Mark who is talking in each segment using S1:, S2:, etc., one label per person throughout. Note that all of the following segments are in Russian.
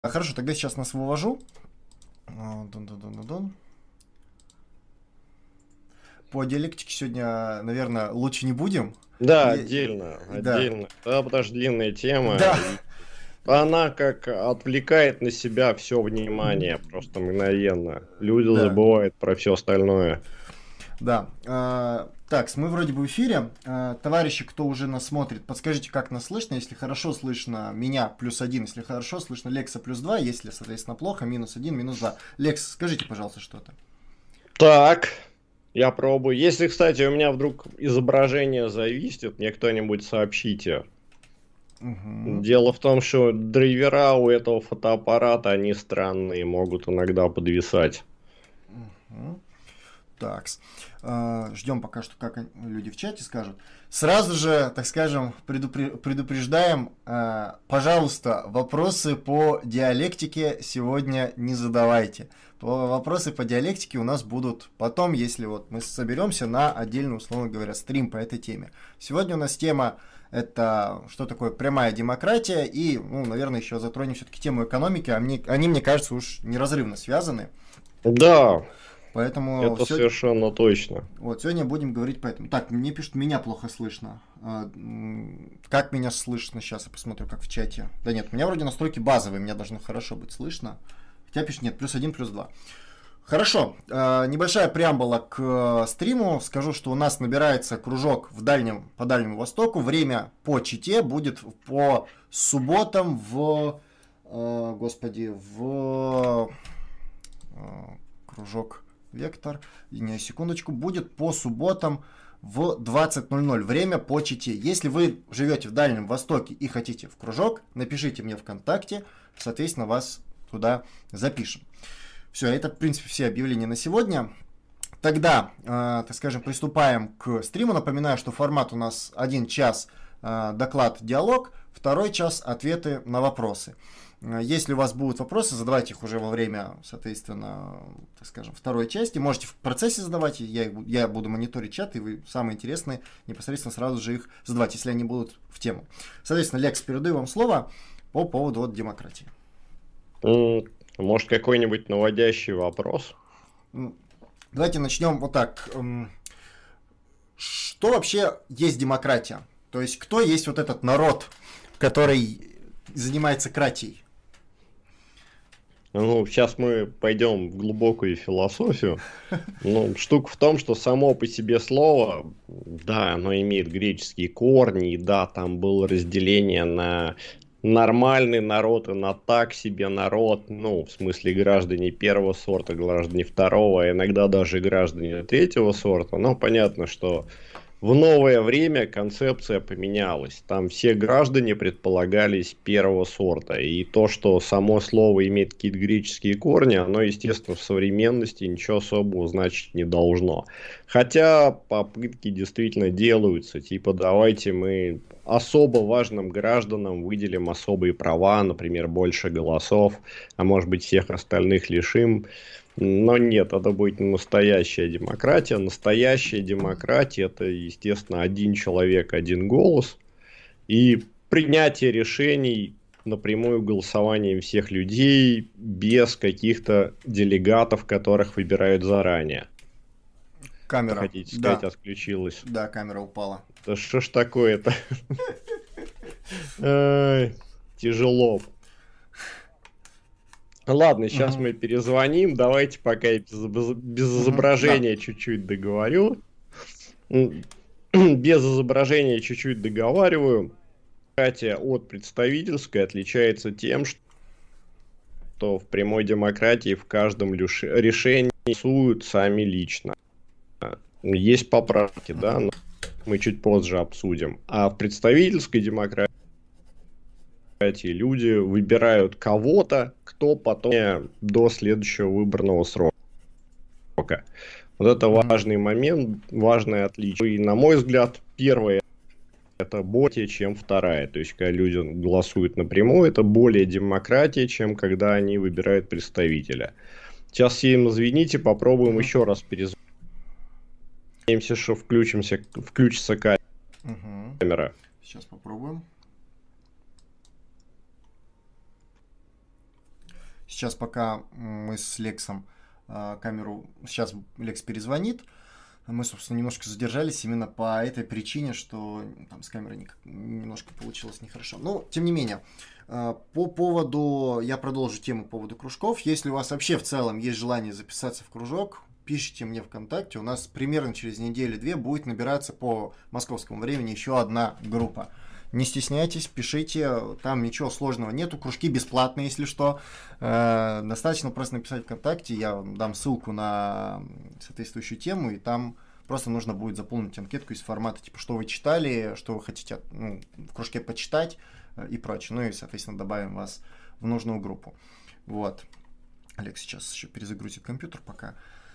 S1: Хорошо, тогда сейчас нас вывожу. Дун-дун-дун-дун-дун. По диалектике сегодня, наверное, лучше не будем.
S2: Да,
S1: И-
S2: отдельно,
S1: да,
S2: отдельно. Да, потому что длинная тема,
S1: да,
S2: и она как отвлекает на себя все внимание просто мгновенно. Люди
S1: да,
S2: забывают про все остальное.
S1: да. Так, мы вроде бы в эфире. Товарищи, кто уже нас смотрит, подскажите, как нас слышно. Если хорошо слышно меня, +1. Если хорошо слышно Лекса, +2. Если, соответственно, плохо, -1, -2. Лекс, скажите, пожалуйста, что-то.
S2: Так, я пробую. Если, кстати, у меня вдруг изображение зависит, мне кто-нибудь сообщите.
S1: Угу.
S2: Дело в том, что драйвера у этого фотоаппарата, они странные, могут иногда подвисать.
S1: Так, ждем пока что, как люди в чате скажут. Сразу же, так скажем, предупреждаем, пожалуйста, вопросы по диалектике сегодня не задавайте. Вопросы по диалектике у нас будут потом, если вот мы соберемся на отдельный, условно говоря, стрим по этой теме. Сегодня у нас тема это что такое прямая демократия и, ну, наверное, еще затронем все-таки тему экономики, они, мне кажется, уж неразрывно связаны.
S2: Да,
S1: Поэтому
S2: это совершенно точно.
S1: вот, сегодня будем говорить по этому. Так, мне пишут, меня плохо слышно. Как меня слышно сейчас? Я посмотрю, как в чате. Да нет, у меня вроде настройки базовые, меня должно хорошо быть слышно. Хотя пишут, нет, +1, +2. Хорошо, небольшая преамбула к стриму. Скажу, что у нас набирается кружок по Дальнему Востоку. Время по Чите будет по субботам господи, кружок Вектор, не, секундочку, будет по субботам в 20:00. Время по Чите. Если вы живете в Дальнем Востоке и хотите в кружок, напишите мне ВКонтакте, соответственно, вас туда запишем. Все, это, в принципе, все объявления на сегодня. Тогда, так скажем, приступаем к стриму. Напоминаю, что формат у нас 1 час доклад, диалог, 2 час ответы на вопросы. Если у вас будут вопросы, задавайте их уже во время, соответственно, так скажем, второй части. Можете в процессе задавать, я буду мониторить чат, и вы самые интересные непосредственно сразу же их задавать, если они будут в тему. Соответственно, Лекс, передаю вам слово по поводу вот демократии.
S2: Может, какой-нибудь наводящий вопрос?
S1: Давайте начнем вот так. Что вообще есть демократия? То есть, кто есть вот этот народ, который занимается кратией?
S2: Ну, сейчас мы пойдем в глубокую философию. Ну, штука в том, что само по себе слово, да, оно имеет греческие корни, и да, там было разделение на нормальный народ и на так себе народ, ну, в смысле граждане первого сорта, граждане второго, а иногда даже граждане третьего сорта. Но понятно, что в новое время концепция поменялась. Там все граждане предполагались первого сорта. И то, что само слово имеет какие-то греческие корни, оно, естественно, в современности ничего особого значить не должно. Хотя попытки действительно делаются. Типа, давайте мы особо важным гражданам выделим особые права, например, больше голосов, а может быть всех остальных лишим. Но нет, это будет не настоящая демократия. Настоящая демократия — это, естественно, один человек, один голос. И принятие решений напрямую голосованием всех людей без каких-то делегатов, которых выбирают заранее. Что
S1: Камера.
S2: хотите сказать,
S1: Да.
S2: отключилась?
S1: Да, камера упала.
S2: Да что ж такое-то? Ай, тяжело. Ладно, сейчас
S1: Мгм.
S2: мы перезвоним. Давайте пока я без
S1: Мгм. Да.
S2: изображения чуть-чуть договорю. Без изображения чуть-чуть договариваю. Демократия от представительской отличается тем, что в прямой демократии в каждом решении голосуют сами лично. Есть поправки, да, но мы чуть позже обсудим. А в представительской демократии люди выбирают кого-то, кто потом до следующего выборного срока. Вот это
S1: Мгм.
S2: важный момент, важное отличие. И, на мой взгляд, первое — это более, чем вторая. То есть, когда люди голосуют напрямую, это более демократия, чем когда они выбирают представителя. Сейчас всем извините, попробуем
S1: Мгм.
S2: еще раз перезвонить, что включится
S1: Мгм.
S2: камера.
S1: Сейчас попробуем. сейчас пока мы с Лексом камеру... Сейчас Лекс перезвонит. Мы, собственно, немножко задержались именно по этой причине, что там с камерой немножко получилось нехорошо. Но, тем не менее, по поводу... Я продолжу тему по поводу кружков. Если у вас вообще в целом есть желание записаться в кружок, пишите мне ВКонтакте. У нас примерно через неделю-две будет набираться по московскому времени еще одна группа. Не стесняйтесь, пишите, там ничего сложного нету, кружки бесплатные, если что. Достаточно просто написать ВКонтакте, я вам дам ссылку на соответствующую тему, и там просто нужно будет заполнить анкетку из формата, типа, что вы читали, что вы хотите в кружке почитать и прочее. Ну и, соответственно, добавим вас в нужную группу. Вот. Олег сейчас еще перезагрузит компьютер пока.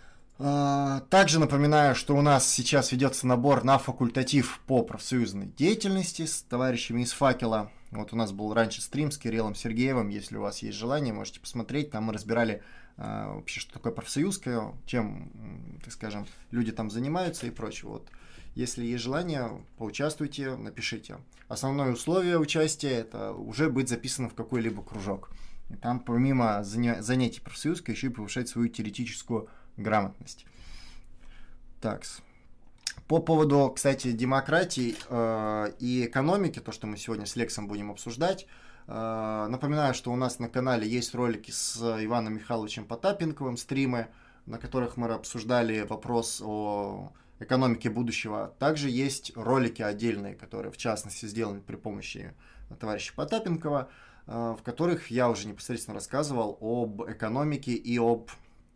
S1: Также напоминаю, что у нас сейчас ведется набор на факультатив по профсоюзной деятельности с товарищами из Факела. Вот у нас был раньше стрим с Кириллом Сергеевым. Если у вас есть желание, можете посмотреть. Там мы разбирали вообще, что такое профсоюзка, чем, так скажем, люди там занимаются и прочее. Вот. Если есть желание, поучаствуйте, напишите. Основное условие участия – это уже быть записанным в какой-либо кружок. И там помимо занятий профсоюзкой еще и повышать свою теоретическую грамотность. Так. По поводу, кстати, демократии и экономики, то, что мы сегодня с Лексом будем обсуждать, напоминаю, что у нас на канале есть ролики с Иваном Михайловичем Потапенковым, стримы, на которых мы обсуждали вопрос о экономике будущего. Также есть ролики отдельные, которые, в частности, сделаны при помощи товарища Потапенкова, в которых я уже непосредственно рассказывал об экономике и об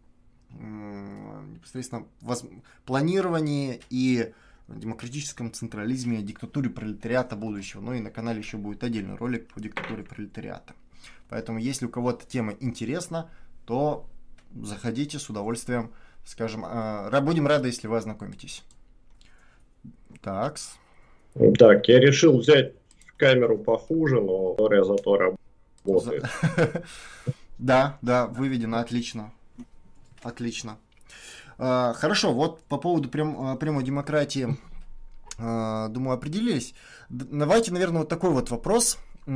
S1: непосредственно планировании и демократическом централизме, диктатуре пролетариата будущего. Ну и на канале еще будет отдельный ролик по диктатуре пролетариата. Поэтому, если у кого-то тема интересна, то заходите с удовольствием, скажем, будем рады, если вы ознакомитесь. Так,
S2: я решил взять камеру похуже, но которая зато работает.
S1: Да, выведено, отлично. Отлично. Хорошо, вот по поводу прямой демократии, думаю, определились. Давайте, наверное, вот такой вот вопрос.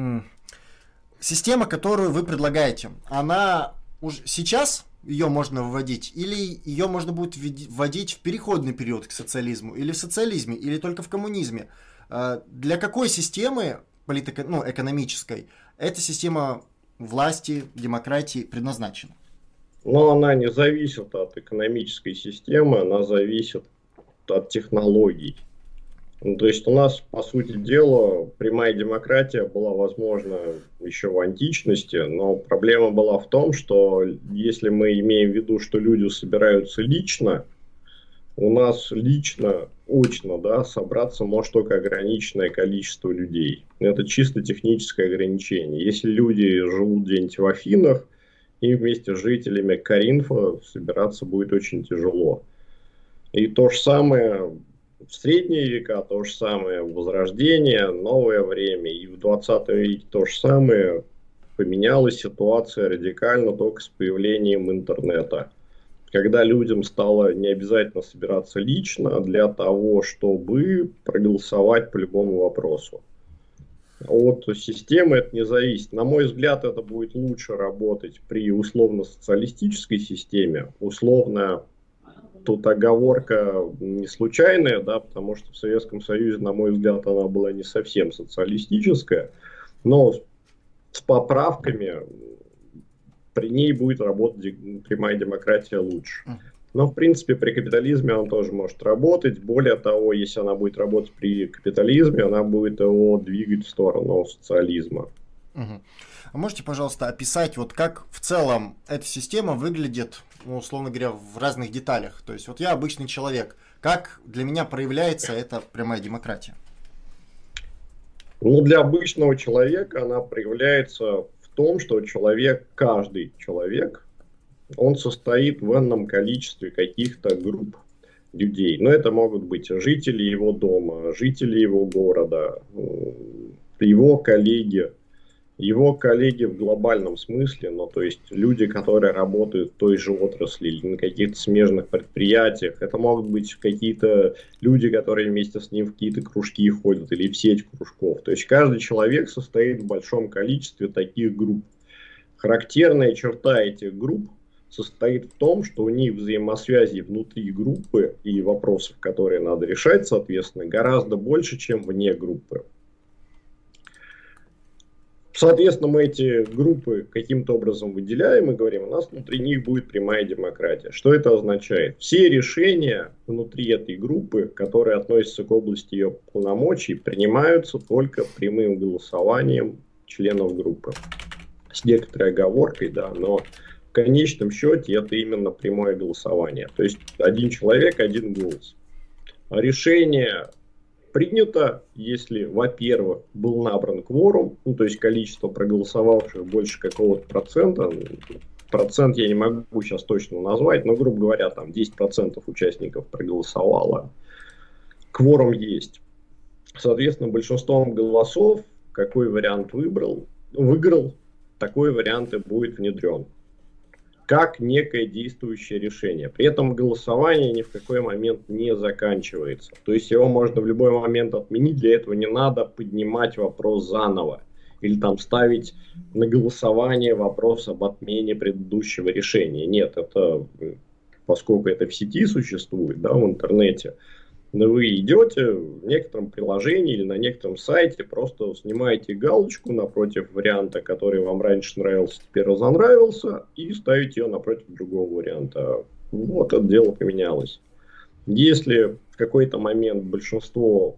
S1: Система, которую вы предлагаете, она уже сейчас ее можно вводить, или ее можно будет вводить в переходный период к социализму, или в социализме, или только в коммунизме? Для какой системы экономической эта система власти, демократии предназначена?
S2: Но она не зависит от экономической системы, она зависит от технологий. То есть у нас, по сути дела, прямая демократия была возможна еще в античности, но проблема была в том, что если мы имеем в виду, что люди собираются лично, у нас лично, очно, собраться может только ограниченное количество людей. Это чисто техническое ограничение. Если люди живут где-нибудь в Афинах, и вместе с жителями Коринфа собираться будет очень тяжело. И то же самое в средние века, то же самое в Возрождение, новое время. И в 20 веке то же самое. Поменялась ситуация радикально только с появлением интернета. Когда людям стало не обязательно собираться лично для того, чтобы проголосовать по любому вопросу. От системы это не зависит. На мой взгляд, это будет лучше работать при условно-социалистической системе. Условно, тут оговорка не случайная, потому что в Советском Союзе, на мой взгляд, она была не совсем социалистическая, но с поправками при ней будет работать прямая демократия лучше. Но, в принципе, при капитализме она тоже может работать. Более того, если она будет работать при капитализме, она будет его двигать в сторону социализма.
S1: А можете, пожалуйста, описать, вот как в целом эта система выглядит, условно говоря, в разных деталях? То есть, вот я обычный человек. Как для меня проявляется эта прямая демократия?
S2: Для обычного человека она проявляется в том, что каждый человек, он состоит в энном количестве каких-то групп людей. Но это могут быть жители его дома, жители его города, его коллеги в глобальном смысле, то есть люди, которые работают в той же отрасли или на каких-то смежных предприятиях. Это могут быть какие-то люди, которые вместе с ним в какие-то кружки ходят или в сеть кружков. То есть каждый человек состоит в большом количестве таких групп. Характерная черта этих групп состоит в том, что у них взаимосвязи внутри группы и вопросов, которые надо решать, соответственно, гораздо больше, чем вне группы. Соответственно, мы эти группы каким-то образом выделяем и говорим, у нас внутри них будет прямая демократия. Что это означает? Все решения внутри этой группы, которые относятся к области ее полномочий, принимаются только прямым голосованием членов группы. С некоторой оговоркой, да, но в конечном счете это именно прямое голосование. То есть один человек, один голос. А решение принято, если, во-первых, был набран кворум, ну, то есть количество проголосовавших больше какого-то процента, процент я не могу сейчас точно назвать, но, грубо говоря, там 10% участников проголосовало, кворум есть. Соответственно, большинством голосов, какой вариант выиграл, такой вариант и будет внедрен как некое действующее решение. При этом голосование ни в какой момент не заканчивается. То есть его можно в любой момент отменить, для этого не надо поднимать вопрос заново. Или там ставить на голосование вопрос об отмене предыдущего решения. Нет, это, поскольку это в сети существует, да, в интернете, вы идете в некотором приложении или на некотором сайте, просто снимаете галочку напротив варианта, который вам раньше нравился, теперь разонравился, и ставите ее напротив другого варианта. Вот это дело поменялось. Если в какой-то момент большинство,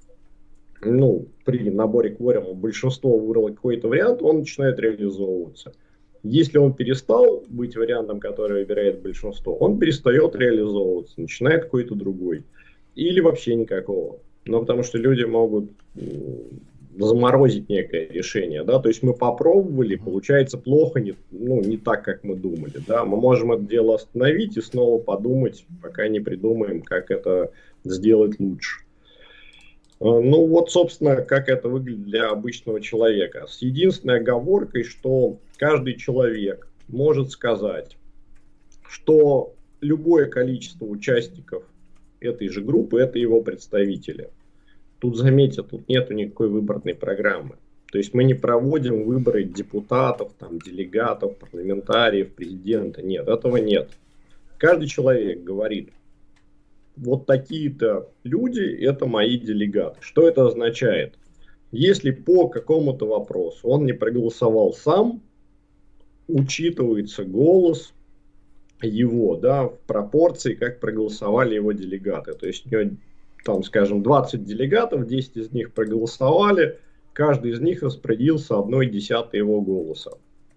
S2: при наборе кворума большинство выбрало какой-то вариант, он начинает реализовываться. Если он перестал быть вариантом, который выбирает большинство, он перестает реализовываться, начинает какой-то другой. Или вообще никакого. Но потому что люди могут заморозить некое решение. Да? То есть мы попробовали, получается плохо, не так, как мы думали. Да? Мы можем это дело остановить и снова подумать, пока не придумаем, как это сделать лучше. Ну вот, собственно, как это выглядит для обычного человека. С единственной оговоркой, что каждый человек может сказать, что любое количество участников этой же группы, это его представители. Тут, заметьте, тут нету никакой выборной программы. То есть мы не проводим выборы депутатов, там, делегатов, парламентариев, президента. Нет, этого нет. Каждый человек говорит, вот такие-то люди, это мои делегаты. Что это означает? Если по какому-то вопросу он не проголосовал сам, учитывается голос его, да, в пропорции, как проголосовали его делегаты. То есть у него, там, скажем, 20 делегатов, 10 из них проголосовали, каждый из них распорядился 1/10 его голоса.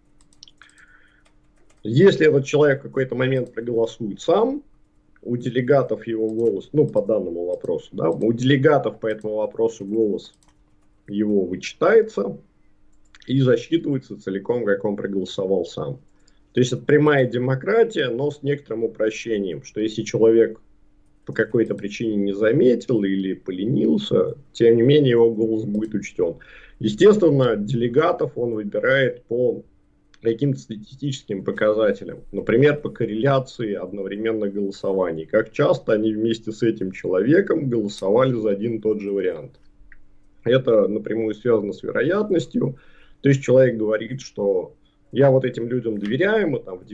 S2: Если этот человек в какой-то момент проголосует сам, у делегатов его голос, по данному вопросу, да, у делегатов по этому вопросу голос его вычитается и засчитывается целиком, как он проголосовал сам. То есть это прямая демократия, но с некоторым упрощением, что если человек по какой-то причине не заметил или поленился, тем не менее его голос будет учтен. Естественно, делегатов он выбирает по каким-то статистическим показателям, например, по корреляции одновременных голосований. Как часто они вместе с этим человеком голосовали за один и тот же вариант. Это напрямую связано с вероятностью. То есть человек говорит, что я вот этим людям доверяю, мы там в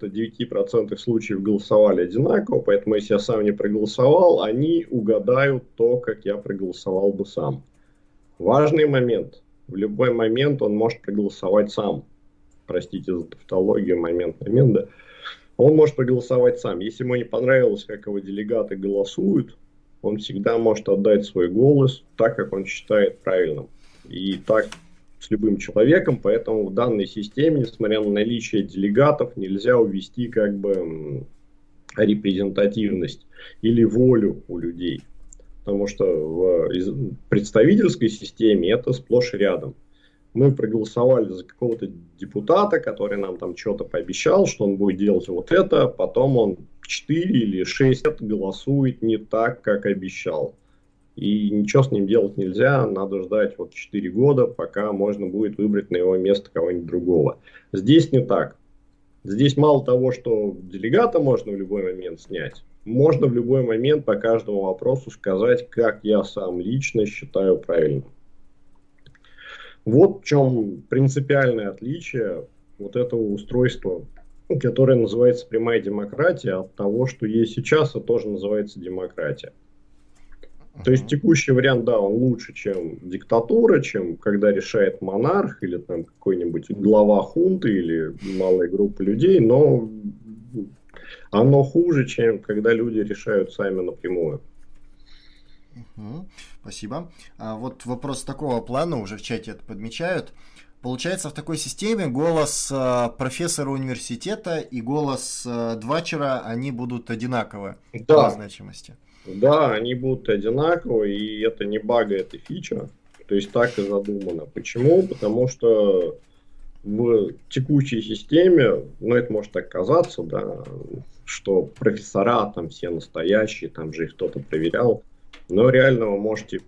S2: 99% случаев голосовали одинаково, поэтому если я сам не проголосовал, они угадают то, как я проголосовал бы сам. Важный момент. В любой момент он может проголосовать сам. Простите за тавтологию, момент, да. Он может проголосовать сам. Если ему не понравилось, как его делегаты голосуют, он всегда может отдать свой голос так, как он считает правильным. И так с любым человеком, поэтому в данной системе, несмотря на наличие делегатов, нельзя увести как бы репрезентативность или волю у людей. Потому что в представительской системе это сплошь и рядом. Мы проголосовали за какого-то депутата, который нам там что-то пообещал, что он будет делать вот это, потом он 4 или 6 лет голосует не так, как обещал. И ничего с ним делать нельзя, надо ждать 4 года, пока можно будет выбрать на его место кого-нибудь другого. Здесь не так. Здесь мало того, что делегата можно в любой момент снять, можно в любой момент по каждому вопросу сказать, как я сам лично считаю правильным. Вот в чем принципиальное отличие вот этого устройства, которое называется прямая демократия, от того, что есть сейчас, это тоже называется демократия. То есть
S1: Мгм.
S2: текущий вариант, да, он лучше, чем диктатура, чем когда решает монарх или там какой-нибудь глава хунты или малая группа людей, но оно хуже, чем когда люди решают сами напрямую.
S1: Мгм. Спасибо. А вот вопрос такого плана, уже в чате это подмечают. Получается, в такой системе голос профессора университета и голос двачера, они будут одинаковы по
S2: Да,
S1: значимости.
S2: да, они будут одинаковые, и это не баг, это фича. То есть так и задумано. Почему? Потому что в текущей системе, ну это может так казаться, да, что профессора там все настоящие, там же их кто-то проверял, но реально вы можете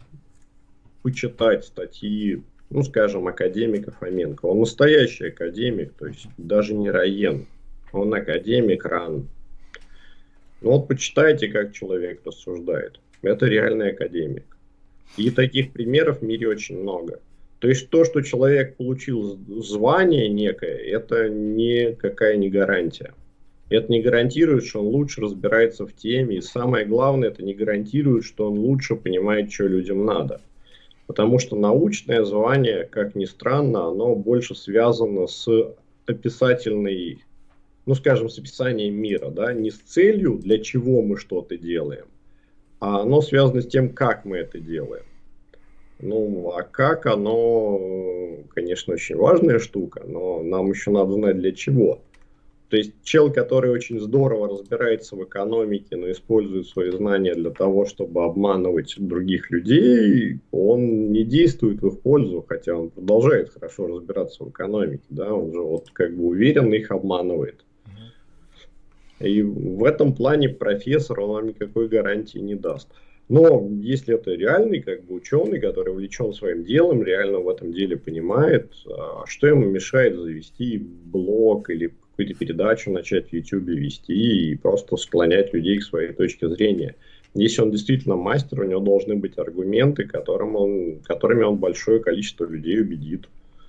S2: почитать статьи, ну скажем, академика Фоменко. Он настоящий академик, то есть даже не Раен, он академик РАН. Ну вот почитайте, как человек рассуждает. Это реальный академик. И таких примеров в мире очень много. То есть то, что человек получил звание некое, это никакая не гарантия. Это не гарантирует, что он лучше разбирается в теме. И самое главное, это не гарантирует, что он лучше понимает, что людям надо. Потому что научное звание, как ни странно, оно больше связано с описательной, ну скажем, с описанием мира, да, не с целью, для чего мы что-то делаем, а оно связано с тем, как мы это делаем. Ну, а как оно, конечно, очень важная штука, но нам еще надо знать для чего. То есть чел, который очень здорово разбирается в экономике, но использует свои знания для того, чтобы обманывать других людей, он не действует в их пользу, хотя он продолжает хорошо разбираться в экономике, да, он же вот как бы уверенно их обманывает.
S1: Мгм.
S2: И в этом плане профессор, он вам никакой гарантии не даст. Но если это реальный как бы ученый, который увлечен своим делом, реально в этом деле понимает, что ему мешает завести блог или какую-то передачу начать в YouTube вести и просто склонять людей к своей точке зрения. Если он действительно мастер, у него должны быть аргументы, которыми он большое количество людей убедит.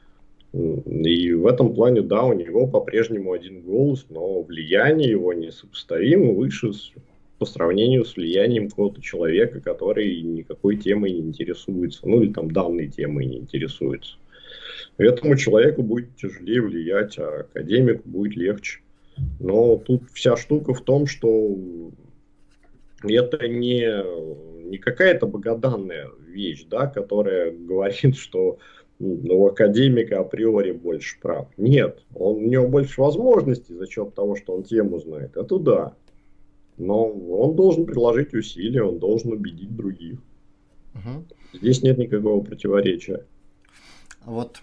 S2: И в этом плане, да, у него по-прежнему один голос, но влияние его несопоставимо выше по сравнению с влиянием какого-то человека, который никакой темой не интересуется, ну или там данной темой не интересуется. Этому человеку будет тяжелее влиять, а академику будет легче. Но тут вся штука в том, что это не какая-то богоданная вещь, да, которая говорит, что у академика априори больше прав. Нет, у него больше возможностей за счет того, что он тему знает. Это да. Но он должен приложить усилия, он должен убедить других.
S1: Мгм.
S2: Здесь нет никакого противоречия.
S1: Вот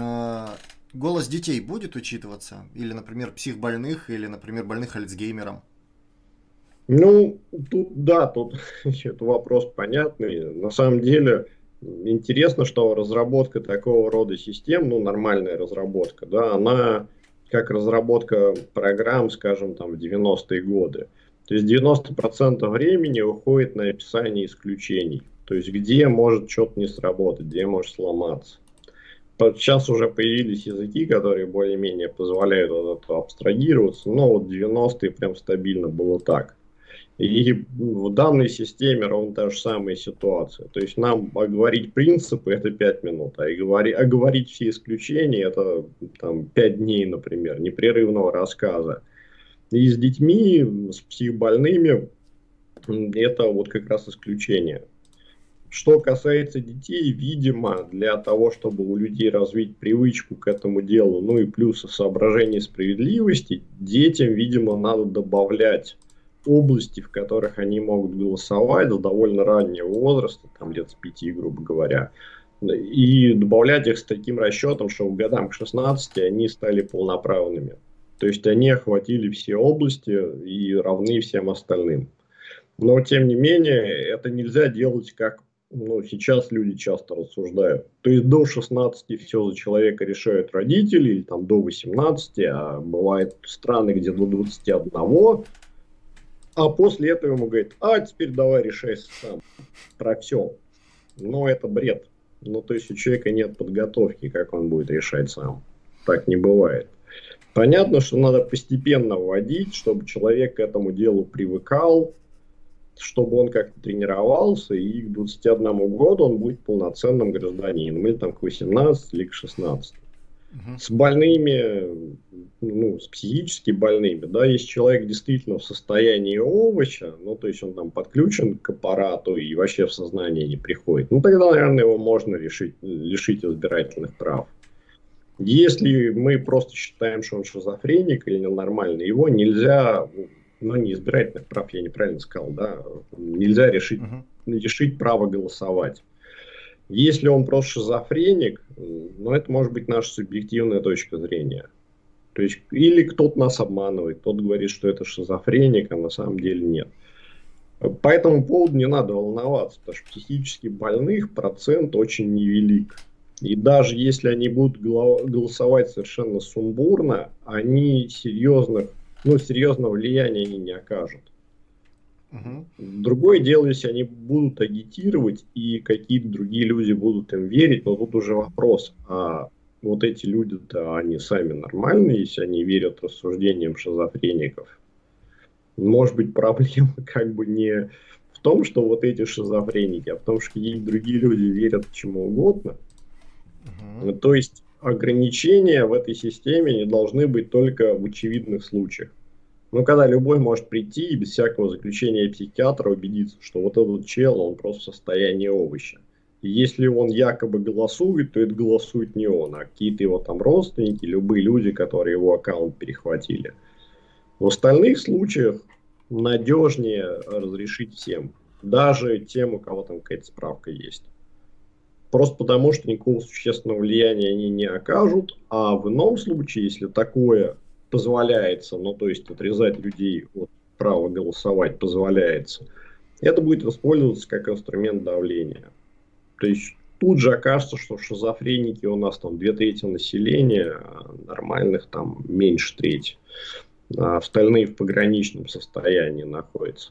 S1: голос детей будет учитываться? Или, например, психбольных, или, например, больных Альцгеймером?
S2: Ну, тут, да, тут это вопрос понятный. На самом деле, интересно, что разработка такого рода систем, ну, нормальная разработка, да, она как разработка программ, скажем, там, в 90-е годы. То есть 90% времени уходит на описание исключений. То есть где может что-то не сработать, где может сломаться. Вот сейчас уже появились языки, которые более-менее позволяют от этого абстрагироваться, но вот в 90-е прям стабильно было так. И в данной системе ровно та же самая ситуация. То есть нам оговорить принципы это 5 минут, оговорить все исключения это там, 5 дней, например, непрерывного рассказа. И с детьми, с психбольными это вот как раз исключение. Что касается детей, видимо, для того, чтобы у людей развить привычку к этому делу, ну и плюс соображение справедливости, детям, видимо, надо добавлять области, в которых они могут голосовать с довольно раннего возраста, там лет с 5, грубо говоря, и добавлять их с таким расчетом, что к годам к 16 они стали полноправными. То есть они охватили все области и равны всем остальным. Но, тем не менее, это нельзя делать, как ну, сейчас люди часто рассуждают. То есть до 16 все за человека решают родители, или там до 18, а бывают страны, где до 21, а после этого ему говорят, а теперь давай решай сам про все. Но это бред. Ну, то есть у человека нет подготовки, как он будет решать сам. так не бывает. Понятно, что надо постепенно вводить, чтобы человек к этому делу привыкал, чтобы он как-то тренировался, и к 21 году он будет полноценным гражданином, или там к 18, или к 16. С больными, ну, с психически больными, да, если человек действительно в состоянии овоща, ну, то есть он там подключен к аппарату и вообще в сознание не приходит, ну, тогда, наверное, его можно лишить избирательных прав. Если мы просто считаем, что он шизофреник или ненормальный, его нельзя, ну, не избирательных прав, я неправильно сказал, да, нельзя лишить права голосовать. Если он просто шизофреник, ну, это может быть наша субъективная точка зрения. То есть, или кто-то нас обманывает, кто-то говорит, что это шизофреник, а на самом деле нет. По этому поводу не надо волноваться, потому что психически больных процент очень невелик. И даже если они будут голосовать совершенно сумбурно, они серьезного влияния они не окажут. Другое дело, если они будут агитировать и какие-то другие люди будут им верить, но тут уже вопрос, а вот эти люди-то, они сами нормальные, если они верят рассуждениям шизофреников. Может быть, проблема как бы не в том, что вот эти шизофреники, а в том, что какие-то другие люди верят чему угодно. То есть ограничения в этой системе не должны быть только в очевидных случаях. Ну, когда любой может прийти и без всякого заключения психиатра убедиться, что вот этот чел, он просто в состоянии овоща. И если он якобы голосует, то это голосует не он, а какие-то его там родственники, любые люди, которые его аккаунт перехватили. В остальных случаях надежнее разрешить всем. Даже тем, у кого там какая-то справка есть. Просто потому, что никакого существенного влияния они не окажут. А в ином случае, если такое позволяется, ну, то есть отрезать людей от права голосовать позволяется, это будет использоваться как инструмент давления. То есть тут же окажется, что шизофреники у нас там 2/3 населения, а нормальных там меньше трети. А остальные в пограничном состоянии находятся.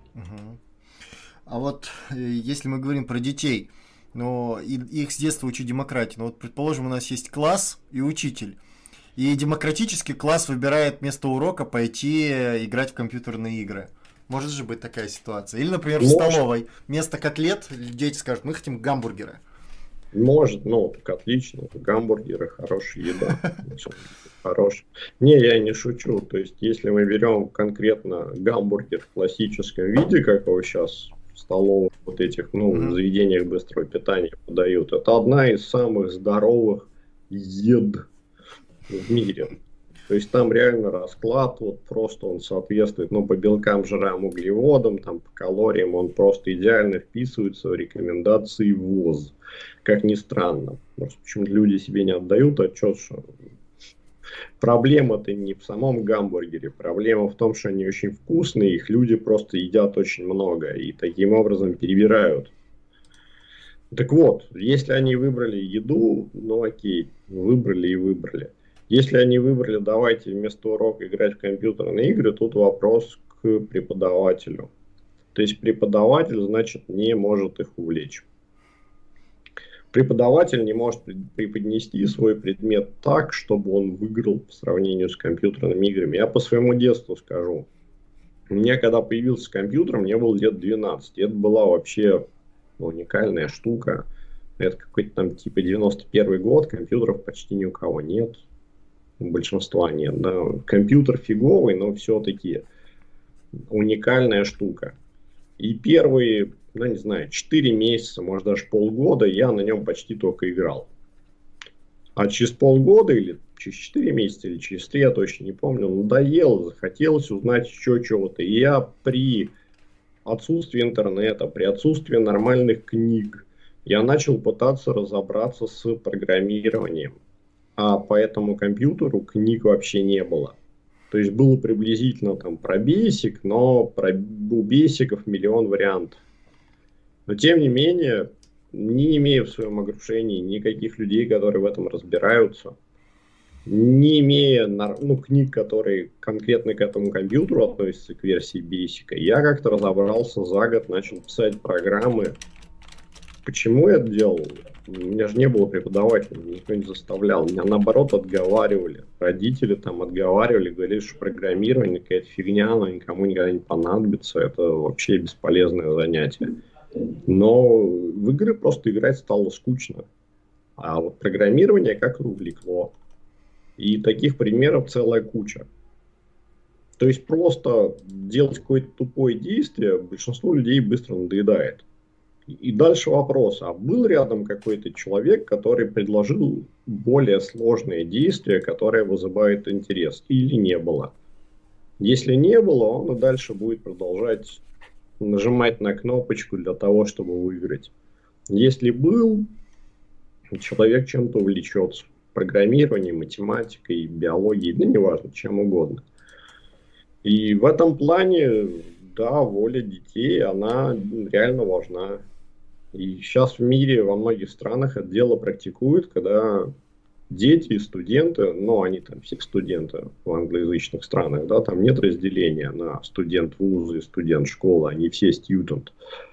S1: А вот если мы говорим про детей, но их с детства учат демократии, но вот предположим, у нас есть класс и учитель. И демократический класс выбирает вместо урока пойти играть в компьютерные игры. Может же быть такая ситуация. Или, например, в столовой вместо котлет дети скажут, мы хотим гамбургеры.
S2: Может, ну, так отлично. Гамбургеры, хорошая еда. Хорош. Не, я не шучу. То есть, если мы берем конкретно гамбургер в классическом виде, как его сейчас в столовых вот этих, ну, заведениях быстрого питания подают, это одна из самых здоровых ед в мире. То есть там реально расклад, вот просто он соответствует, ну, по белкам, жирам, углеводам, там, по калориям, он просто идеально вписывается в рекомендации ВОЗ. Как ни странно. Может, почему-то люди себе не отдают отчет, что проблема-то не в самом гамбургере, проблема в том, что они очень вкусные, их люди просто едят очень много и таким образом перебирают. Так вот, если они выбрали еду, ну окей, выбрали и выбрали. Если они выбрали, давайте вместо урока играть в компьютерные игры, тут вопрос к преподавателю. То есть преподаватель, значит, не может их увлечь. Преподаватель не может преподнести свой предмет так, чтобы он выиграл по сравнению с компьютерными играми. Я по своему детству скажу. У меня, когда появился компьютер, мне было лет 12. Это была вообще уникальная штука. Это какой-то там типа 91 год, компьютеров почти ни у кого нет. Большинства нет. Да. Компьютер фиговый, но все-таки уникальная штука. И первые, ну не знаю, 4 месяца, может даже полгода я на нем почти только играл. А через полгода или через 4 месяца, или через 3, я точно не помню, надоело, захотелось узнать еще чего-то. И я при отсутствии интернета, при отсутствии нормальных книг, я начал пытаться разобраться с программированием. А по этому компьютеру книг вообще не было. То есть было приблизительно там про Basic, но у бейсиков миллион вариантов. Но тем не менее, не имея в своем окружении никаких людей, которые в этом разбираются, не имея книг, которые конкретно к этому компьютеру относятся, к версии Basic, я как-то разобрался за год, начал писать программы. Почему я это делал? У меня же не было преподавателя, никто не заставлял. Меня наоборот отговаривали. Родители там отговаривали, говорили, что программирование какая-то фигня, оно никому никогда не понадобится. Это вообще бесполезное занятие. Но в игры просто играть стало скучно. А вот программирование как увлекло. И таких примеров целая куча. То есть просто делать какое-то тупое действие большинству людей быстро надоедает. И дальше вопрос, а был рядом какой-то человек, который предложил более сложное действие, которое вызывает интерес, или не было? Если не было, он и дальше будет продолжать нажимать на кнопочку для того, чтобы выиграть. Если был, человек чем-то увлечется. Программированием, математикой, биологией, да неважно, чем угодно. И в этом плане, да, воля детей, она реально важна. И сейчас в мире, во многих странах это дело практикуют, когда дети и студенты, ну, они там все студенты в англоязычных странах, да, там нет разделения на студент вуза и студент школы, они все студент.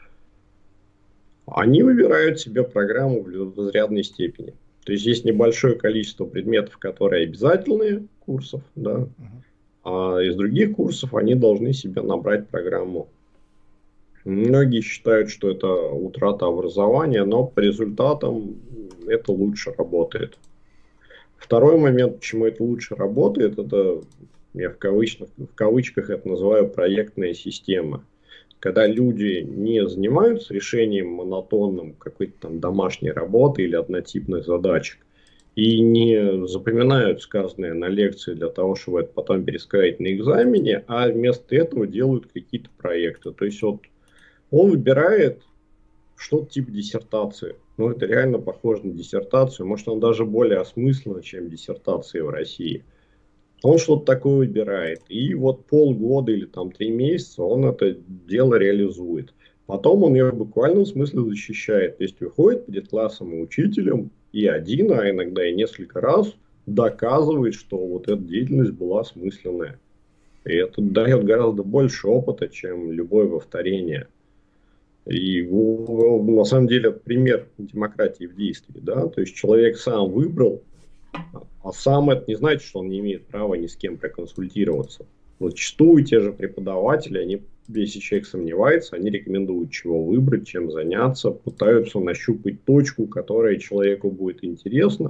S2: Они выбирают себе программу в изрядной степени. То есть есть небольшое количество предметов, которые обязательные курсов, да, а из других курсов они должны себе набрать программу. Многие считают, что это утрата образования, но по результатам это лучше работает. Второй момент, почему это лучше работает, это я в кавычках это называю проектная система. Когда люди не занимаются решением монотонным какой-то там домашней работы или однотипных задачек, и не запоминают сказанное на лекции для того, чтобы это потом пересказать на экзамене, а вместо этого делают какие-то проекты. То есть вот он выбирает что-то типа диссертации. Ну, это реально похоже на диссертацию. Может, он даже более осмысленно, чем диссертации в России. Он что-то такое выбирает. И вот полгода или там 3 месяца он это дело реализует. Потом он ее в буквальном смысле защищает. То есть выходит перед классом и учителем и один, а иногда и несколько раз доказывает, что вот эта деятельность была смысленная. И это дает гораздо больше опыта, чем любое повторение. И на самом деле это пример демократии в действии. Да? То есть человек сам выбрал, а сам это не значит, что он не имеет права ни с кем проконсультироваться. Зачастую те же преподаватели, они, если человек сомневается, они рекомендуют, чего выбрать, чем заняться, пытаются нащупать точку, которая человеку будет интересна.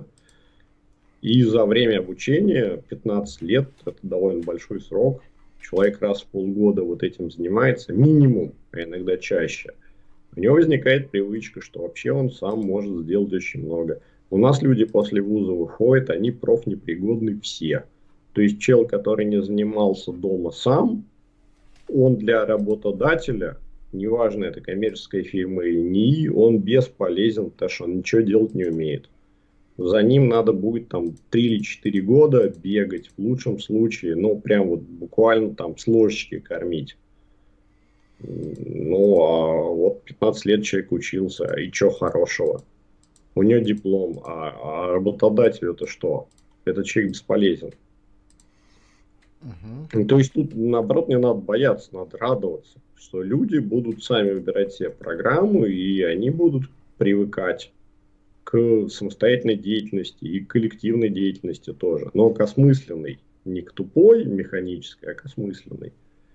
S2: И за время обучения, 15 лет, это довольно большой срок, человек раз в полгода вот этим занимается, минимум, а иногда чаще. У него возникает привычка, что вообще он сам может сделать очень много. У нас люди после вуза выходят, они профнепригодны все. То есть человек, который не занимался дома сам, он для работодателя, неважно, это коммерческая фирма или НИИ, он бесполезен, потому что он ничего делать не умеет. За ним надо будет там 3 или 4 года бегать, в лучшем случае, ну, прям вот буквально там с ложечки кормить. Ну, а вот 15 лет человек учился, и что хорошего? У него диплом, а работодатель это что? Этот человек бесполезен. То есть тут, наоборот, не надо бояться, надо радоваться, что люди будут сами выбирать себе программу, и они будут привыкать к самостоятельной деятельности и к коллективной деятельности тоже, но к осмысленной, не к тупой механической, а к осмысленной.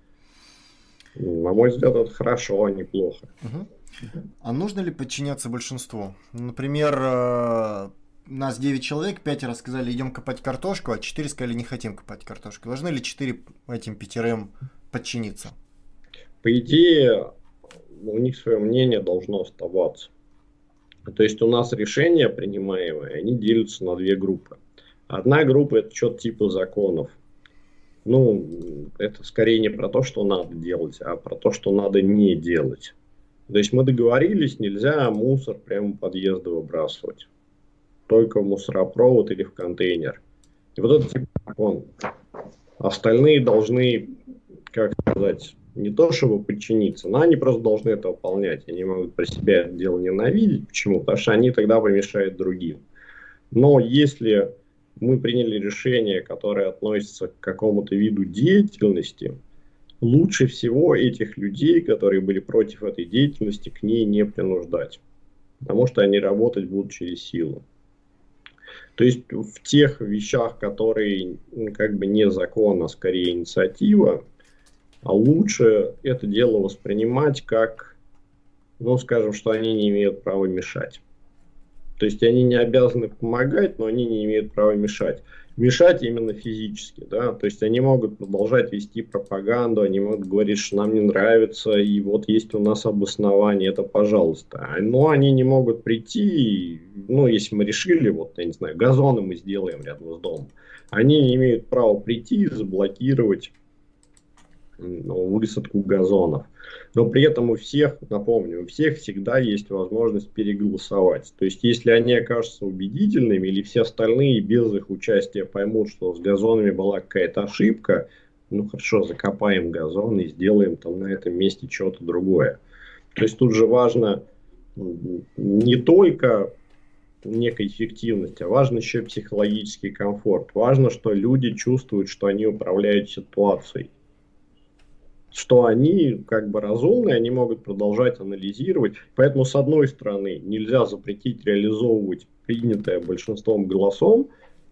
S2: На мой взгляд, это хорошо, а не плохо.
S1: А нужно ли подчиняться большинству? Например, нас 9 человек, 5 сказали, идем копать картошку, а 4 сказали, не хотим копать картошку. Должны ли 4 этим 5 подчиниться?
S2: По идее, у них свое мнение должно оставаться. То есть у нас решения принимаемые, они делятся на 2 группы. Одна группа это что-то типа законов. Ну, это скорее не про то, что надо делать, а про то, что надо не делать. То есть мы договорились, нельзя мусор прямо у подъезда выбрасывать. Только в мусоропровод или в контейнер. И вот это типа закон. Остальные должны, как сказать, не то чтобы подчиниться, но они просто должны это выполнять. Они могут про себя это дело ненавидеть. Почему? Потому что они тогда помешают другим. Но если мы приняли решение, которое относится к какому-то виду деятельности, лучше всего этих людей, которые были против этой деятельности, к ней не принуждать. потому что они работать будут через силу. То есть в тех вещах, которые как бы не закон, а скорее инициатива, а лучше это дело воспринимать как, ну, скажем, что они не имеют права мешать. То есть они не обязаны помогать, но они не имеют права мешать. Мешать именно физически, да, то есть они могут продолжать вести пропаганду, они могут говорить, что нам не нравится, и вот есть у нас обоснование, это пожалуйста. Но они не могут прийти, ну, если мы решили, вот, я не знаю, газоны мы сделаем рядом с домом, они не имеют права прийти и заблокировать высадку газонов. Но при этом у всех, напомню, у всех всегда есть возможность переголосовать. То есть, если они окажутся убедительными, или все остальные без их участия поймут, что с газонами была какая-то ошибка, ну хорошо, закопаем газон и сделаем там на этом месте что-то другое. То есть тут же важно не только некая эффективность, а важно еще психологический комфорт. Важно, что люди чувствуют, что они управляют ситуацией, что они как бы разумные, они могут продолжать анализировать. Поэтому, с одной стороны, нельзя запретить реализовывать принятое большинством голосов,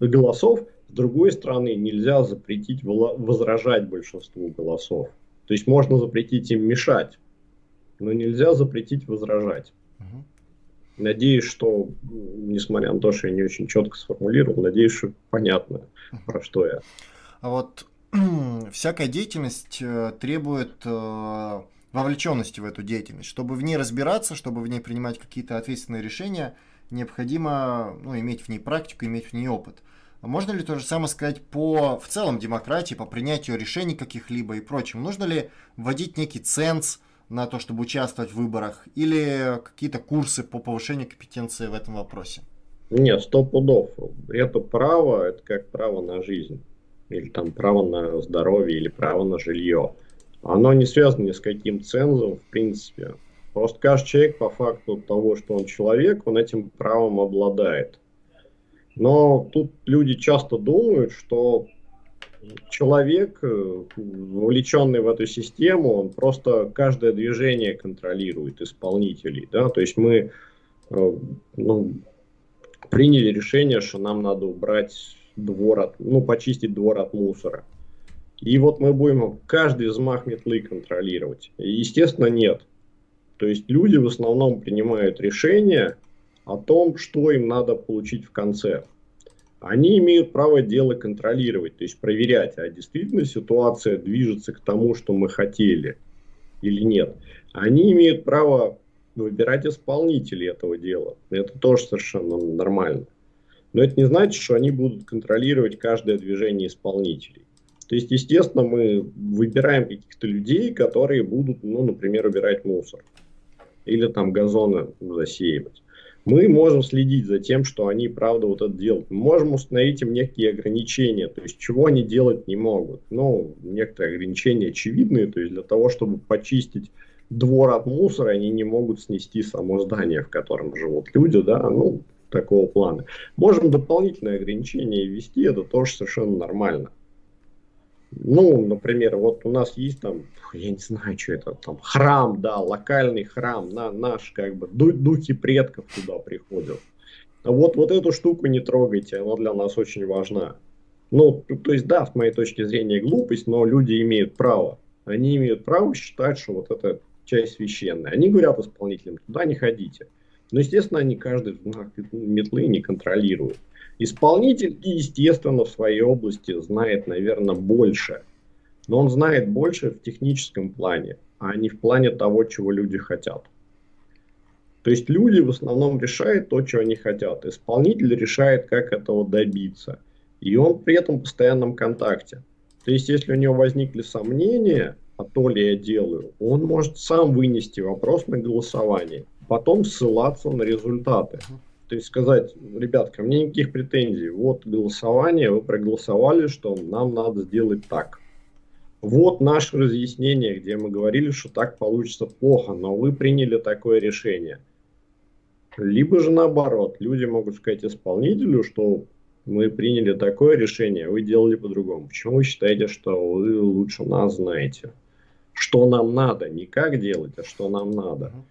S2: с другой стороны, нельзя запретить возражать большинству голосов. То есть можно запретить им мешать, но нельзя запретить возражать.
S1: Мгм.
S2: Надеюсь, что, несмотря на то, что я не очень четко сформулировал, надеюсь, что понятно, про что я.
S1: А вот всякая деятельность требует вовлеченности в эту деятельность. Чтобы в ней разбираться, чтобы в ней принимать какие-то ответственные решения, необходимо, ну, иметь в ней практику, иметь в ней опыт. А можно ли то же самое сказать по в целом демократии, по принятию решений каких-либо и прочим? Нужно ли вводить некий ценз на то, чтобы участвовать в выборах, или какие-то курсы по повышению компетенции в этом вопросе?
S2: Нет, 100 пудов. Это право, это как право на жизнь. Или там право на здоровье, или право на жилье. Оно не связано ни с каким цензом, в принципе. Просто каждый человек, по факту того, что он человек, он этим правом обладает. Но тут люди часто думают, что человек, вовлеченный в эту систему, он просто каждое движение контролирует исполнителей. Да? То есть мы ну, приняли решение, что нам надо убрать двор от, ну, почистить двор от мусора. И вот мы будем каждый взмах метлы контролировать. И, естественно, нет. То есть люди в основном принимают решения о том, что им надо получить в конце. Они имеют право дело контролировать, то есть проверять, а действительно ситуация движется к тому, что мы хотели или нет. Они имеют право выбирать исполнителей этого дела. Это тоже совершенно нормально. Но это не значит, что они будут контролировать каждое движение исполнителей. То есть, естественно, мы выбираем каких-то людей, которые будут, ну, например, убирать мусор или там газоны засеивать. Мы можем следить за тем, что они, правда, вот это делают. Мы можем установить им некие ограничения, то есть чего они делать не могут. Ну, некоторые ограничения очевидные, то есть для того, чтобы почистить двор от мусора, они не могут снести само здание, в котором живут люди, да, ну, такого плана. Можем дополнительные ограничения ввести, это тоже совершенно нормально. Ну, например, вот у нас есть там, я не знаю, что это, там храм, да, локальный храм, наш, как бы, духи предков туда приходят. А вот эту штуку не трогайте, она для нас очень важна. Ну, то есть, да, с моей точки зрения глупость, но люди имеют право. Они имеют право считать, что вот эта часть священная. Они говорят исполнителям, туда не ходите. Но, естественно, они каждый знак метлы не контролируют. Исполнитель, естественно, в своей области знает, наверное, больше. Но он знает больше в техническом плане, а не в плане того, чего люди хотят. То есть люди в основном решают то, чего они хотят. Исполнитель решает, как этого добиться. И он при этом в постоянном контакте. То есть если у него возникли сомнения, а то ли я делаю, он может сам вынести вопрос на голосование, потом ссылаться на результаты. То есть сказать, ребят, ко мне никаких претензий, вот голосование, вы проголосовали, что нам надо сделать так. Вот наше разъяснение, где мы говорили, что так получится плохо, но вы приняли такое решение. Либо же наоборот, люди могут сказать исполнителю, что мы приняли такое решение, а вы делали по-другому. Почему вы считаете, что вы лучше нас знаете? Что нам надо, не как делать, а что нам надо.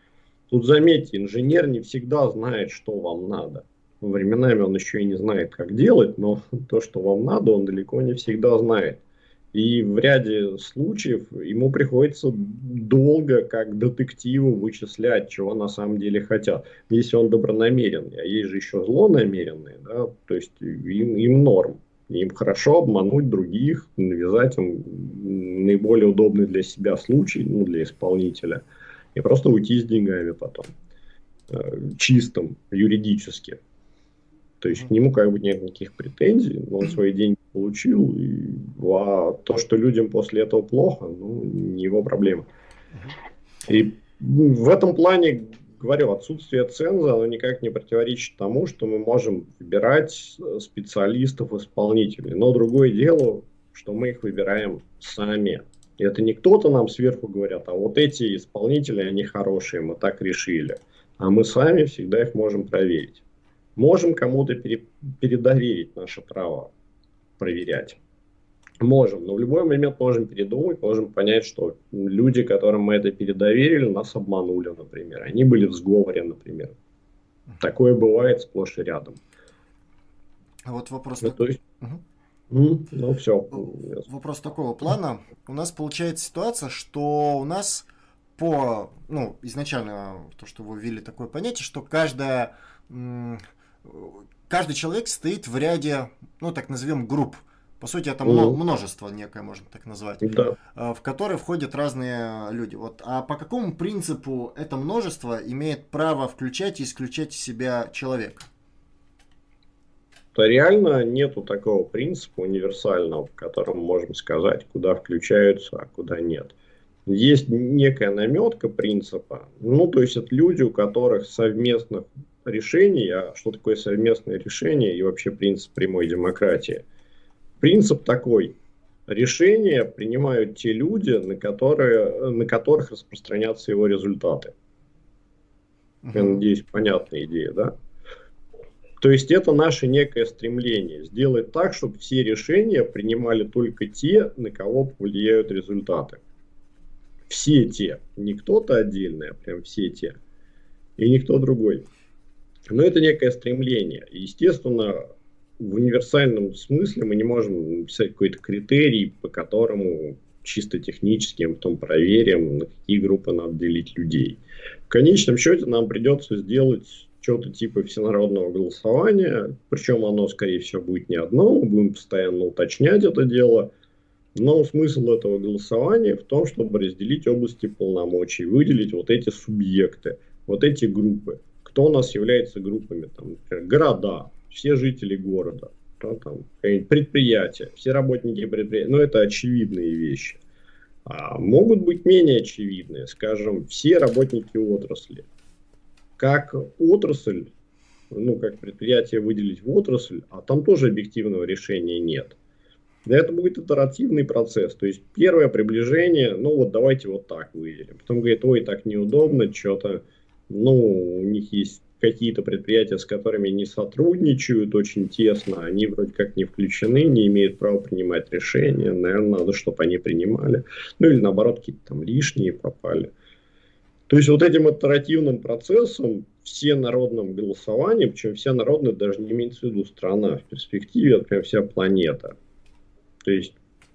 S2: Тут заметьте, инженер не всегда знает, что вам надо. Временами он еще и не знает, как делать, но то, что вам надо, он далеко не всегда знает. И в ряде случаев ему приходится долго, как детективу, вычислять, чего на самом деле хотят. Если он добронамеренный, а есть же еще злонамеренные, да, то есть им норм. Им хорошо обмануть других, навязать им наиболее удобный для себя случай, ну, для исполнителя, и просто уйти с деньгами потом, чистым, юридически. То есть к нему как бы нет никаких претензий, но он свои деньги получил, а то, что людям после этого плохо, ну, не его проблема. И в этом плане, говорю, отсутствие ценза, оно никак не противоречит тому, что мы можем выбирать специалистов, исполнителей. Но другое дело, что мы их выбираем сами. И это не кто-то нам сверху говорят, а вот эти исполнители, они хорошие, мы так решили. А мы сами всегда их можем проверить. Можем кому-то передоверить наше право проверять. Можем, но в любой момент можем передумать, можем понять, что люди, которым мы это передоверили, нас обманули, например. Они были в сговоре, например. Такое бывает сплошь и рядом.
S1: А вот вопрос
S2: Ну,
S1: такой.
S2: то есть, ну все.
S1: Вопрос такого плана. У нас получается ситуация, что у нас ну, изначально то, что вы ввели такое понятие, что каждый человек стоит в ряде, ну, так назовем, групп. По сути, это множество некое, можно так назвать,
S2: Да.
S1: в которое входят разные люди. Вот. А по какому принципу это множество имеет право включать и исключать из себя человека?
S2: То реально нету такого принципа универсального, по которому можем сказать, куда включаются, а куда нет. Есть некая наметка принципа. Ну, то есть это люди, у которых совместных решений, а что такое совместное решение и вообще принцип прямой демократии? Принцип такой. Решения принимают те люди, на которых распространятся его результаты. Я надеюсь, понятная идея, да? То есть это наше некое стремление сделать так, чтобы все решения принимали только те, на кого повлияют результаты. Все те. Не кто-то отдельный, а прям все те. И никто другой. Но это некое стремление. И, естественно, в универсальном смысле мы не можем написать какой-то критерий, по которому чисто технически мы потом проверим, на какие группы надо делить людей. В конечном счете нам придется сделать что-то типа всенародного голосования, причем оно, скорее всего, будет не одно, мы будем постоянно уточнять это дело. Но смысл этого голосования в том, чтобы разделить области полномочий, выделить вот эти субъекты, вот эти группы. Кто у нас является группами? Там, например, города, все жители города, там, предприятия, все работники предприятия. Ну, это очевидные вещи. А могут быть менее очевидные, скажем, все работники отрасли. Как отрасль, ну, как предприятие выделить в отрасль, а там тоже объективного решения нет. Это будет итеративный процесс. То есть первое приближение, ну вот давайте вот так выделим. Потом говорит, ой, так неудобно, что-то, ну, у них есть какие-то предприятия, с которыми не сотрудничают очень тесно, они вроде как не включены, не имеют права принимать решения, наверное, надо, чтобы они принимали. Ну или наоборот, какие-то там лишние попали. То есть вот этим итеративным процессом, всенародным голосованием, причем всенародное даже не имеется в виду страна, в перспективе это прям вся планета. То есть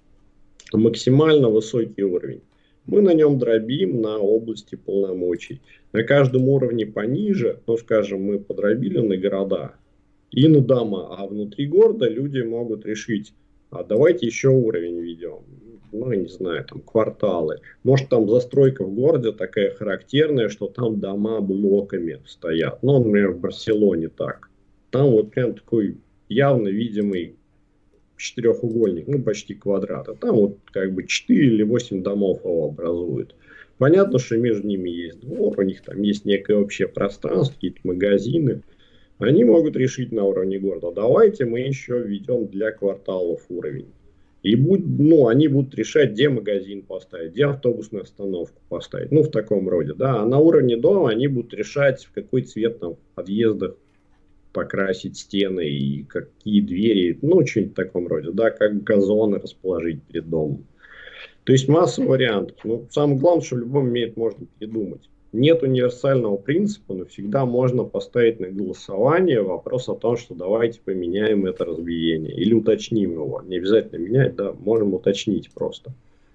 S2: максимально высокий уровень. Мы на нем дробим на области полномочий. На каждом уровне пониже, ну, скажем, мы подробили на города и на дома, а внутри города люди могут решить, а давайте еще уровень введем. Ну, я не знаю, там кварталы. Может, там застройка в городе такая характерная, что там дома блоками стоят. Ну, например, в Барселоне так. Там вот прям такой явно видимый четырехугольник, ну почти квадрат, а там вот как бы 4 или 8 домов его образуют. Понятно, что между ними есть двор, у них там есть некое общее пространство, какие-то магазины. Они могут решить на уровне города, давайте мы еще введем для кварталов уровень. И они будут решать, где магазин поставить, где автобусную остановку поставить. Ну, в таком роде, да. А на уровне дома они будут решать, в какой цвет там в подъездах покрасить стены и какие двери, ну, что-нибудь в таком роде, да, как газоны расположить перед домом. То есть масса вариантов. Но самое главное, что в любом момент можно придумать. нет универсального принципа, но всегда можно поставить на голосование вопрос о том, что давайте поменяем это разбиение или уточним его. Не обязательно менять, да, можем уточнить просто.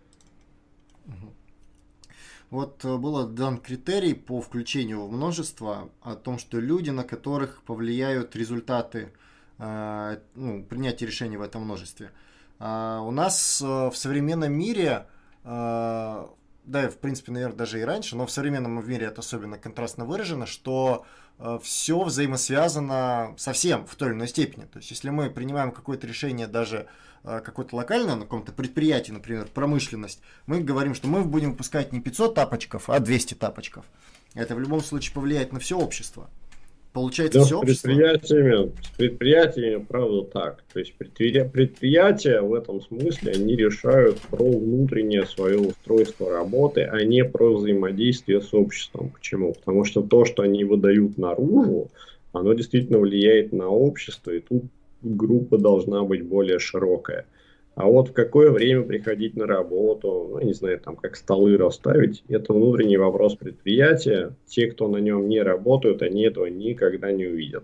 S1: Вот был дан критерий по включению в множество о том, что люди, на которых повлияют результаты принятия решений в этом множестве. У нас в современном мире, да, в принципе, наверное, даже и раньше, но в современном мире это особенно контрастно выражено, что все взаимосвязано со всем в той или иной степени. То есть, если мы принимаем какое-то решение даже какое-то локальное, на каком-то предприятии, например, промышленность, мы говорим, что мы будем выпускать не 500 тапочков, а 200 тапочков. Это в любом случае повлияет на все общество. Получается,
S2: Да,
S1: все общество...
S2: с предприятиями, правда, так. То есть предприятия в этом смысле, они решают про внутреннее свое устройство работы, а не про взаимодействие с обществом. Почему? Потому что то, что они выдают наружу, оно действительно влияет на общество, и тут группа должна быть более широкая. А вот в какое время приходить на работу, ну, не знаю, там, как столы расставить, это внутренний вопрос предприятия. Те, кто на нем не работают, они этого никогда не увидят.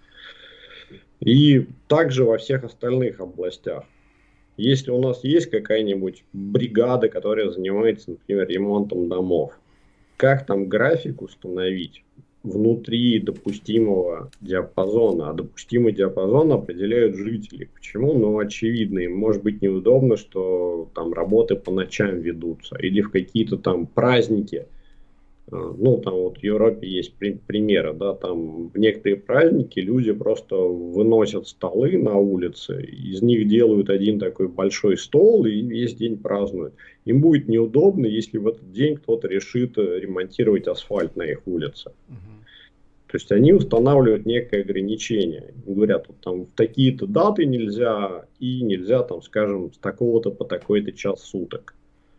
S2: И также во всех остальных областях. Если у нас есть какая-нибудь бригада, которая занимается, например, ремонтом домов, как там график установить внутри допустимого диапазона? А допустимый диапазон определяют жители. Почему? Ну, очевидно, им может быть неудобно, что там работы по ночам ведутся или в какие-то там праздники. Ну, там вот в Европе есть примеры, да, там в некоторые праздники люди просто выносят столы на улице, из них делают один такой большой стол и весь день празднуют. Им будет неудобно, если в этот день кто-то решит ремонтировать асфальт на их улице. То есть они устанавливают некое ограничение. Говорят, вот там в такие-то даты нельзя, и нельзя там, скажем, с такого-то по такой-то час суток.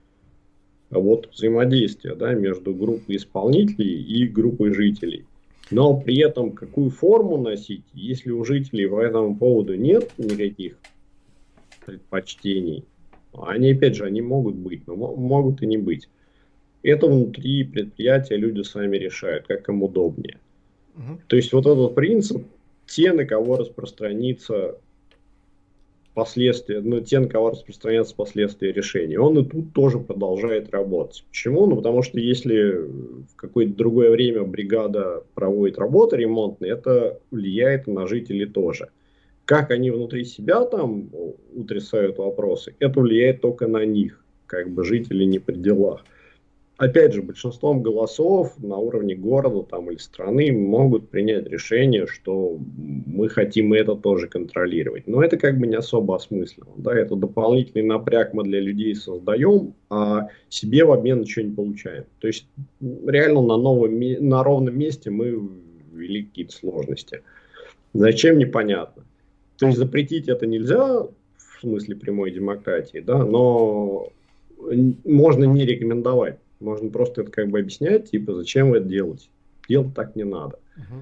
S2: А вот взаимодействие, да, между группой исполнителей и группой жителей. Но при этом какую форму носить, если у жителей по этому поводу нет никаких предпочтений, они, опять же, они могут быть, но могут и не быть. Это внутри предприятия люди сами решают, как им удобнее. То есть вот этот принцип, те, на кого распространится последствия, ну, те, на кого распространяются последствия решения, он и тут тоже продолжает работать. Почему? Ну, потому что если в какое-то другое время бригада проводит работы ремонтные, это влияет на жителей тоже. Как они внутри себя там утрясают вопросы, это влияет только на них, как бы жители не при делах. Опять же, большинством голосов на уровне города там, или страны могут принять решение, что мы хотим это тоже контролировать. Но это как бы не особо осмысленно. Да? Это дополнительный напряг мы для людей создаем, а себе в обмен ничего не получаем. То есть реально на ровном месте мы ввели какие-то сложности. Зачем, непонятно. То есть запретить это нельзя в смысле прямой демократии, да, но можно не рекомендовать. Можно просто это как бы объяснять, типа, зачем вы это делаете. Делать так не надо.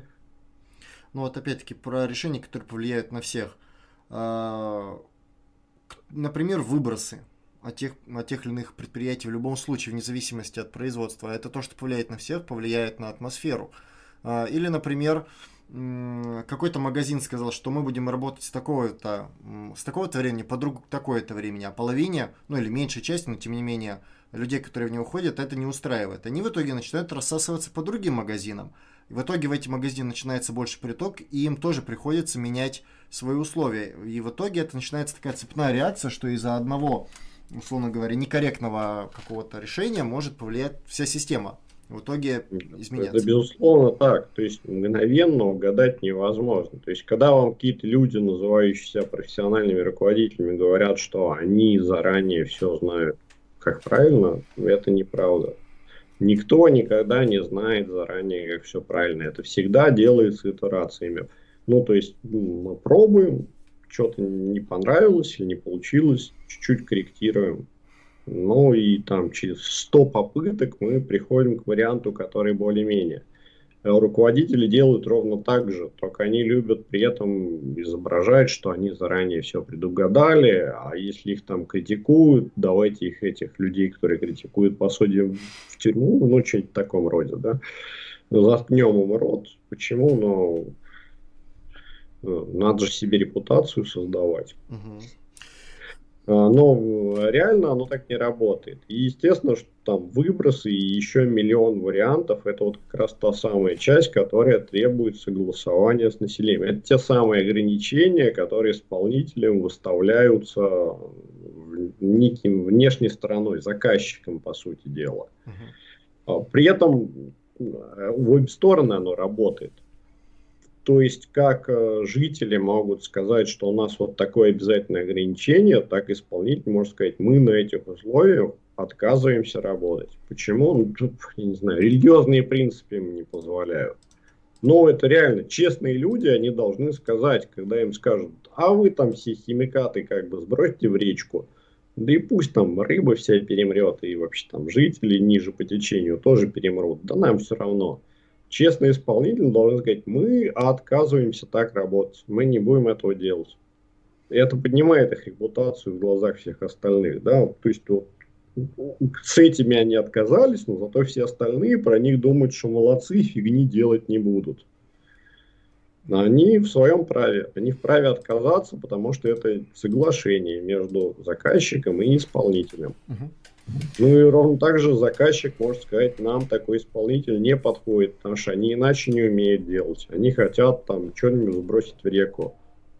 S1: Ну вот опять-таки про решения, которые повлияют на всех. Например, выбросы от тех или иных предприятий в любом случае, вне зависимости от производства. Это то, что повлияет на всех, повлияет на атмосферу. Или, например, какой-то магазин сказал, что мы будем работать с такого-то времени по такое-то времени, а половине, ну или меньшей части, но тем не менее, людей, которые в него ходят, это не устраивает. Они в итоге начинают рассасываться по другим магазинам. И в итоге в эти магазины начинается больше приток, и им тоже приходится менять свои условия. И в итоге это начинается такая цепная реакция, что из-за одного, условно говоря, некорректного какого-то решения может повлиять вся система. В итоге изменяться.
S2: Это безусловно так. То есть мгновенно угадать невозможно. То есть когда вам какие-то люди, называющиеся профессиональными руководителями, говорят, что они заранее все знают, как правильно, это неправда. Никто никогда не знает заранее, как все правильно. Это всегда делается итерациями. Ну, то есть мы пробуем, что-то не понравилось или не получилось, чуть-чуть корректируем. Ну и там через 100 попыток мы приходим к варианту, который более-менее. Руководители делают ровно так же, только они любят при этом изображать, что они заранее все предугадали, а если их там критикуют, давайте их, этих людей, которые критикуют, посадим в тюрьму, ну, что-нибудь в таком роде, да. Заткнем им рот. Почему? Ну, надо же себе репутацию создавать.
S1: Мгм.
S2: Но реально оно так не работает. И естественно, что там выбросы и еще миллион вариантов, это вот как раз та самая часть, которая требует согласования с населением. Это те самые ограничения, которые исполнителям выставляются неким внешней стороной, заказчиком, по сути дела.
S1: Мгм.
S2: При этом в обе стороны оно работает. То есть, как жители могут сказать, что у нас вот такое обязательное ограничение, так исполнитель может сказать, мы на этих условиях отказываемся работать. Почему? Ну, тут, я не знаю, религиозные принципы им не позволяют. Но это реально честные люди, они должны сказать, когда им скажут, а вы там все химикаты как бы сбросьте в речку, да и пусть там рыба вся перемрет, и вообще там жители ниже по течению тоже перемрут, да нам все равно. Честный исполнитель должен сказать, мы отказываемся так работать, мы не будем этого делать. И это поднимает их репутацию в глазах всех остальных, да, то есть вот, с этими они отказались, но зато все остальные про них думают, что молодцы, фигни делать не будут. Они в своем праве. Они вправе отказаться, потому что это соглашение между заказчиком и исполнителем.
S1: Мгм.
S2: Ну и ровно так же заказчик может сказать, нам такой исполнитель не подходит, потому что они иначе не умеют делать. Они хотят там что-нибудь сбросить в реку.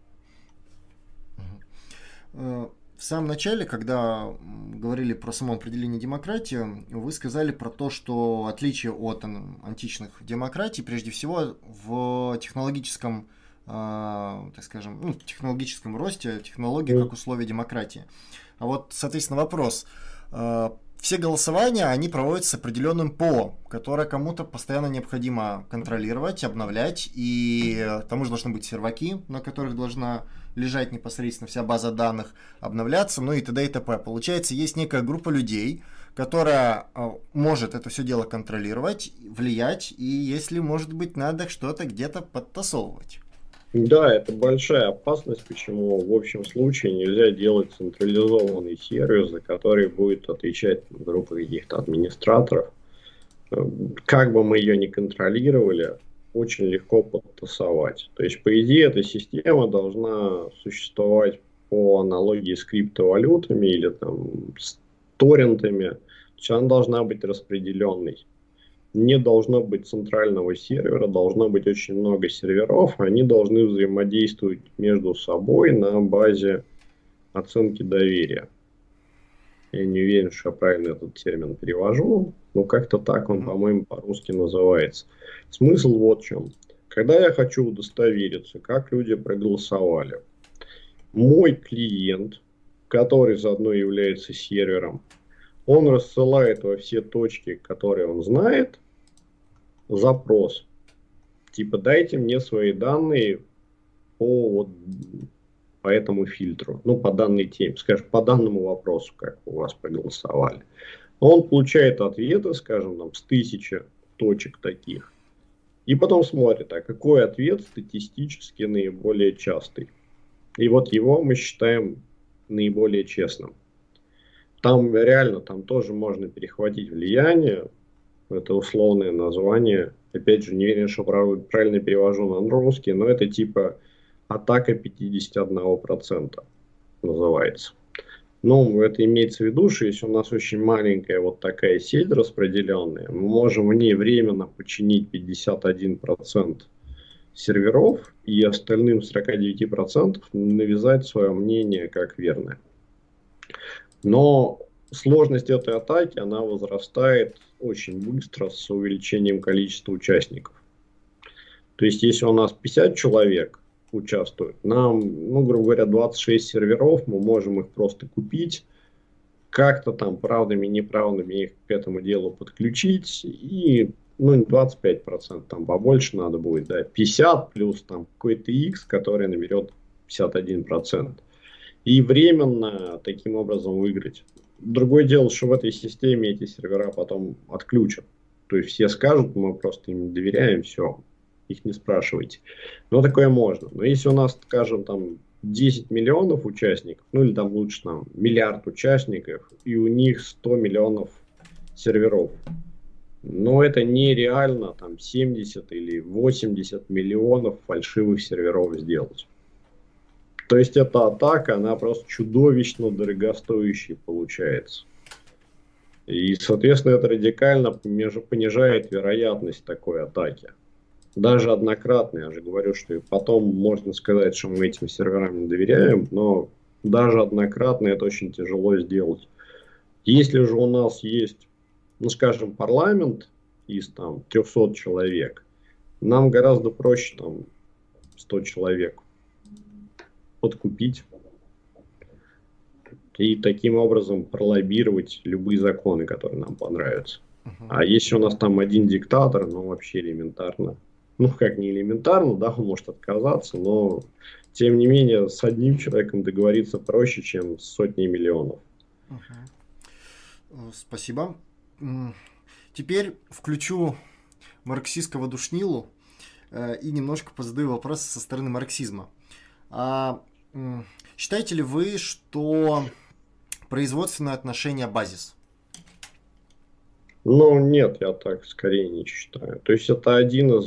S1: В самом начале, когда говорили про само определение демократии, вы сказали про то, что отличие от античных демократий, прежде всего, в технологическом, так скажем, ну, технологическом росте, технологии как условие демократии. А вот, соответственно, вопрос. Все голосования, они проводятся с определенным ПО, которое кому-то постоянно необходимо контролировать, обновлять, и к тому же должны быть серваки, на которых должна лежать непосредственно вся база данных, обновляться, ну и т.д. и т.п. Получается, есть некая группа людей, которая может это все дело контролировать, влиять, и если, может быть, надо что-то где-то подтасовывать.
S2: Да, это большая опасность, почему в общем случае нельзя делать централизованный сервис, за который будет отвечать группа каких-то администраторов. Как бы мы ее ни контролировали, очень легко подтасовать. То есть, по идее, эта система должна существовать по аналогии с криптовалютами или там, с торрентами. То есть она должна быть распределенной. Не должно быть центрального сервера, должно быть очень много серверов, они должны взаимодействовать между собой на базе оценки доверия. Я не уверен, что я правильно этот термин перевожу, но как-то так он, по-моему, по-русски называется. Смысл вот в чем. Когда я хочу удостовериться, как люди проголосовали, мой клиент, который заодно является сервером, он рассылает во все точки, которые он знает, запрос. Типа дайте мне свои данные по этому фильтру, ну, по данной теме, скажем, по данному вопросу, как у вас проголосовали. Он получает ответы, скажем, там, с 1000 точек таких, и потом смотрит, а какой ответ статистически наиболее частый. И вот его мы считаем наиболее честным. Там реально, там тоже можно перехватить влияние, это условное название. Опять же, не уверен, что правильно перевожу на русский, но это типа атака 51% называется. Ну, это имеется в виду, что если у нас очень маленькая вот такая сеть распределенная, мы можем в ней временно починить 51% серверов и остальным 49% навязать свое мнение как верное. Но сложность этой атаки, она возрастает очень быстро с увеличением количества участников. То есть, если у нас 50 человек участвует, нам, ну, грубо говоря, 26 серверов, мы можем их просто купить, как-то там правдами, неправдами их к этому делу подключить, и, ну, 25%, там побольше надо будет, да, 50 плюс там какой-то X, который наберет 51%. И временно таким образом выиграть. Другое дело, что в этой системе эти сервера потом отключат. То есть все скажут, мы просто им доверяем, все, их не спрашивайте. Но такое можно. Но если у нас, скажем, там 10 миллионов участников, ну или там лучше там миллиард участников, и у них 100 миллионов серверов, но это нереально там 70 или 80 миллионов фальшивых серверов сделать. То есть эта атака, она просто чудовищно дорогостоящей получается. И, соответственно, это радикально понижает вероятность такой атаки. Даже однократно, я же говорю, что и потом можно сказать, что мы этим серверам не доверяем, но даже однократно это очень тяжело сделать. Если же у нас есть, ну, скажем, парламент из там 300 человек, нам гораздо проще там 100 человек подкупить и таким образом пролоббировать любые законы, которые нам понравятся. А если у нас там один диктатор, ну вообще элементарно. Ну как не элементарно, да, он может отказаться, но тем не менее с одним человеком договориться проще, чем с сотней миллионов.
S1: Спасибо. Теперь включу марксистского душнилу и немножко позадаю вопросы со стороны марксизма. Считаете ли вы, что производственное отношение базис?
S2: Ну, нет, я так скорее не считаю. То есть это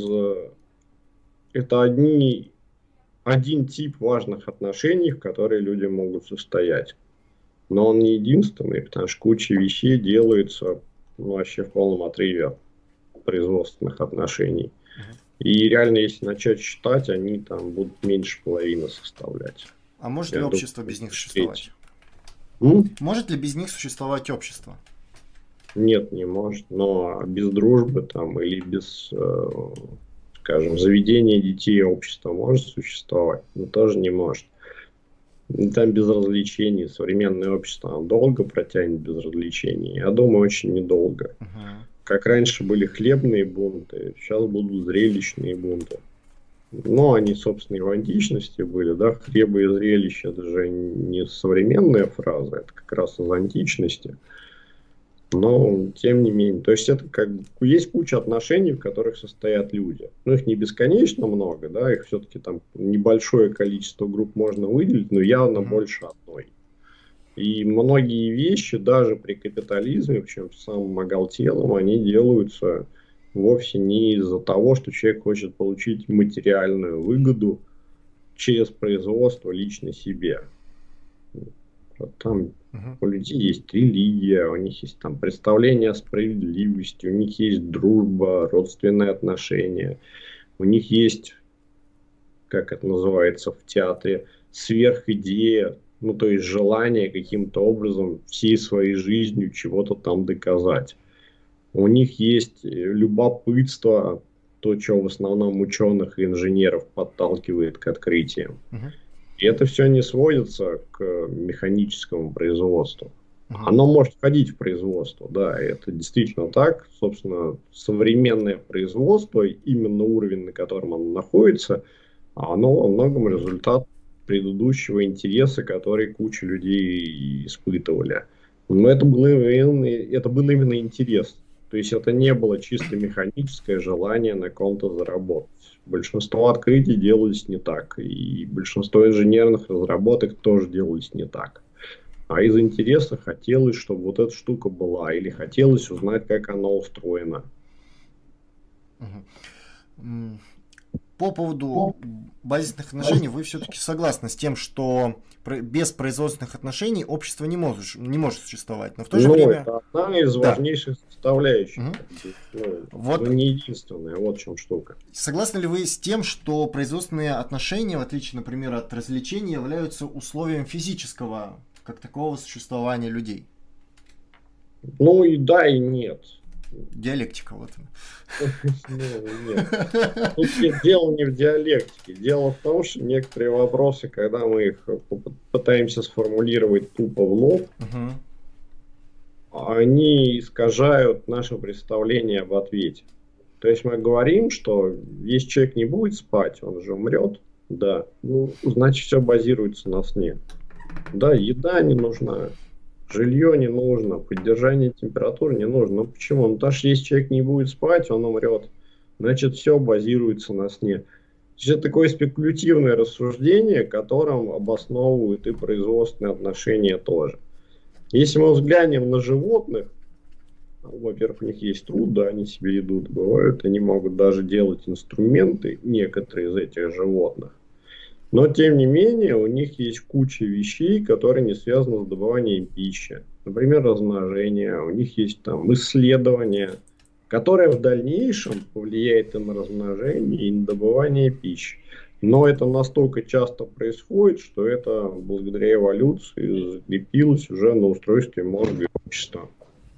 S2: один тип важных отношений, в которые люди могут состоять. Но он не единственный, потому что куча вещей делается вообще в полном отрыве от производственных отношений. И реально, если начать считать, они там будут меньше половины составлять.
S1: А может ли общество без них существовать? Может ли без них существовать общество?
S2: Нет, не может. Но без дружбы там или без, скажем, заведения детей общество может существовать, но тоже не может. Там без развлечений. Современное общество долго протянет без развлечений. Я думаю, очень недолго. Как раньше были хлебные бунты, сейчас будут зрелищные бунты. Но они, собственно, и в античности были, да, хлеба и зрелища, это же не современная фраза, это как раз из античности. Но, тем не менее, то есть это как бы есть куча отношений, в которых состоят люди. Но их не бесконечно много, да, их все-таки там небольшое количество групп можно выделить, но явно больше одной. И многие вещи, даже при капитализме, причем самым оголтелым, они делаются вовсе не из-за того, что человек хочет получить материальную выгоду через производство лично себе. Там у людей есть религия, у них есть там представление о справедливости, у них есть дружба, родственные отношения, у них есть, как это называется в театре, сверхидея, ну то есть желание каким-то образом всей своей жизнью чего-то там доказать. У них есть любопытство, то, что в основном ученых и инженеров подталкивает к открытиям. И это все не сводится к механическому производству. Оно может входить в производство, да, это действительно так. Собственно, современное производство, именно уровень, на котором оно находится, оно во многом результат предыдущего интереса, который куча людей испытывали. Но это был именно интерес. То есть это не было чисто механическое желание на ком-то заработать. Большинство открытий делались не так. И большинство инженерных разработок тоже делались не так. А из интереса хотелось, чтобы вот эта штука была. Или хотелось узнать, как она устроена.
S1: По поводу базисных отношений вы все-таки согласны с тем, что без производственных отношений общество не может существовать. Но в то же время...
S2: это одна из важнейших составляющих. Вот. Но не единственная, вот в чем штука.
S1: Согласны ли вы с тем, что производственные отношения, в отличие, например, от развлечений, являются условием физического, как такового, существования людей?
S2: Ну и да, и нет.
S1: Диалектика, вот.
S2: Нет. Тут дело не в диалектике. Дело в том, что некоторые вопросы, когда мы их пытаемся сформулировать тупо в лоб, они искажают наше представление об ответе. То есть мы говорим, что если человек не будет спать, он же умрет. Да. Ну, значит, все базируется на сне. Да, еда не нужна. Жилье не нужно, поддержание температуры не нужно. Ну почему? Ну потому что если человек не будет спать, он умрет. Значит, все базируется на сне. То есть это такое спекулятивное рассуждение, которым обосновывают и производственные отношения тоже. Если мы взглянем на животных, во-первых, у них есть труд, да, они себе еду добывают, они могут даже делать инструменты, некоторые из этих животных. Но, тем не менее, у них есть куча вещей, которые не связаны с добыванием пищи. Например, размножение, у них есть там исследования, которое в дальнейшем повлияет и на размножение, и на добывание пищи. Но это настолько часто происходит, что это благодаря эволюции закрепилось уже на устройстве мозга и общества.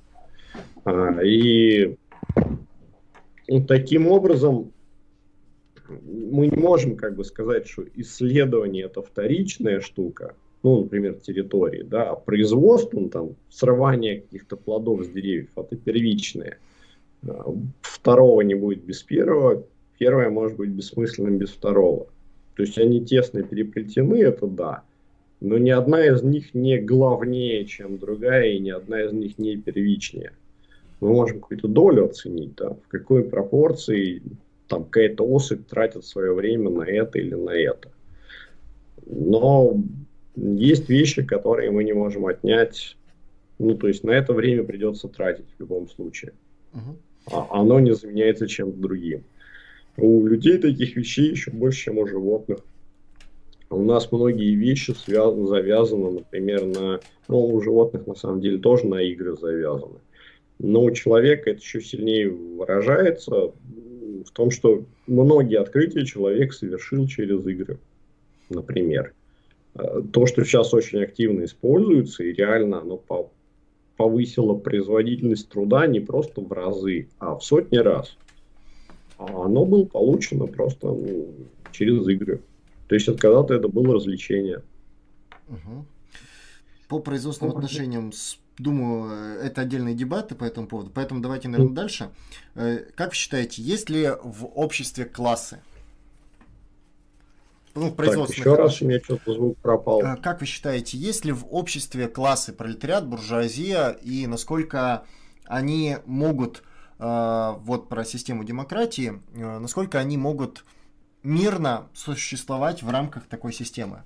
S2: И таким образом мы не можем как бы сказать, что исследование это вторичная штука, ну, например, территории, да, а производство, там, срывание каких-то плодов с деревьев, это первичное. Второго не будет без первого, первое может быть бессмысленным без второго. То есть они тесно переплетены, это да, но ни одна из них не главнее, чем другая, и ни одна из них не первичнее. Мы можем какую-то долю оценить, да, в какой пропорции там какая-то особь тратит свое время на это или на это. Но есть вещи, которые мы не можем отнять. Ну, то есть на это время придется тратить в любом случае. А оно не заменяется чем-то другим. У людей таких вещей еще больше, чем у животных. У нас многие вещи завязаны, например, на... Ну, у животных на самом деле тоже на игры завязаны. Но у человека это еще сильнее выражается в том, что многие открытия человек совершил через игры, например. То, что сейчас очень активно используется, и реально оно повысило производительность труда не просто в разы, а в сотни раз. А оно было получено просто через игры. То есть когда-то это было развлечение.
S1: По производственным отношениям, думаю, это отдельные дебаты по этому поводу. Поэтому давайте, наверное, дальше. Как вы считаете, есть ли в обществе классы? Ну,
S2: так, еще раз у меня что-то звук пропал.
S1: Как вы считаете, есть ли в обществе классы пролетариат, буржуазия, и насколько они могут, вот про систему демократии, насколько они могут мирно существовать в рамках такой системы?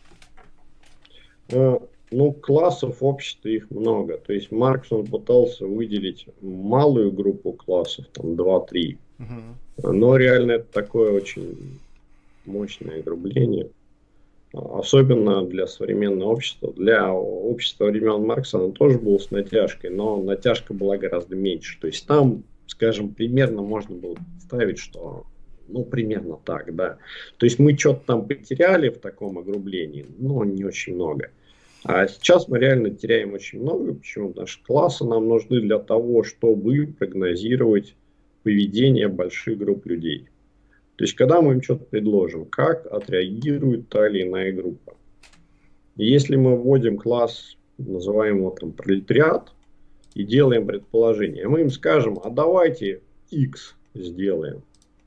S2: Ну, классов в обществе их много. То есть Маркс, он пытался выделить малую группу классов, там 2-3. Но реально это такое очень мощное ограбление. Особенно для современного общества. Для общества времен Маркса оно тоже было с натяжкой, но натяжка была гораздо меньше. То есть там, скажем, примерно можно было представить, что ну, примерно так, да. То есть мы что-то там потеряли в таком огрублении, но не очень много. А сейчас мы реально теряем очень много. Почему? Потому что классы нам нужны для того, чтобы прогнозировать поведение больших групп людей. То есть, когда мы им что-то предложим, как отреагирует та или иная группа. И если мы вводим класс, называем его там пролетариат, и делаем предположение, мы им скажем, а давайте X сделаем.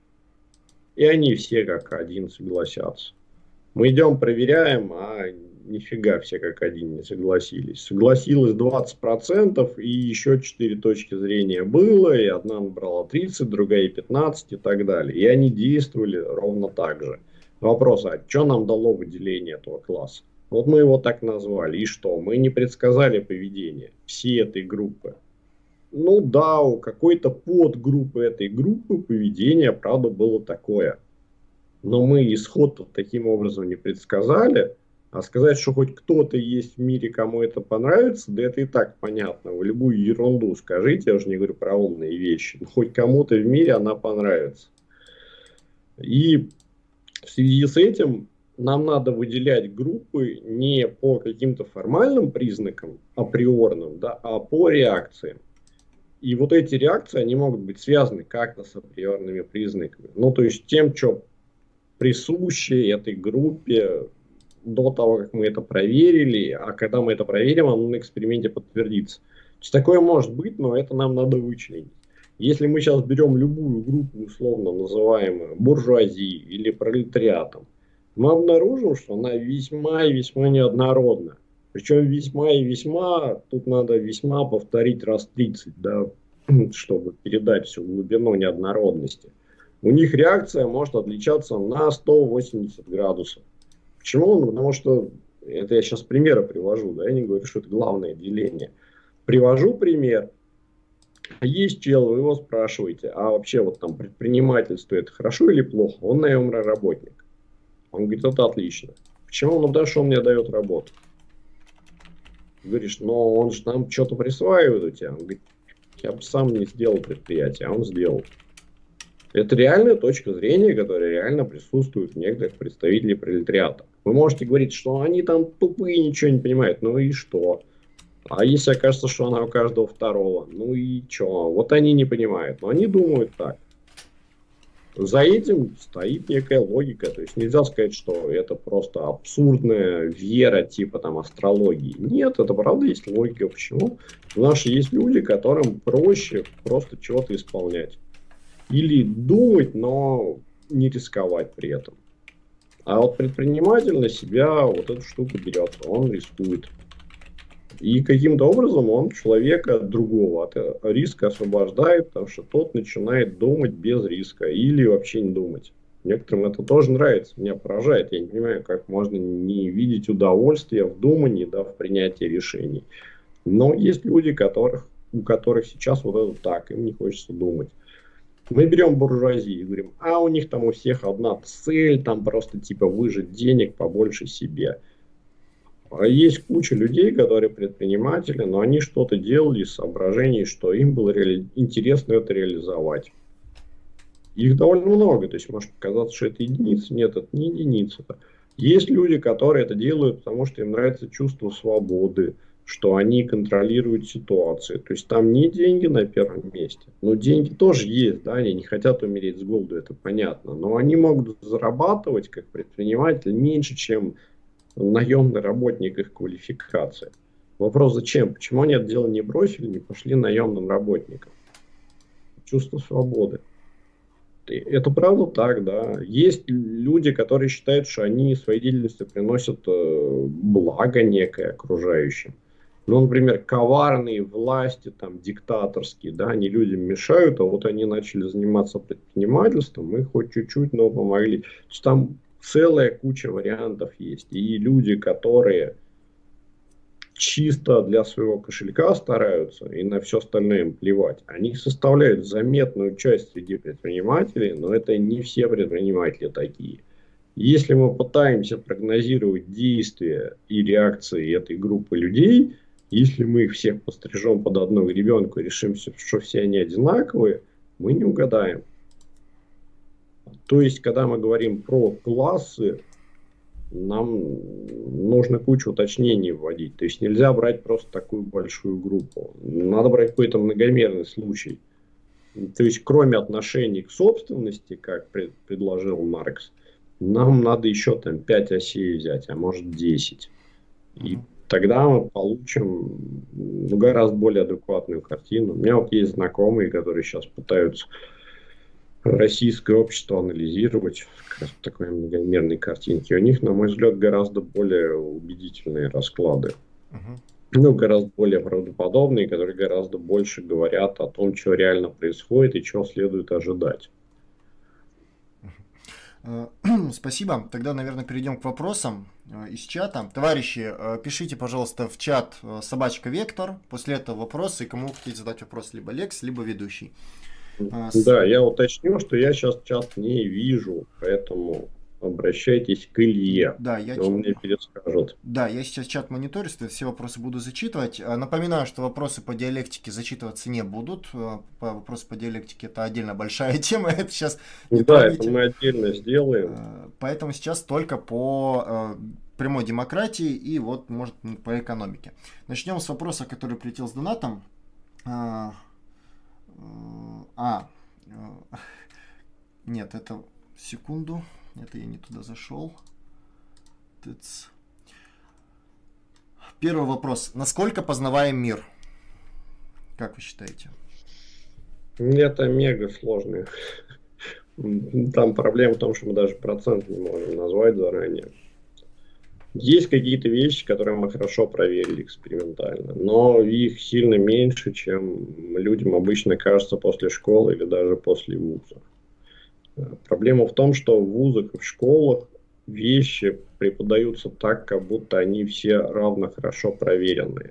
S2: И они все как один согласятся. Мы идем, проверяем, а нифига все как один не согласились. Согласилось 20%, и еще 4 точки зрения было, и одна набрала 30, другая 15 и так далее. И они действовали ровно так же. Вопрос, а что нам дало выделение этого класса? Вот мы его так назвали, и что? Мы не предсказали поведение всей этой группы. Ну да, у какой-то подгруппы этой группы поведение, правда, было такое. Но мы исход таким образом не предсказали. А сказать, что хоть кто-то есть в мире, кому это понравится, да это и так понятно. Вы любую ерунду скажите, я уже не говорю про умные вещи, но хоть кому-то в мире она понравится. И в связи с этим нам надо выделять группы не по каким-то формальным признакам, априорным, да, а по реакциям. И вот эти реакции, они могут быть связаны как-то с априорными признаками. Ну, то есть тем, что присуще этой группе до того, как мы это проверили, а когда мы это проверим, оно на эксперименте подтвердится. То есть такое может быть, но это нам надо вычленить. Если мы сейчас берем любую группу, условно называемую буржуазией или пролетариатом, мы обнаружим, что она весьма и весьма неоднородна. Причем весьма и весьма, тут надо весьма повторить раз 30, да, чтобы передать всю глубину неоднородности. У них реакция может отличаться на 180 градусов. Почему? Ну, потому что, это я сейчас примеры привожу, да, я не говорю, что это главное деление. Привожу пример. Есть чел, вы его спрашиваете, а вообще вот там предпринимательство это хорошо или плохо? Он наемный работник. Он говорит, это отлично. Почему? Ну, потому что он мне дает работу. Говоришь, но он же там что-то присваивает у тебя. Он говорит, я бы сам не сделал предприятие, а он сделал. Это реальная точка зрения, которая реально присутствует у некоторых представителей пролетариата. Вы можете говорить, что они там тупые, ничего не понимают. Ну и что? А если окажется, что она у каждого второго? Ну и что? Вот они не понимают. Но они думают так. За этим стоит некая логика. То есть нельзя сказать, что это просто абсурдная вера типа там астрологии. Нет, это правда есть логика. Почему? Потому что есть люди, которым проще просто чего-то исполнять. Или думать, но не рисковать при этом. А вот предприниматель на себя вот эту штуку берет, он рискует. И каким-то образом он человека другого от риска освобождает, потому что тот начинает думать без риска или вообще не думать. Некоторым это тоже нравится, меня поражает. Я не понимаю, как можно не видеть удовольствия в думании, да, в принятии решений. Но есть люди, у которых сейчас вот это так, им не хочется думать. Мы берем буржуазию и говорим, а у них там у всех одна цель, там просто типа выжать денег побольше себе. А есть куча людей, которые предприниматели, но они что-то делали из соображений, что им было интересно это реализовать. Их довольно много, то есть может показаться, что это единица. Нет, это не единица. Есть люди, которые это делают, потому что им нравится чувство свободы, что они контролируют ситуацию. То есть там не деньги на первом месте. Но деньги тоже есть, да, они не хотят умереть с голоду, это понятно. Но они могут зарабатывать как предприниматель меньше, чем наемный работник их квалификации. Вопрос зачем? Почему они это дело не бросили, не пошли наемным работникам? Чувство свободы. Это правда так, да. Есть люди, которые считают, что они своей деятельностью приносят благо некое окружающим. Ну, например, коварные власти, там, диктаторские, да, они людям мешают, а вот они начали заниматься предпринимательством, мы хоть чуть-чуть, но помогли. То есть там целая куча вариантов есть. И люди, которые чисто для своего кошелька стараются и на все остальное им плевать, они составляют заметную часть среди предпринимателей, но это не все предприниматели такие. Если мы пытаемся прогнозировать действия и реакции этой группы людей, если мы их всех пострижем под одну гребенку и решим, что все они одинаковые, мы не угадаем. То есть, когда мы говорим про классы, нам нужно кучу уточнений вводить. То есть, нельзя брать просто такую большую группу. Надо брать какой-то многомерный случай. То есть, кроме отношений к собственности, как предложил Маркс, нам надо еще там 5 осей взять, а может 10. И тогда мы получим гораздо более адекватную картину. У меня вот есть знакомые, которые сейчас пытаются российское общество анализировать как раз в такой многомерной картинке. У них, на мой взгляд, гораздо более убедительные расклады. Ну, гораздо более правдоподобные, которые гораздо больше говорят о том, что реально происходит и чего следует ожидать.
S1: Спасибо. Тогда, наверное, перейдем к вопросам из чата. Товарищи, пишите, пожалуйста, в чат собачка Вектор. После этого вопросы. И кому хотите задать вопрос, либо Лекс, либо ведущий.
S2: Да, я уточню, что я сейчас чат не вижу, поэтому обращайтесь к Илье.
S1: Да,
S2: он мне перескажет.
S1: Да, я сейчас чат мониторю, все вопросы буду зачитывать. Напоминаю, что вопросы по диалектике зачитываться не будут. Вопросы по диалектике это отдельно большая тема. Это сейчас
S2: не тронете. Это мы отдельно сделаем.
S1: Поэтому сейчас только по прямой демократии и вот, может, по экономике. Начнем с вопроса, который прилетел с донатом. Нет, это секунду. Это я не туда зашел. Первый вопрос. Насколько познаваем мир? Как вы считаете?
S2: Это мега сложно. Там проблема в том, что мы даже процент не можем назвать заранее. Есть какие-то вещи, которые мы хорошо проверили экспериментально, но их сильно меньше, чем людям обычно кажется после школы или даже после вуза. Проблема в том, что в вузах и в школах вещи преподаются так, как будто они все равно хорошо проверенные.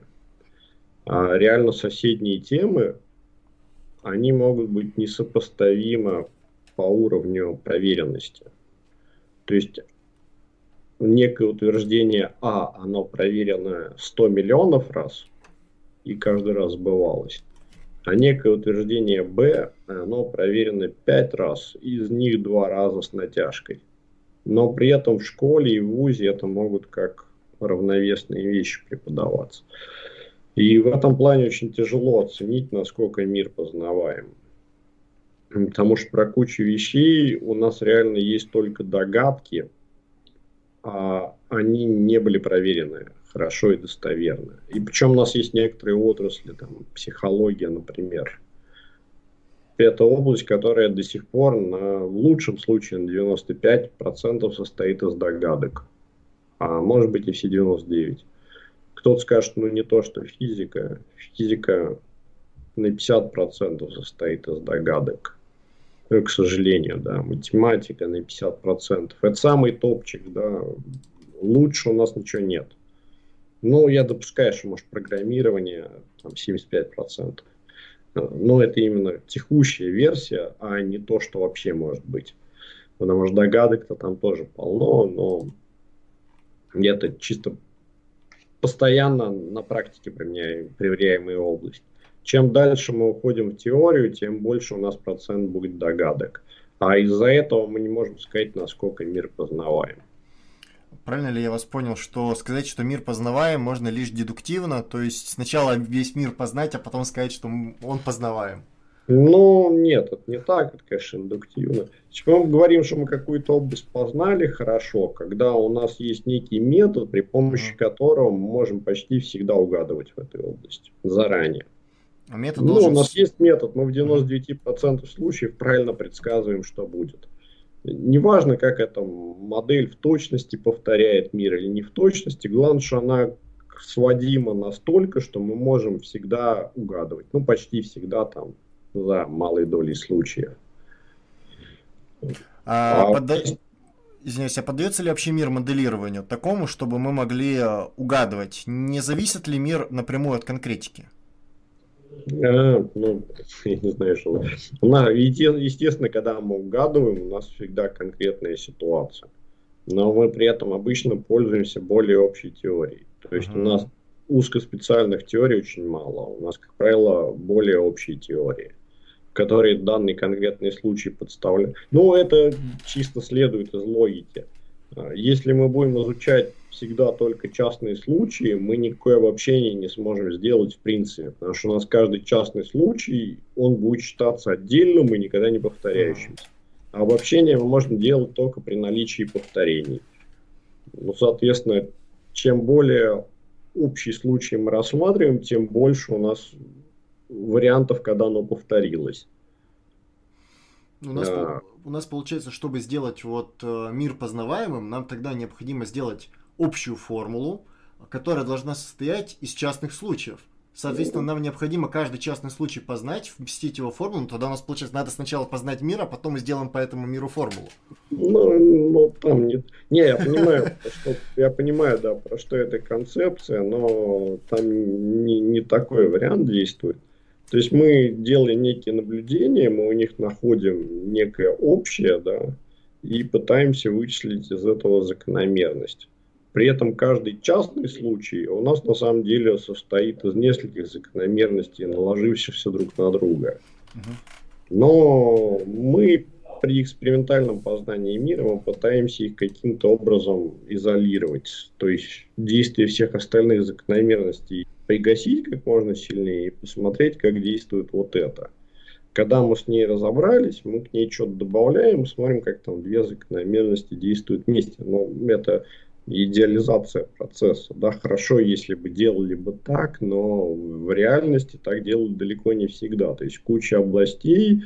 S2: А реально соседние темы, они могут быть несопоставимы по уровню проверенности. То есть некое утверждение А, оно проверено 100 миллионов раз и каждый раз сбывалось. А некое утверждение Б, оно проверено 5 раз, из них 2 раза с натяжкой. Но при этом в школе и в вузе это могут как равновесные вещи преподаваться. И в этом плане очень тяжело оценить, насколько мир познаваем. Потому что про кучу вещей у нас реально есть только догадки, а они не были проверены хорошо и достоверно. И причем у нас есть некоторые отрасли, там, психология, например. Это область, которая до сих пор, в лучшем случае, на 95% состоит из догадок. А может быть и все 99%. Кто-то скажет, ну не то, что физика. Физика на 50% состоит из догадок. К сожалению, да. Математика на 50%. Это самый топчик, да. Лучше у нас ничего нет. Ну, я допускаю, что, может, программирование там 75%. Но это именно текущая версия, а не то, что вообще может быть. Потому что догадок-то там тоже полно, но это чисто постоянно на практике проверяемая область. Чем дальше мы уходим в теорию, тем больше у нас процент будет догадок. А из-за этого мы не можем сказать, насколько мир познаваем.
S1: Правильно ли я вас понял, что сказать, что мир познаваем, можно лишь дедуктивно, то есть сначала весь мир познать, а потом сказать, что он познаваем?
S2: Ну, нет, это не так, это, конечно, индуктивно. Мы говорим, что мы какую-то область познали хорошо, когда у нас есть некий метод, при помощи
S1: Мгм.
S2: которого мы можем почти всегда угадывать в этой области заранее.
S1: А метод
S2: Ну, у
S1: должен...
S2: нас есть метод, мы в
S1: Мгм.
S2: 99% случаев правильно предсказываем, что будет. Неважно, как эта модель в точности повторяет мир или не в точности, главное, что она сводима настолько, что мы можем всегда угадывать. Ну, почти всегда там за малой долей случаев.
S1: А
S2: А
S1: Извиняюсь, а поддается ли вообще мир моделированию такому, чтобы мы могли угадывать? Не зависит ли мир напрямую от конкретики?
S2: ну, я не знаю, что... Естественно, когда мы угадываем, у нас всегда конкретная ситуация. Но мы при этом обычно пользуемся более общей теорией. То есть у нас
S1: Мгм.
S2: узкоспециальных теорий очень мало. У нас, как правило, более общие теории, которые данный конкретный случай подставляют. Ну, это чисто следует из логики. Если мы будем изучать всегда только частные случаи, мы никакое обобщение не сможем сделать в принципе, потому что у нас каждый частный случай, он будет считаться отдельным и никогда не
S1: Мгм.
S2: повторяющимся. А обобщение мы можем делать только при наличии повторений. Ну, соответственно, чем более общий случай мы рассматриваем, тем больше у нас вариантов, когда оно повторилось.
S1: У нас,
S2: А,
S1: у нас получается, чтобы сделать мир познаваемым, нам тогда необходимо сделать общую формулу, которая должна состоять из частных случаев. Соответственно, нам необходимо каждый частный случай познать, вместить его в формулу, но тогда у нас получается, надо сначала познать мир, а потом мы сделаем по этому миру формулу.
S2: ну, там нет. Не, я понимаю, я понимаю, да, про что эта концепция, но там не такой вариант действует. То есть мы делаем некие наблюдения, мы у них находим некое общее, да, и пытаемся вычислить из этого закономерность. При этом каждый частный случай у нас на самом деле состоит из нескольких закономерностей, наложившихся друг на друга.
S1: Мгм.
S2: Но мы при экспериментальном познании мира мы пытаемся их каким-то образом изолировать. То есть действие всех остальных закономерностей пригасить как можно сильнее и посмотреть, как действует вот это. Когда мы с ней разобрались, мы к ней что-то добавляем, смотрим, как там две закономерности действуют вместе. Но это идеализация процесса. Да, хорошо, если бы делали бы так, но в реальности так делают далеко не всегда. То есть куча областей,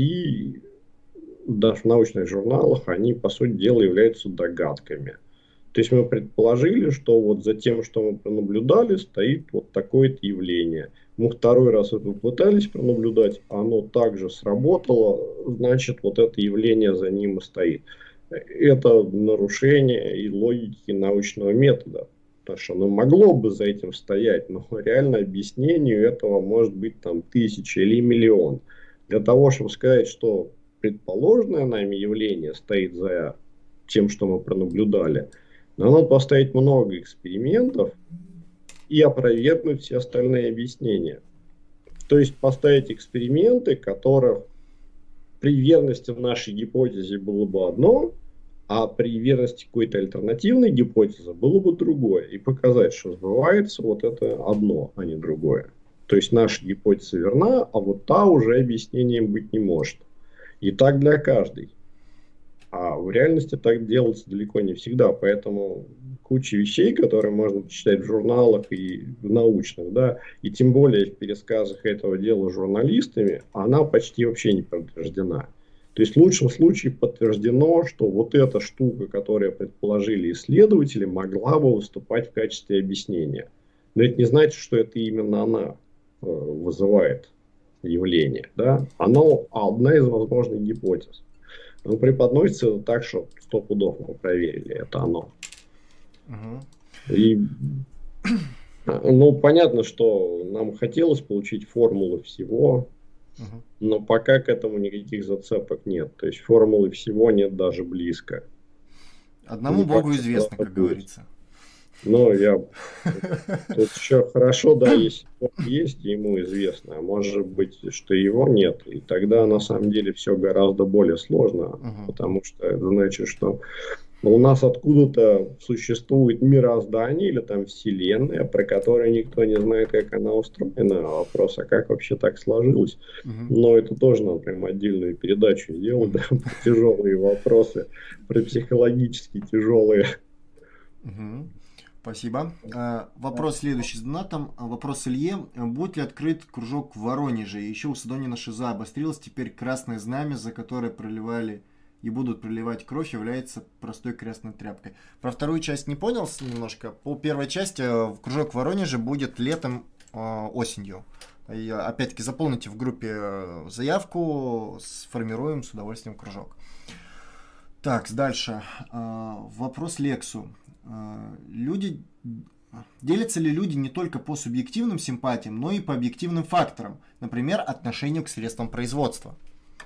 S2: статьи, даже в научных журналах, они, по сути дела, являются догадками. То есть мы предположили, что вот за тем, что мы пронаблюдали, стоит вот такое-то явление. Мы второй раз это пытались пронаблюдать, оно также сработало, значит, вот это явление за ним и стоит. Это нарушение и логики и научного метода. Потому что оно могло бы за этим стоять, но реально объяснению этого может быть там тысяча или миллион. Для того, чтобы сказать, что предположенное нами явление стоит за тем, что мы пронаблюдали, надо поставить много экспериментов и опровергнуть все остальные объяснения. То есть поставить эксперименты, которых при верности нашей гипотезе было бы одно, а при верности какой-то альтернативной гипотезы было бы другое. И показать, что сбывается вот это одно, а не другое. То есть наша гипотеза верна, а вот та уже объяснением быть не может. И так для каждой. А в реальности так делается далеко не всегда. Поэтому куча вещей, которые можно почитать в журналах и в научных, да, и тем более в пересказах этого дела журналистами, она почти вообще не подтверждена. То есть в лучшем случае подтверждено, что вот эта штука, которую предположили исследователи, могла бы выступать в качестве объяснения. Но это не значит, что это именно она вызывает явление. Да? Оно одна из возможных гипотез. Но преподносится так, что 100 пудов мы проверили, это оно. И, ну, понятно, что нам хотелось получить формулы всего, но пока к этому никаких зацепок нет. То есть формулы всего нет даже близко.
S1: Одному Богу известно, как говорится.
S2: Ну, тут еще хорошо, да, если Бог есть, ему известно. А может быть, что его нет. И тогда на самом деле все гораздо более сложно. Потому что это значит, что у нас откуда-то существует мироздание или там вселенная, про которую никто не знает, как она устроена. А вопрос, а как вообще так сложилось? Но это тоже надо прям отдельную передачу делать, да, про тяжелые вопросы, про психологически тяжелые.
S1: Спасибо. Вопрос следующий с донатом. Вопрос Илье. Будет ли открыт кружок в Воронеже? Еще у Сидонина шиза обострилась. Теперь красное знамя, за которое проливали и будут проливать кровь, является простой красной тряпкой. Про вторую часть не понял немножко. По первой части кружок в Воронеже будет летом, осенью. И, опять-таки, заполните в группе заявку, сформируем с удовольствием кружок. Так, дальше. Вопрос Лексу. Делятся ли люди не только по субъективным симпатиям, но и по объективным факторам, например, отношению к средствам производства?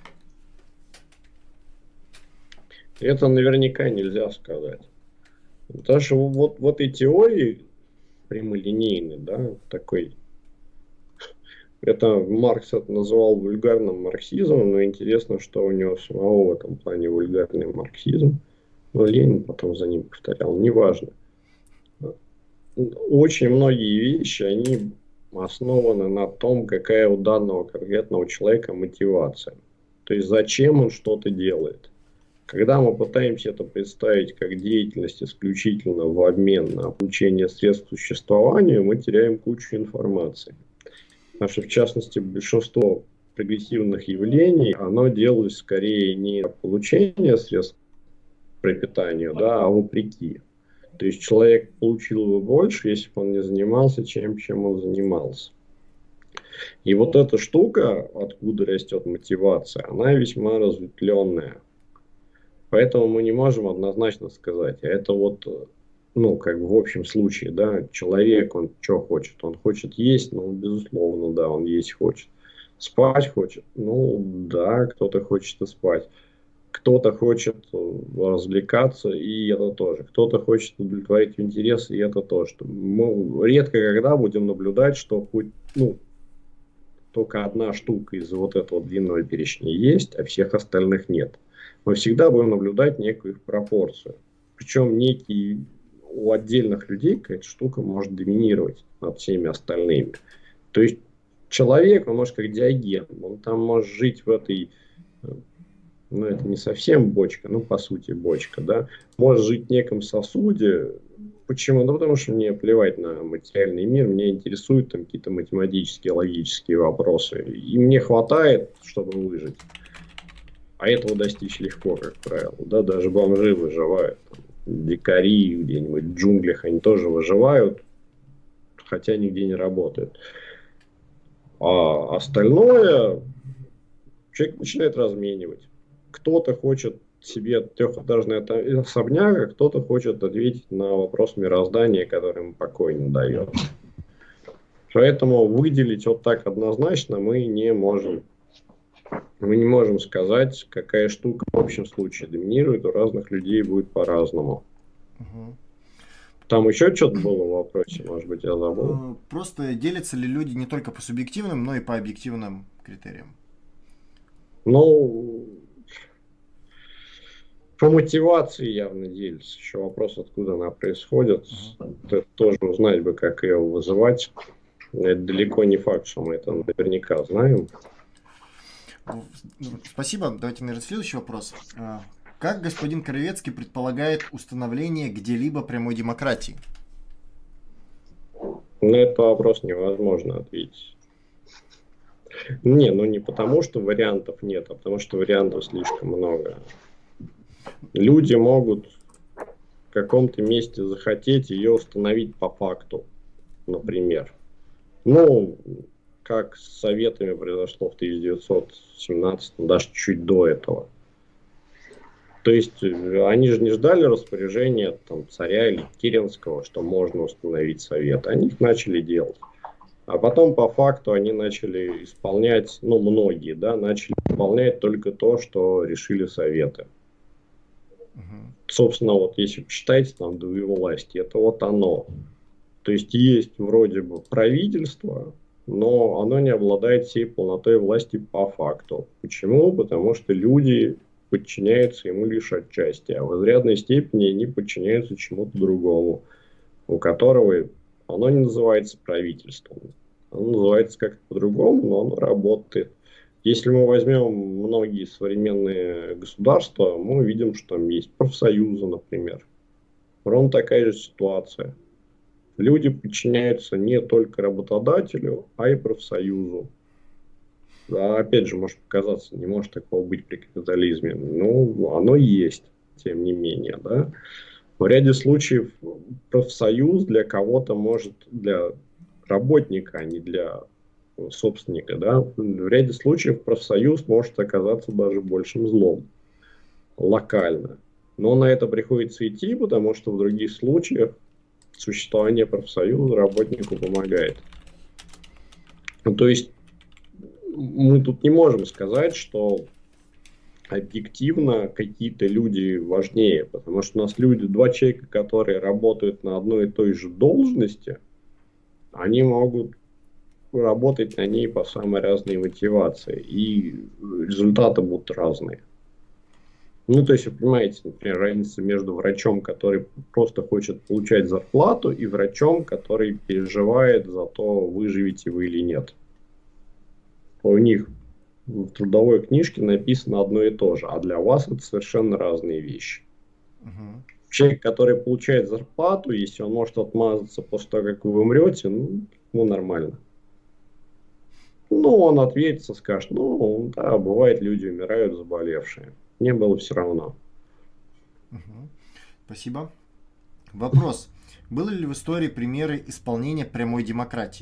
S2: Это наверняка нельзя сказать. Потому что вот в этой теории прямолинейной, да, такой, это Маркс это называл вульгарным марксизмом, но интересно, что у него самого в этом плане вульгарный марксизм. Но Ленин потом за ним повторял, неважно. Очень многие вещи, они основаны на том, какая у данного конкретного человека мотивация. То есть, зачем он что-то делает. Когда мы пытаемся это представить как деятельность исключительно в обмен на получение средств к существованию, мы теряем кучу информации. Потому что, в частности, большинство прогрессивных явлений, оно делалось скорее не для получения средств пропитанию, да, а вопреки. То есть человек получил бы больше, если бы он не занимался чем он занимался. И вот эта штука, откуда растет мотивация, она весьма разветвленная. Поэтому мы не можем однозначно сказать, а это вот, ну, как бы в общем случае, да, человек, он что хочет? Он хочет есть, ну, безусловно, да, он есть хочет. Спать хочет? Ну, да, кто-то хочет и спать. Кто-то хочет развлекаться, и это тоже. Кто-то хочет удовлетворить интересы, и это тоже. Мы редко когда будем наблюдать, что хоть, ну, только одна штука из вот этого длинного перечня есть, а всех остальных нет. Мы всегда будем наблюдать некую их пропорцию. Причем у отдельных людей какая-то штука может доминировать над всеми остальными. То есть человек, он может как диоген, он там может жить в этой... Ну, это не совсем бочка, ну, по сути, бочка, да, может жить в неком сосуде. Почему? Ну, потому что мне плевать на материальный мир, меня интересуют там какие-то математические, логические вопросы. И мне хватает, чтобы выжить. А этого достичь легко, как правило, да, даже бомжи выживают. дикари где-нибудь в джунглях, они тоже выживают, хотя нигде не работают. А остальное человек начинает разменивать. Кто-то хочет себе трехэтажный особняк, а кто-то хочет ответить на вопрос мироздания, который ему покой не дает. Поэтому выделить вот так однозначно мы не можем. Мы не можем сказать, какая штука в общем случае доминирует, у разных людей будет по-разному.
S1: Угу.
S2: Там еще что-то было в вопросе, может быть, я забыл.
S1: Просто делятся ли люди не только по субъективным, но и по объективным критериям?
S2: Ну, по мотивации явно делится. Еще вопрос, откуда она происходит. Это тоже узнать бы, как ее вызывать. Это далеко не факт, что мы это наверняка знаем.
S1: Спасибо. Давайте, наверное, следующий вопрос. Как господин Коровецкий предполагает установление где-либо прямой демократии?
S2: На этот вопрос невозможно ответить. Не потому, что вариантов нет, а потому, что вариантов слишком много. Люди могут в каком-то месте захотеть ее установить по факту, например. Как с Советами произошло в 1917, даже чуть до этого. То есть они же не ждали распоряжения царя или Керенского, что можно установить Совет. Они их начали делать. А потом по факту они начали исполнять, многие, начали исполнять только то, что решили Советы. Собственно, если посчитать двоевластие, это вот оно. То есть вроде бы правительство, но оно не обладает всей полнотой власти по факту. Почему? Потому что люди подчиняются ему лишь отчасти, а в изрядной степени они подчиняются чему-то другому, у которого оно не называется правительством. Оно называется как-то по-другому, но оно работает. Если мы возьмем многие современные государства, мы увидим, что там есть профсоюзы, например. Ровно такая же ситуация. Люди подчиняются не только работодателю, а и профсоюзу. Да, опять же, может показаться, не может такого быть при капитализме. Но оно есть, тем не менее. Да? В ряде случаев профсоюз для кого-то может, для работника, а не для собственника. Да? В ряде случаев профсоюз может оказаться даже большим злом. Локально. Но на это приходится идти, потому что в других случаях существование профсоюза работнику помогает. То есть мы тут не можем сказать, что объективно какие-то люди важнее, потому что у нас два человека, которые работают на одной и той же должности, они могут работать на ней по самой разной мотивации, и результаты будут разные. То есть, вы понимаете, например, разница между врачом, который просто хочет получать зарплату, и врачом, который переживает за то, выживете вы или нет. У них в трудовой книжке написано одно и то же, а для вас это совершенно разные вещи. Человек, который получает зарплату, если он может отмазаться после того, как вы умрете, нормально. Он ответится, скажет, да, бывает, люди умирают заболевшие. Мне было все равно.
S1: Спасибо. Вопрос. Были ли в истории примеры исполнения прямой демократии?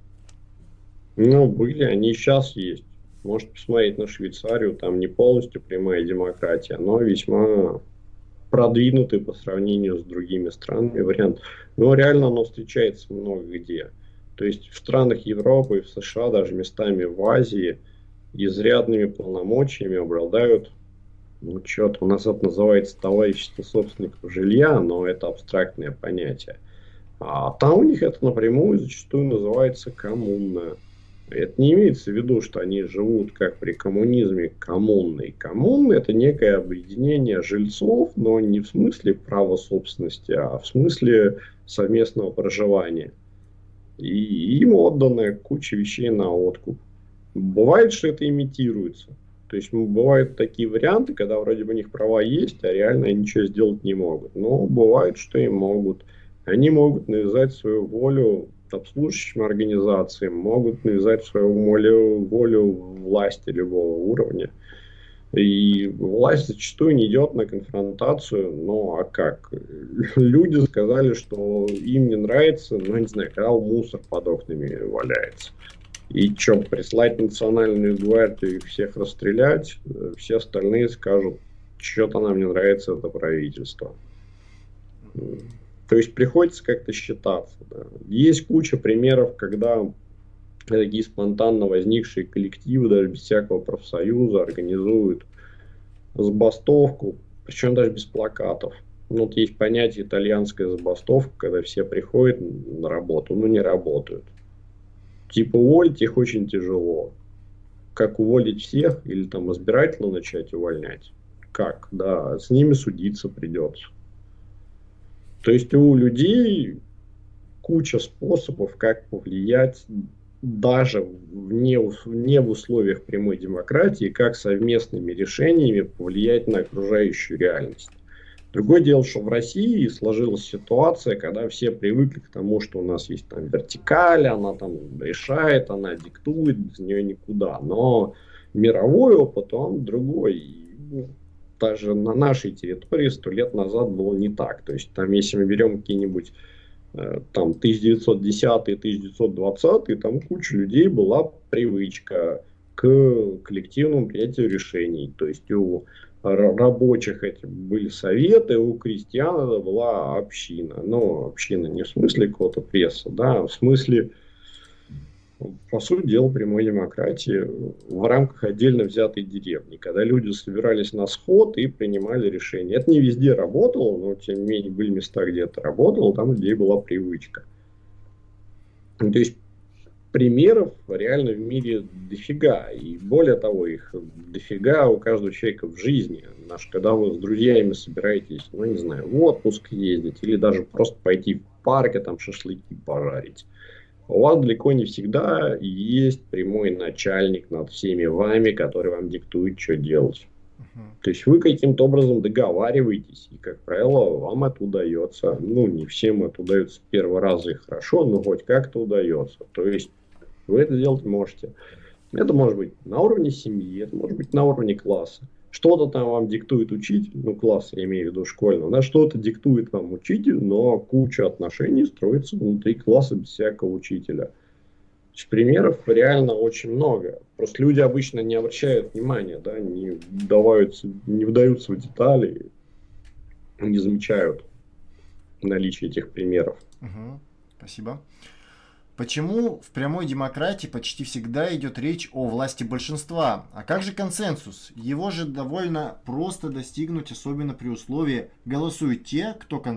S2: Были, они и сейчас есть. Можете посмотреть на Швейцарию, там не полностью прямая демократия, но весьма продвинутый по сравнению с другими странами вариант. Но реально оно встречается много где. То есть в странах Европы, в США, даже местами в Азии изрядными полномочиями обладают, что-то у нас это называется товарищество собственников жилья, но это абстрактное понятие. А там у них это напрямую зачастую называется коммуна. Это не имеется в виду, что они живут как при коммунизме коммунной. Коммуна – это некое объединение жильцов, но не в смысле права собственности, а в смысле совместного проживания. И им отдана куча вещей на откуп. Бывает, что это имитируется. То есть бывают такие варианты, когда вроде бы у них права есть, а реально они ничего сделать не могут. Но бывает, что и могут. Они могут навязать свою волю обслуживающим организациям, могут навязать свою волю власти любого уровня. И власть зачастую не идет на конфронтацию, ну а как? Люди сказали, что им не нравится, ну не знаю, когда мусор под окнами валяется. И что, прислать национальную гвардию и всех расстрелять, все остальные скажут, что-то нам не нравится это правительство. То есть приходится как-то считаться. Да. Есть куча примеров, когда такие спонтанно возникшие коллективы, даже без всякого профсоюза, организуют забастовку, причем даже без плакатов. Ну, вот есть понятие итальянская забастовка, когда все приходят на работу, но не работают. Типа уволить их очень тяжело. Как уволить всех или там избирательно начать увольнять? Как? Да, с ними судиться придется. То есть у людей куча способов, как повлиять даже не в условиях прямой демократии, как совместными решениями повлиять на окружающую реальность. Другое дело, что в России сложилась ситуация, когда все привыкли к тому, что у нас есть там вертикаль, она там решает, она диктует, без нее никуда. Но мировой опыт, он другой. И даже на нашей территории 100 лет назад было не так. То есть там, если мы берем какие-нибудь там 1910-1920, там куча людей была привычка к коллективному принятию решений. То есть у рабочих эти были советы, у крестьян это была община. Но община не в смысле какого-то пресса, да, а в смысле, по сути дела, прямой демократии в рамках отдельно взятой деревни, когда люди собирались на сход и принимали решения. Это не везде работало, но тем не менее были места, где это работало, там у людей была привычка. То есть примеров реально в мире дофига. И более того, их дофига у каждого человека в жизни. Когда вы с друзьями собираетесь, ну не знаю, в отпуск ездить или даже просто пойти в парке, там шашлыки пожарить. У вас далеко не всегда есть прямой начальник над всеми вами, который вам диктует, что делать. То есть вы каким-то образом договариваетесь, и, как правило, вам это удается. Ну, не всем это удается с первого раза и хорошо, но хоть как-то удается. То есть вы это делать можете. Это может быть на уровне семьи, это может быть на уровне класса. Что-то там вам диктует учитель, ну, класс, я имею в виду школьного, да, что-то диктует вам учитель, но куча отношений строится внутри класса без всякого учителя. Примеров реально очень много. Просто люди обычно не обращают внимания, да, не вдаются в детали, не замечают наличие этих примеров.
S1: Угу. Спасибо. Почему в прямой демократии почти всегда идет речь о власти большинства? А как же консенсус? Его же довольно просто достигнуть, особенно при условии голосуют те,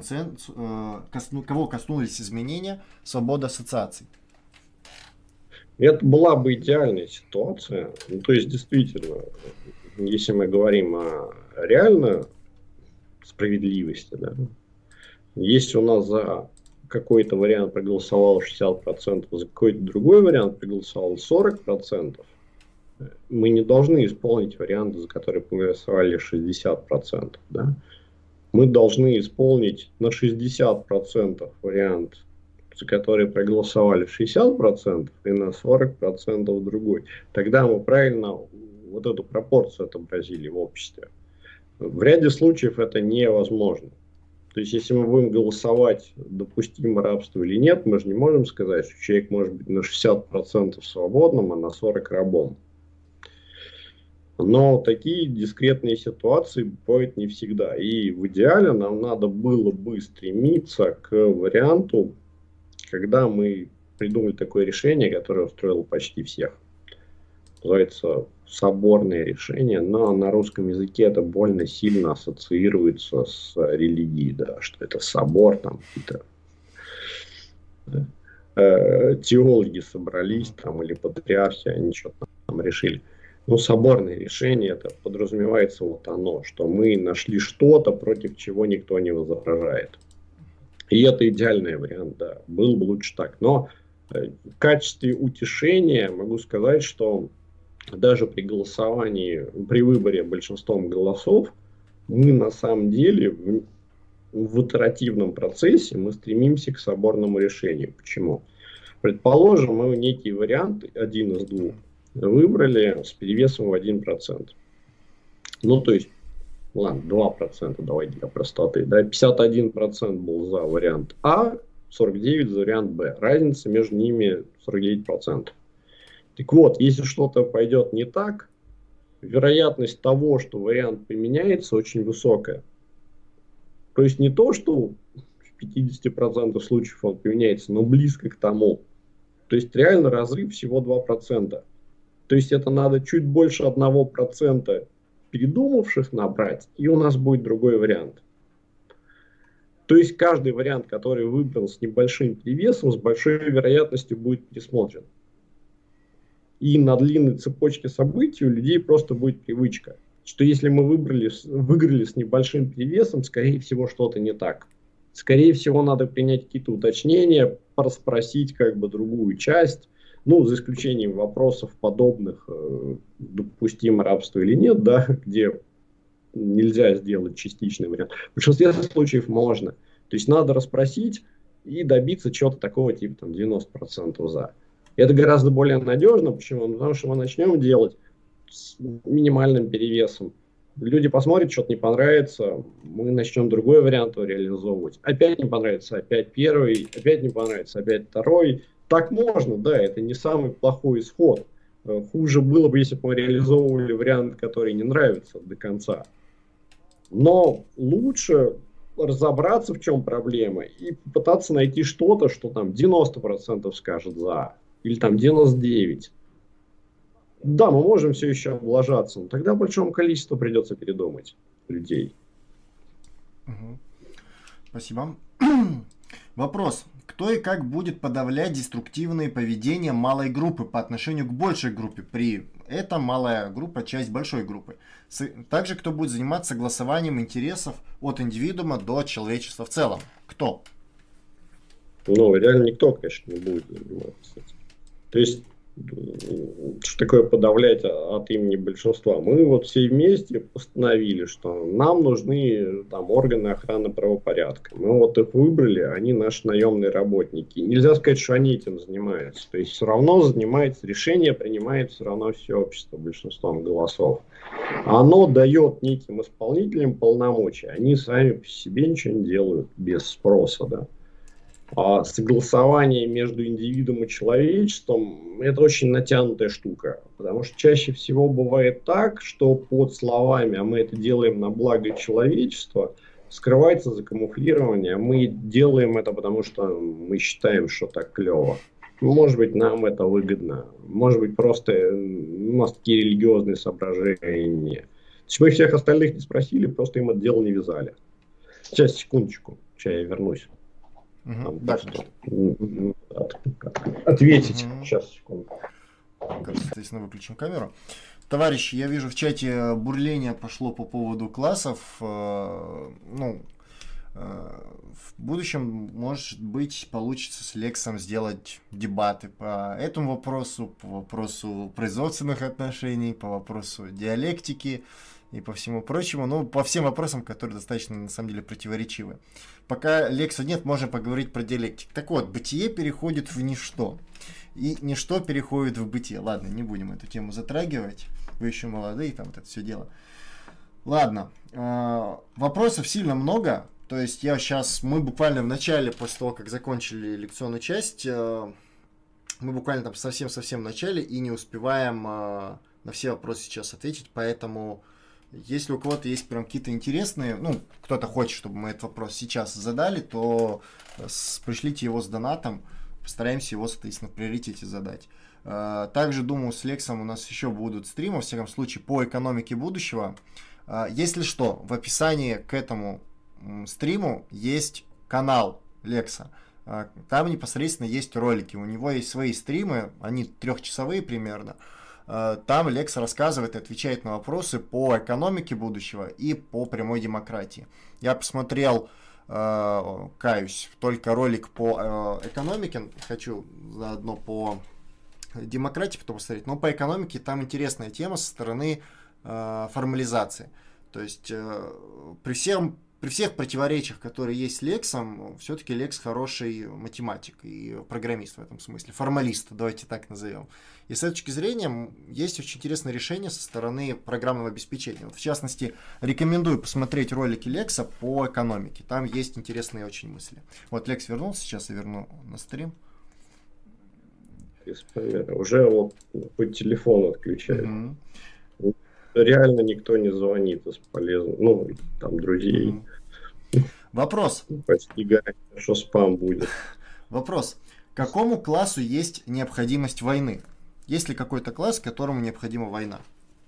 S1: кого коснулись изменения свободы ассоциаций.
S2: Это была бы идеальная ситуация. Ну, то есть, действительно, если мы говорим о реально справедливости, да, если у нас за какой-то вариант проголосовало 60%, за какой-то другой вариант проголосовало 40%, мы не должны исполнить варианты, за которые проголосовали 60%. Да? Мы должны исполнить на 60% вариант, за который проголосовали 60%, и на 40% другой. Тогда мы правильно вот эту пропорцию отобразили в обществе. В ряде случаев это невозможно. То есть, если мы будем голосовать, допустимо рабство или нет, мы же не можем сказать, что человек может быть на 60% свободным, а на 40% рабом. Но такие дискретные ситуации бывают не всегда. И в идеале нам надо было бы стремиться к варианту, когда мы придумали такое решение, которое устроило почти всех. Называется соборное решение, но на русском языке это больно сильно ассоциируется с религией, да, что это собор, там какие-то теологи собрались, там, или патриархи, они что-то там решили. Но соборное решение, это подразумевается вот оно, что мы нашли что-то, против чего никто не возражает. И это идеальный вариант, да, был бы лучше так. Но в качестве утешения могу сказать, что даже при голосовании, при выборе большинством голосов, мы на самом деле в итеративном процессе мы стремимся к соборному решению. Почему? Предположим, мы некий вариант, один из двух, выбрали с перевесом в 1%. Ну, то есть, ладно, 2% давай для простоты. Да, 51% был за вариант А, 49% за вариант Б. Разница между ними 49%. Так вот, если что-то пойдет не так, вероятность того, что вариант поменяется, очень высокая. То есть не то, что в 50% случаев он поменяется, но близко к тому. То есть реально разрыв всего 2%. То есть это надо чуть больше 1% передумавших набрать, и у нас будет другой вариант. То есть каждый вариант, который выбран с небольшим перевесом, с большой вероятностью будет пересмотрен. И на длинной цепочке событий у людей просто будет привычка, что если мы выиграли с небольшим перевесом, скорее всего, что-то не так. Скорее всего, надо принять какие-то уточнения, расспросить как бы другую часть, ну, за исключением вопросов подобных, допустимо рабство или нет, да, где нельзя сделать частичный вариант. В большинстве случаев можно. То есть надо расспросить и добиться чего-то такого типа там 90% за. Это гораздо более надежно. Почему? Потому что мы начнем делать с минимальным перевесом. Люди посмотрят, что-то не понравится, мы начнем другой вариант реализовывать. Опять не понравится, опять первый, опять не понравится, опять второй. Так можно, да, это не самый плохой исход. Хуже было бы, если бы мы реализовывали вариант, который не нравится до конца. Но лучше разобраться, в чем проблема, и попытаться найти что-то, что там 90% скажет за, или там 99%. Да, мы можем все еще облажаться, но тогда большому количеству придется передумать людей.
S1: Мгм. Спасибо. Вопрос. Кто и как будет подавлять деструктивные поведения малой группы по отношению к большей группе? При этом малая группа – часть большой группы. Также кто будет заниматься согласованием интересов от индивидуума до человечества в целом? Кто?
S2: Ну, реально никто, конечно, не будет заниматься этим. То есть, что такое подавлять от имени большинства? Мы вот все вместе постановили, что нам нужны там органы охраны правопорядка. Мы вот их выбрали, они наши наемные работники. Нельзя сказать, что они этим занимаются. То есть все равно занимается, решение принимает все равно все общество большинством голосов. Оно дает неким исполнителям полномочия. Они сами по себе ничего не делают без спроса, да. А согласование между индивидом и человечеством – это очень натянутая штука. Потому что чаще всего бывает так, что под словами «а мы это делаем на благо человечества» скрывается закамуфлирование. Мы делаем это, потому что мы считаем, что так клево. Может быть, нам это выгодно. Может быть, просто у нас такие религиозные соображения. То есть мы всех остальных не спросили, просто им это дело не вязали. Сейчас, секундочку, сейчас я вернусь.
S1: Да, конечно.
S2: Ответить. Сейчас, секунду.
S1: Соответственно, выключим камеру. Товарищи, я вижу в чате бурление пошло по поводу классов. В будущем, может быть, получится с Лексом сделать дебаты по этому вопросу, по вопросу производственных отношений, по вопросу диалектики и по всему прочему. Ну, по всем вопросам, которые достаточно, на самом деле, противоречивы. Пока Лекса нет, можем поговорить про диалектику. Так вот, бытие переходит в ничто. И ничто переходит в бытие. Ладно, не будем эту тему затрагивать. Вы еще молодые, там вот это все дело. Ладно. Вопросов сильно много. То есть мы буквально в начале, после того, как закончили лекционную часть, мы буквально там совсем-совсем в начале и не успеваем на все вопросы сейчас ответить. Поэтому, если у кого-то есть прям какие-то интересные, ну, кто-то хочет, чтобы мы этот вопрос сейчас задали, то пришлите его с донатом. Постараемся его, соответственно, в приоритете задать. Также, думаю, с Лексом у нас еще будут стримы, во всяком случае, по экономике будущего. Если что, в описании к этому стриму есть канал Лекса. Там непосредственно есть ролики. У него есть свои стримы, они 3-часовые примерно. Там Лекс рассказывает и отвечает на вопросы по экономике будущего и по прямой демократии. Я посмотрел, каюсь, только ролик по экономике, хочу заодно по демократии потом посмотреть, но по экономике там интересная тема со стороны формализации. То есть при всем при всех противоречиях, которые есть с Лексом, все-таки Лекс хороший математик и программист в этом смысле, формалист, давайте так назовем. И с этой точки зрения есть очень интересное решение со стороны программного обеспечения. Вот, в частности, рекомендую посмотреть ролики Лекса по экономике. Там есть интересные очень мысли. Вот Лекс вернулся, сейчас я верну на стрим.
S2: Уже вот по телефону отключают. Реально никто не звонит из полезных, ну, там, друзей.
S1: Вопрос.
S2: Почти гарантия, что спам будет.
S1: Вопрос. Какому классу есть необходимость войны? Есть ли какой-то класс, которому необходима война?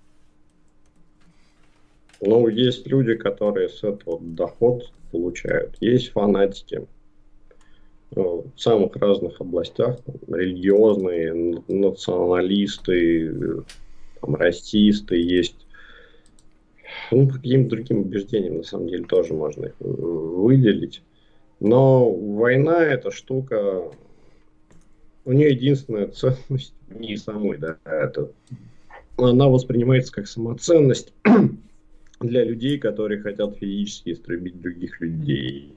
S2: Ну, есть люди, которые с этого доход получают. Есть фанатики в самых разных областях. Там, религиозные, националисты, там, расисты есть. Ну, по каким-то другим убеждениям, на самом деле, тоже можно их выделить. Но война – это штука, у нее единственная ценность, не самой, да, это она воспринимается как самоценность для людей, которые хотят физически истребить других людей.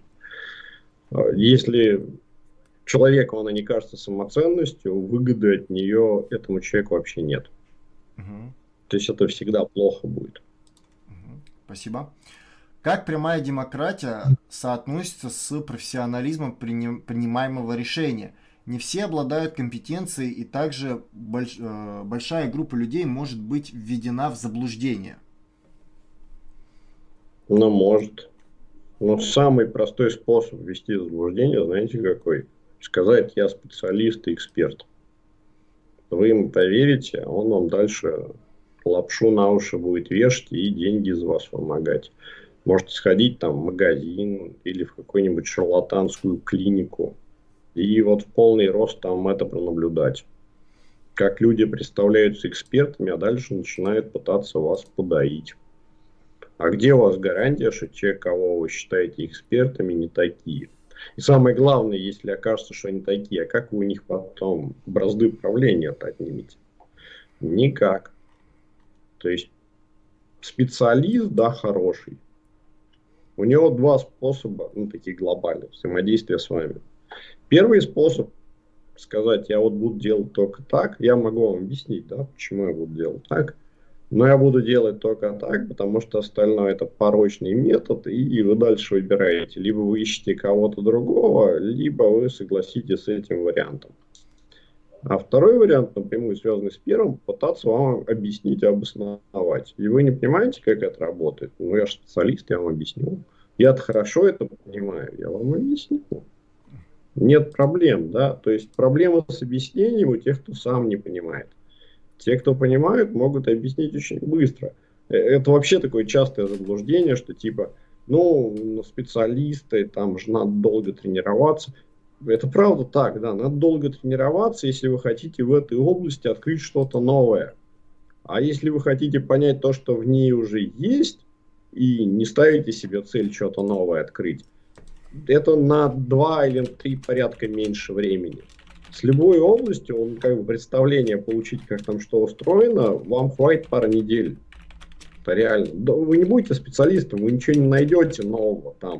S2: Если человеку она не кажется самоценностью, выгоды от нее этому человеку вообще нет. То есть это всегда плохо будет.
S1: Спасибо. Как прямая демократия соотносится с профессионализмом принимаемого решения? Не все обладают компетенцией, и также большая группа людей может быть введена в заблуждение.
S2: Ну, может. Но самый простой способ ввести в заблуждение, знаете какой? Сказать, я специалист и эксперт. Вы ему поверите, а он вам дальше лапшу на уши будет вешать и деньги из вас вымогать. Можете сходить там в магазин или в какую-нибудь шарлатанскую клинику и вот в полный рост там это пронаблюдать. Как люди представляются экспертами, а дальше начинают пытаться вас подоить. А где у вас гарантия, что те, кого вы считаете экспертами, не такие? И самое главное, если окажется, что они такие, а как вы у них потом бразды правления-то отнимете? Никак. То есть специалист, да, хороший. У него два способа, ну, таких глобальных, взаимодействия с вами. Первый способ сказать, я вот буду делать только так. Я могу вам объяснить, да, почему я буду делать так. Но я буду делать только так, потому что остальное это порочный метод, и вы дальше выбираете. Либо вы ищете кого-то другого, либо вы согласитесь с этим вариантом. А второй вариант, напрямую связанный с первым, пытаться вам объяснить и обосновать. И вы не понимаете, как это работает. Ну, я же специалист, я вам объясню. Я-то хорошо это понимаю, я вам объясню. Нет проблем, да. То есть проблема с объяснением у тех, кто сам не понимает. Те, кто понимают, могут объяснить очень быстро. Это вообще такое частое заблуждение, что типа, ну, специалисты, там же надо долго тренироваться. Это правда так, да, надо долго тренироваться, если вы хотите в этой области открыть что-то новое. А если вы хотите понять то, что в ней уже есть, и не ставите себе цель что-то новое открыть, это на 2 или 3 порядка меньше времени. С любой областью, он как бы представление получить, как там что устроено, вам хватит пары недель. Это реально. Да, вы не будете специалистом, вы ничего не найдете нового там.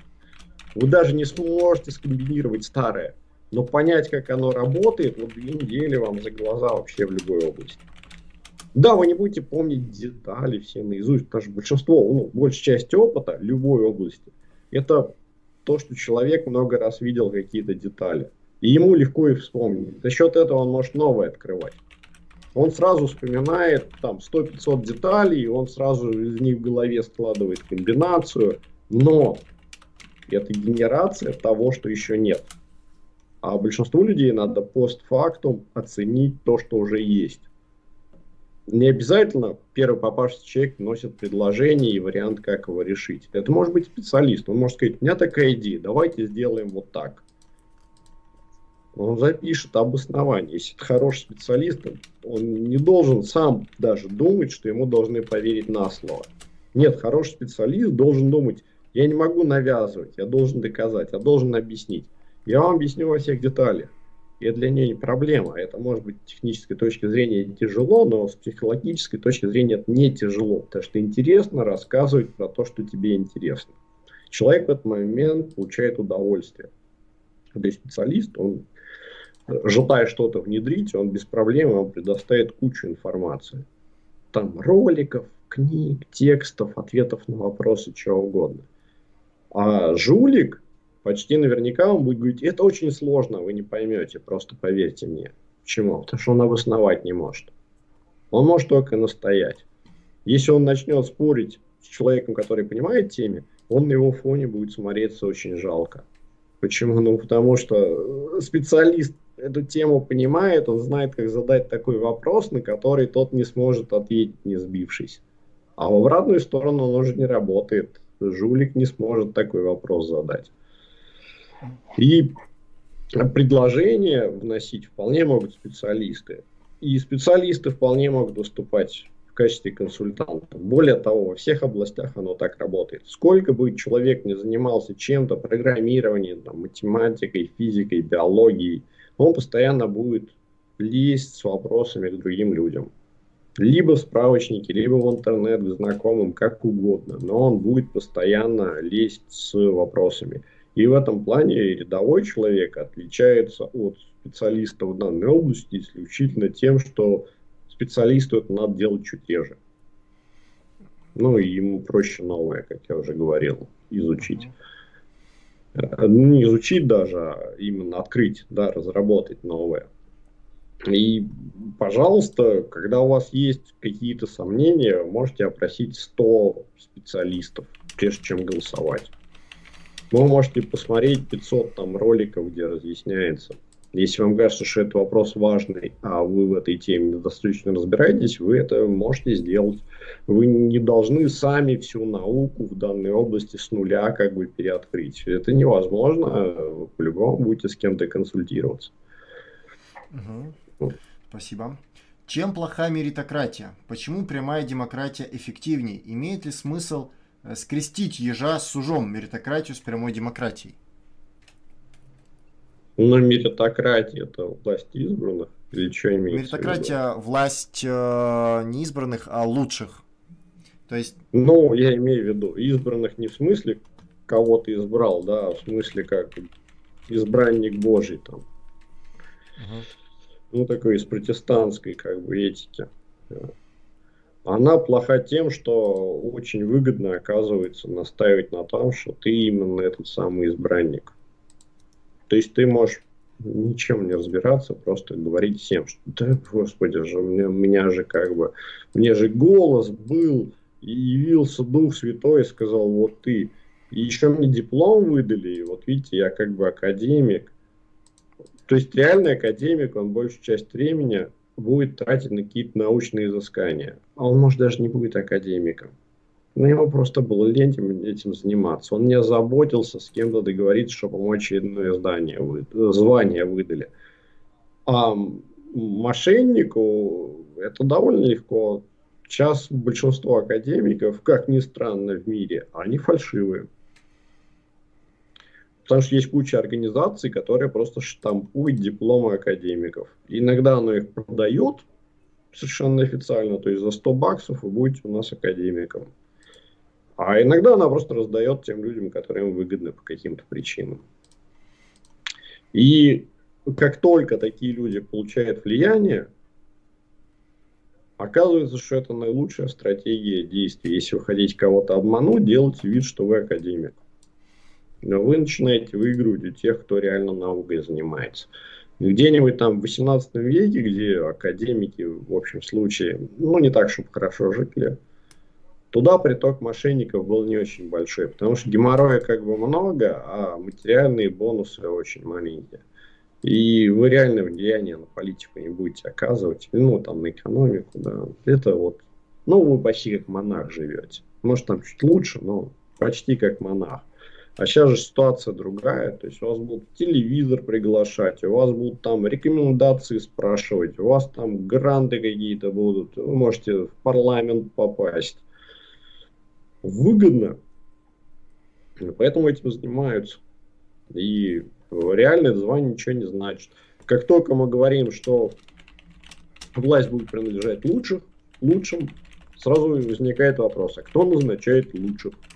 S2: Вы даже не сможете скомбинировать старое. Но понять, как оно работает, вот 2 недели вам за глаза вообще в любой области. Да, вы не будете помнить детали все наизусть, потому что большинство, ну, большая часть опыта любой области, это то, что человек много раз видел какие-то детали. И ему легко их вспомнить. За счет этого он может новое открывать. Он сразу вспоминает там 100-500 деталей, он сразу из них в голове складывает комбинацию. Но это генерация того, что еще нет. А большинству людей надо постфактум оценить то, что уже есть. Не обязательно первый попавшийся человек носит предложение и вариант, как его решить. Это может быть специалист. Он может сказать, у меня такая идея, давайте сделаем вот так. Он запишет обоснование. Если это хороший специалист, он не должен сам даже думать, что ему должны поверить на слово. Нет, хороший специалист должен думать, я не могу навязывать, я должен доказать, я должен объяснить. Я вам объясню во всех деталях. И это для нее не проблема. Это может быть с технической точки зрения тяжело, но с психологической точки зрения это не тяжело. Потому что интересно рассказывать про то, что тебе интересно.
S3: Человек в этот момент получает удовольствие. То есть специалист, он, желая что-то внедрить, он без проблем вам предоставит кучу информации. Там роликов, книг, текстов, ответов на вопросы, чего угодно. А жулик, почти наверняка он будет говорить, это очень сложно, вы не поймете, просто поверьте мне. Почему? Потому что он обосновать не может. Он может только настоять. Если он начнет спорить с человеком, который понимает теме, он на его фоне будет смотреться очень жалко. Почему? Ну, потому что специалист эту тему понимает, он знает, как задать такой вопрос, на который тот не сможет ответить, не сбившись. А в обратную сторону он уже не работает. Жулик не сможет такой вопрос задать. И предложения вносить вполне могут специалисты. И специалисты вполне могут выступать в качестве консультантов. Более того, во всех областях оно так работает. Сколько бы человек ни занимался чем-то, программированием, там, математикой, физикой, биологией, он постоянно будет лезть с вопросами к другим людям. Либо в справочники, либо в интернет, к знакомым, как угодно. Но он будет постоянно лезть с вопросами. И в этом плане рядовой человек отличается от специалиста в данной области исключительно тем, что специалисту это надо делать чуть реже. Ну и ему проще новое, как я уже говорил, изучить. Не изучить даже, а именно открыть, да, разработать новое. И, пожалуйста, когда у вас есть какие-то сомнения, можете опросить 100 специалистов, прежде чем голосовать. Вы можете посмотреть 500 там роликов, где разъясняется. Если вам кажется, что это вопрос важный, а вы в этой теме достаточно разбираетесь, вы это можете сделать. Вы не должны сами всю науку в данной области с нуля как бы переоткрыть. Это невозможно. Вы по-любому будете с кем-то консультироваться.
S1: Спасибо. Чем плоха меритократия? Почему прямая демократия эффективнее? Имеет ли смысл скрестить ежа с ужом, меритократию с прямой демократией?
S3: Но меритократия — это власть избранных? Или что имеется
S1: меритократия — власть не избранных, а лучших. То есть...
S3: Ну, я имею в виду избранных не в смысле кого ты избрал, да, а в смысле как избранник Божий там. Ну, такой из протестантской как бы этики. Она плоха тем, что очень выгодно, оказывается, настаивать на том, что ты именно этот самый избранник. То есть ты можешь ничем не разбираться, просто говорить всем, что да, господи же, у меня же как бы, мне же голос был, и явился Дух Святой и сказал, вот ты. И еще мне диплом выдали, и вот видите, я как бы академик. То есть реальный академик, он большую часть времени будет тратить на какие-то научные изыскания. А он, может, даже не будет академиком. Но ему просто было лень этим заниматься. Он не озаботился с кем-то договориться, чтобы ему очередное звание выдали. А мошеннику это довольно легко. Сейчас большинство академиков, как ни странно в мире, они фальшивые. Потому что есть куча организаций, которые просто штампуют дипломы академиков. И иногда оно их продает совершенно официально, то есть за $100 вы будете у нас академиком. А иногда она просто раздает тем людям, которым выгодно по каким-то причинам. И как только такие люди получают влияние, оказывается, что это наилучшая стратегия действий. Если вы хотите кого-то обмануть, делайте вид, что вы академик. Но вы начинаете выигрывать у тех, кто реально наукой занимается. Где-нибудь там в 18 веке, где академики, в общем случае, ну, не так, чтобы хорошо жили, туда приток мошенников был не очень большой, потому что геморроя как бы много, а материальные бонусы очень маленькие. И вы реально влияние на политику не будете оказывать, ну, там, на экономику, да. Это вот, ну, вы почти как монах живете. Может, там чуть лучше, но почти как монах. А сейчас же ситуация другая, то есть у вас будут телевизор приглашать, у вас будут там рекомендации спрашивать, у вас там гранты какие-то будут, вы можете в парламент попасть. Выгодно, поэтому этим занимаются. И реально это звание ничего не значит. Как только мы говорим, что власть будет принадлежать лучшим, сразу возникает вопрос, а кто назначает лучших?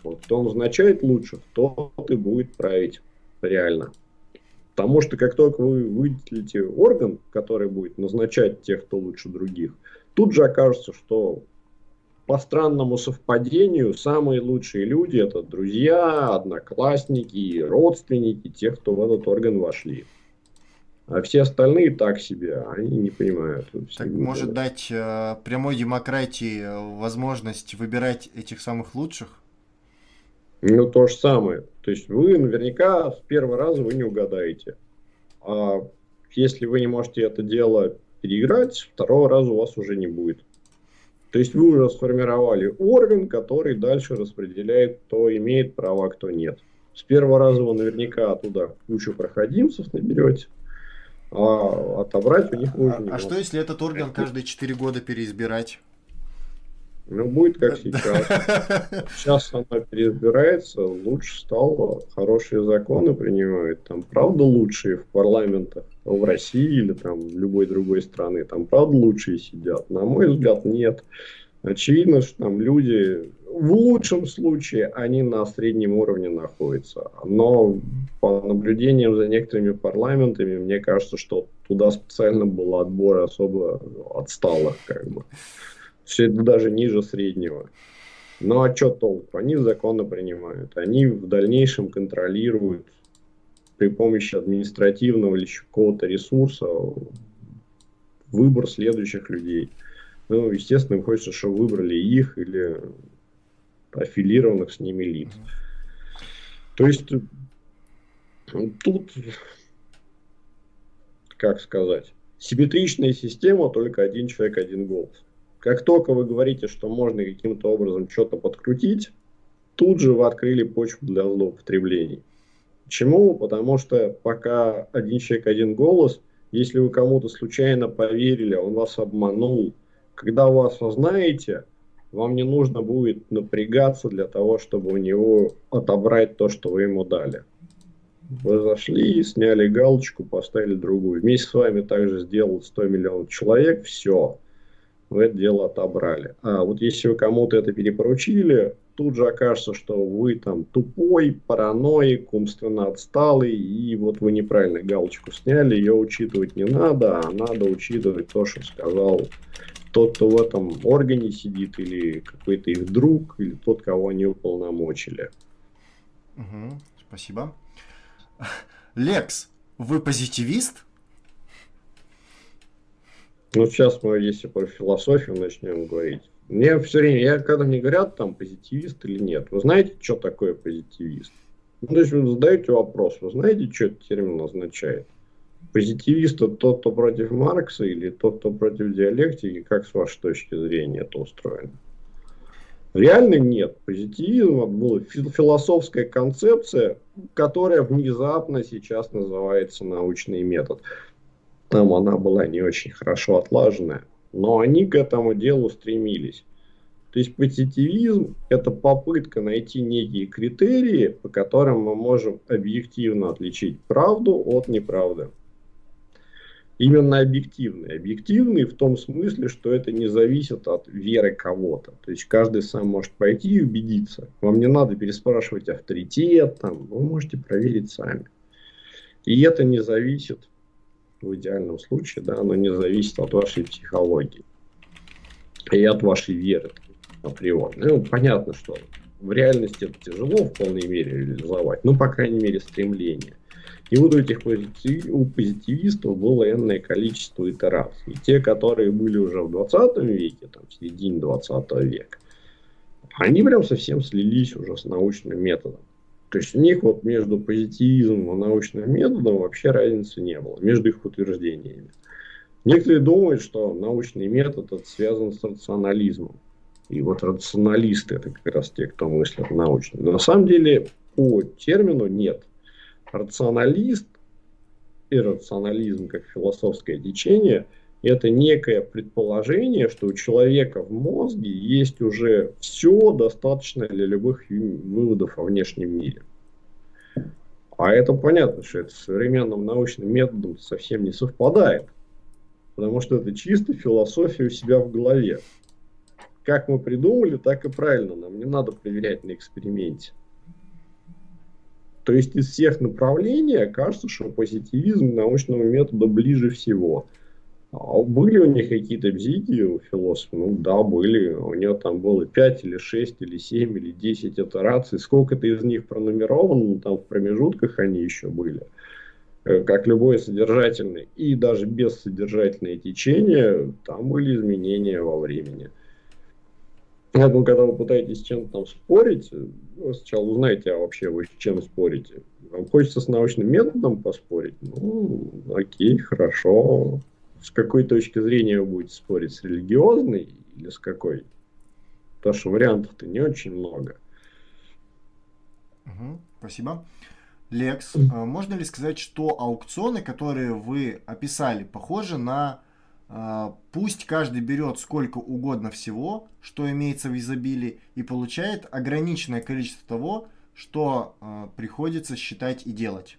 S3: Вот кто назначает лучших, тот и будет править реально. Потому что как только вы выделите орган, который будет назначать тех, кто лучше других, тут же окажется, что по странному совпадению самые лучшие люди — это друзья, одноклассники, родственники тех, кто в этот орган вошли. А все остальные так себе, они не понимают.
S1: Так может дать прямой демократии возможность выбирать этих самых лучших?
S3: Ну, то же самое. То есть вы наверняка с первого раза вы не угадаете. А если вы не можете это дело переиграть, с второго раза у вас уже не будет. То есть вы уже сформировали орган, который дальше распределяет, кто имеет права, а кто нет. С первого раза вы наверняка туда кучу проходимцев наберете, а отобрать у них уже не
S1: А что если этот орган каждые 4 года переизбирать?
S3: Ну, будет как сейчас. Сейчас она переизбирается, лучше стало, хорошие законы принимают. Там, правда, лучшие в парламентах в России или там в любой другой страны. Там, правда, лучшие сидят. На мой взгляд, нет. Очевидно, что там люди, в лучшем случае, они на среднем уровне находятся. Но по наблюдениям за некоторыми парламентами, мне кажется, что туда специально был отбор особо отсталых, как бы. Все это даже ниже среднего. Ну а что толку? Они законы принимают. Они в дальнейшем контролируют при помощи административного или какого-то ресурса выбор следующих людей. Ну, естественно, им хочется, чтобы выбрали их или аффилированных с ними лиц. То есть тут, как сказать, симметричная система, только один человек, один голос. Как только вы говорите, что можно каким-то образом что-то подкрутить, тут же вы открыли почву для злоупотреблений. Почему? Потому что пока один человек, один голос, если вы кому-то случайно поверили, он вас обманул, когда вы осознаете, вам не нужно будет напрягаться для того, чтобы у него отобрать то, что вы ему дали. Вы зашли, сняли галочку, поставили другую. Вместе с вами также сделал 100 миллионов человек, все. Вы это дело отобрали. А вот если вы кому-то это перепоручили, тут же окажется, что вы там тупой, параноик, умственно отсталый, и вот вы неправильно галочку сняли, ее учитывать не надо, а надо учитывать то, что сказал тот, кто в этом органе сидит, или какой-то их друг, или тот, кого они уполномочили.
S1: Угу, спасибо. Лекс, вы позитивист?
S3: Ну, сейчас мы, если про философию начнем говорить. Мне все время, когда мне говорят, там, позитивист или нет, вы знаете, что такое позитивист? Ну, то есть вы задаете вопрос, вы знаете, что этот термин означает? Позитивист — это тот, кто против Маркса, или тот, кто против диалектики? Как с вашей точки зрения это устроено? Реально нет. Позитивизм — это была философская концепция, которая внезапно сейчас называется научный метод. Там она была не очень хорошо отлаженная, но они к этому делу стремились. То есть позитивизм – это попытка найти некие критерии, по которым мы можем объективно отличить правду от неправды. Именно объективный. Объективный в том смысле, что это не зависит от веры кого-то. То есть каждый сам может пойти и убедиться. Вам не надо переспрашивать авторитет, там, вы можете проверить сами. И это не зависит, в идеальном случае, да, оно не зависит от вашей психологии и от вашей веры априори. Ну, понятно, что в реальности это тяжело в полной мере реализовать, но, по крайней мере, стремление. И вот у этих у позитивистов было энное количество итераций. И те, которые были уже в 20 веке, там, в середине 20 века, они прям совсем слились уже с научным методом. То есть у них вот между позитивизмом и научным методом вообще разницы не было, между их утверждениями. Некоторые думают, что научный метод это связан с рационализмом. И вот рационалисты это как раз те, кто мыслит научно. Но на самом деле по термину нет. Рационалист и рационализм как философское течение это некое предположение, что у человека в мозге есть уже все достаточно для любых выводов о внешнем мире. А это понятно, что это с современным научным методом совсем не совпадает. Потому что это чисто философия у себя в голове. как мы придумали, так и правильно. Нам не надо проверять на эксперименте. То есть из всех направлений кажется, что позитивизм к научному методу ближе всего. А были у них какие-то бзики у философов? Ну да, были. У него там было 5 или 6 или 7 или 10 итераций. Сколько-то из них пронумеровано, ну, там в промежутках они еще были. Как любое содержательное и даже бессодержательное течение, там были изменения во времени. Поэтому, когда вы пытаетесь с чем-то там спорить, вы сначала узнаете, а вообще вы с чем спорите. Вам хочется с научным методом поспорить? Ну, окей, хорошо. С какой точки зрения вы будете спорить? С религиозной или с какой? Потому что вариантов-то не очень много.
S1: Спасибо. Лекс, можно ли сказать, что аукционы, которые вы описали, похожи на пусть каждый берет сколько угодно всего, что имеется в изобилии, и получает ограниченное количество того, что приходится считать и делать?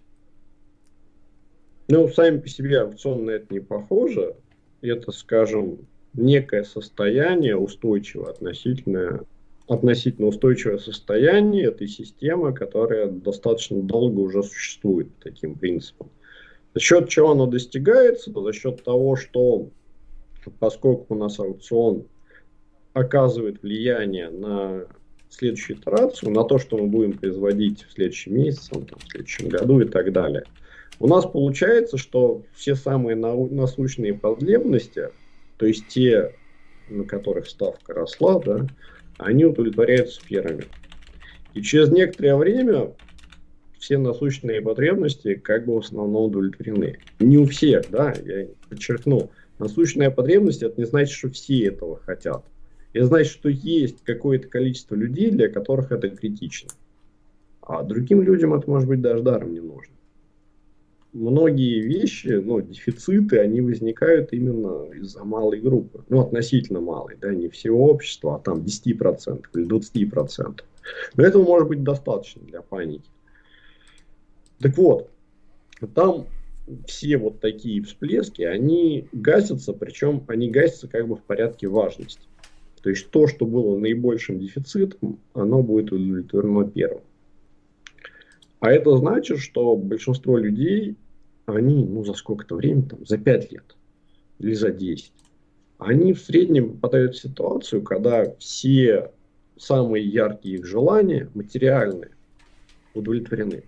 S3: Ну, сами по себе аукцион на это не похоже. Это, скажем, некое состояние устойчивое, относительно устойчивое состояние этой системы, которая достаточно долго уже существует по таким принципам. За счет чего оно достигается? За счет того, что поскольку у нас аукцион оказывает влияние на следующую итерацию, на то, что мы будем производить в следующем месяце, в следующем году и так далее, у нас получается, что все самые насущные потребности, то есть те, на которых ставка росла, да, они удовлетворяются первыми. И через некоторое время все насущные потребности как бы в основном удовлетворены. Не у всех, да, я подчеркну. Насущная потребность — это не значит, что все этого хотят. Это значит, что есть какое-то количество людей, для которых это критично. А другим людям это, может быть, даже даром не нужно. Многие вещи, дефициты, они возникают именно из-за малой группы. Относительно малой, да, не всего общества, а там 10% или 20%. Но этого может быть достаточно для паники. Так вот, там все вот такие всплески, они гасятся, причем они гасятся как бы в порядке важности. То есть то, что было наибольшим дефицитом, оно будет удовлетворено первым. А это значит, что большинство людей, они, за сколько-то времени, за 5 лет или за 10, они в среднем попадают в ситуацию, когда все самые яркие их желания, материальные, удовлетворены.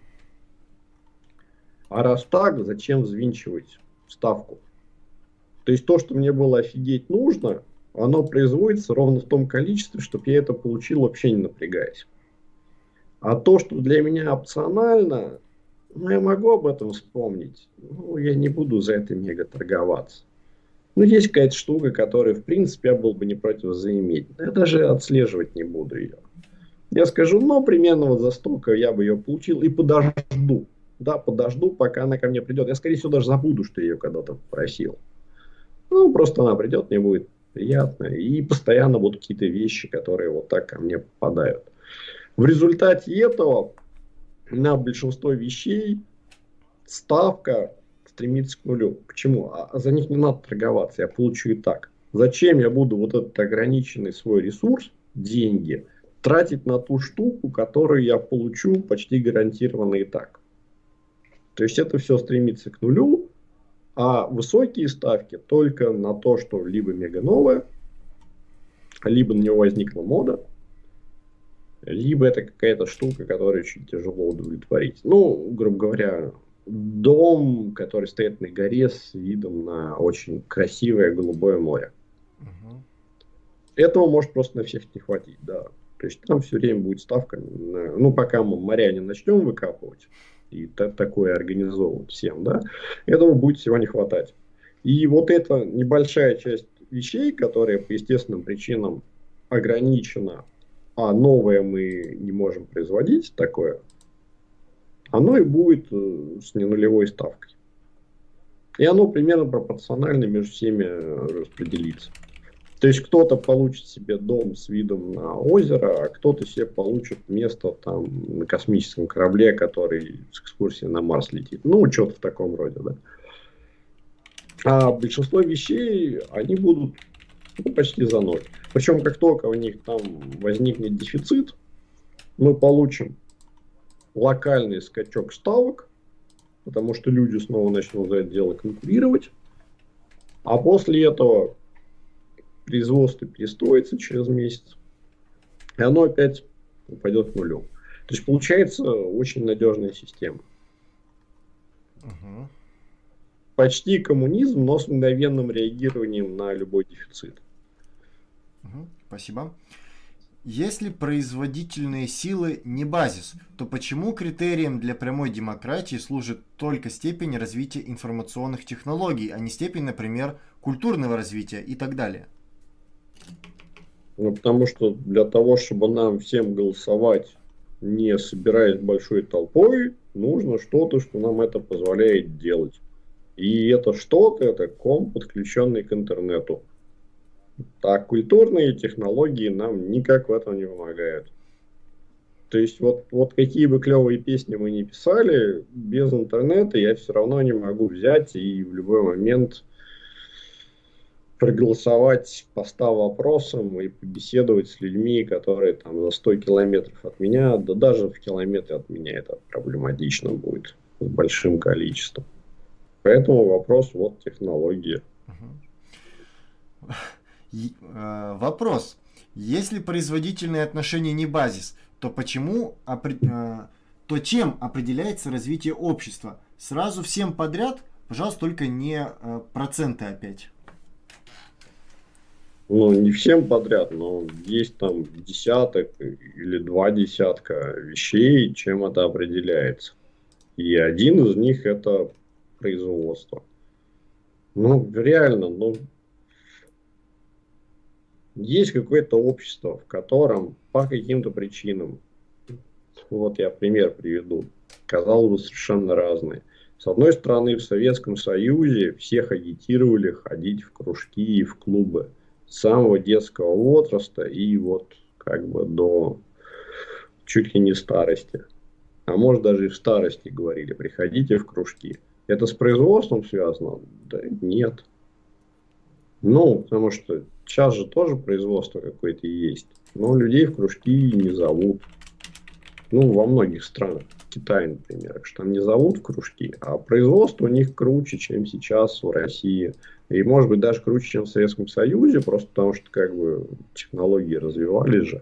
S3: А раз так, зачем взвинчивать ставку? То есть то, что мне было офигеть нужно, оно производится ровно в том количестве, чтобы я это получил, вообще не напрягаясь. А то, что для меня опционально, я могу об этом вспомнить, я не буду за это мега торговаться. Есть какая-то штука, которую, в принципе, я был бы не против заиметь. Я даже отслеживать не буду ее. Я скажу, примерно вот за столько я бы ее получил и подожду. Да, подожду, пока она ко мне придет. Я, скорее всего, даже забуду, что я ее когда-то попросил. Просто она придет, мне будет приятно. И постоянно будут какие-то вещи, которые вот так ко мне попадают. В результате этого на большинство вещей ставка стремится к нулю. Почему? А за них не надо торговаться, я получу и так. Зачем я буду вот этот ограниченный свой ресурс, деньги, тратить на ту штуку, которую я получу почти гарантированно и так? То есть это все стремится к нулю, а высокие ставки только на то, что либо мега новое, либо на него возникла мода, либо это какая-то штука, которую очень тяжело удовлетворить. Грубо говоря, дом, который стоит на горе с видом на очень красивое голубое море. Этого может просто на всех не хватить, да. То есть там все время будет ставка, пока мы моря не начнем выкапывать и такое организовывать всем, да, этого будет всего не хватать. И вот эта небольшая часть вещей, которая по естественным причинам ограничена, а новое мы не можем производить такое, оно и будет с ненулевой ставкой. И оно примерно пропорционально между всеми распределится. То есть кто-то получит себе дом с видом на озеро, а кто-то себе получит место там на космическом корабле, который с экскурсией на Марс летит. Что-то в таком роде, да. А большинство вещей, они будут почти за ноль. Причем, как только у них там возникнет дефицит, мы получим локальный скачок ставок, потому что люди снова начнут за это дело конкурировать, а после этого производство перестроится через месяц, и оно опять упадет к нулю. То есть получается очень надежная система.
S1: Угу.
S3: Почти коммунизм, но с мгновенным реагированием на любой дефицит.
S1: Угу. Спасибо. Если производительные силы не базис, то почему критерием для прямой демократии служит только степень развития информационных технологий, а не степень, например, культурного развития и так далее?
S3: Ну, потому что для того, чтобы нам всем голосовать, не собираясь большой толпой, нужно что-то, что нам это позволяет делать. И это что-то, это комп, подключенный к интернету. А культурные технологии нам никак в этом не помогают. То есть вот какие бы клевые песни мы ни писали, без интернета я все равно не могу взять и в любой момент проголосовать, поставив вопросом и побеседовать с людьми, которые там за 100 километров от меня, да даже в километре от меня это проблематично будет с большим количеством. Поэтому вопрос вот технологии.
S1: Вопрос. Если производительные отношения не базис, то почему, то чем определяется развитие общества? Сразу всем подряд? Пожалуйста, только не проценты опять.
S3: Ну, не всем подряд, но есть там десяток или 2 десятка вещей, чем это определяется. И один из них это производство. Ну, реально, есть какое-то общество, в котором по каким-то причинам, вот я пример приведу, казалось бы, совершенно разные. С одной стороны, в Советском Союзе всех агитировали ходить в кружки и в клубы с самого детского возраста и вот как бы до чуть ли не старости. А может даже и в старости говорили, приходите в кружки. Это с производством связано? Да нет. Ну, потому что сейчас же тоже производство какое-то есть. Но людей в кружки не зовут. Ну, во многих странах. Китай, например, что там не зовут в кружки, а производство у них круче, чем сейчас в России. И, может быть, даже круче, чем в Советском Союзе, просто потому что, как бы, технологии развивались же.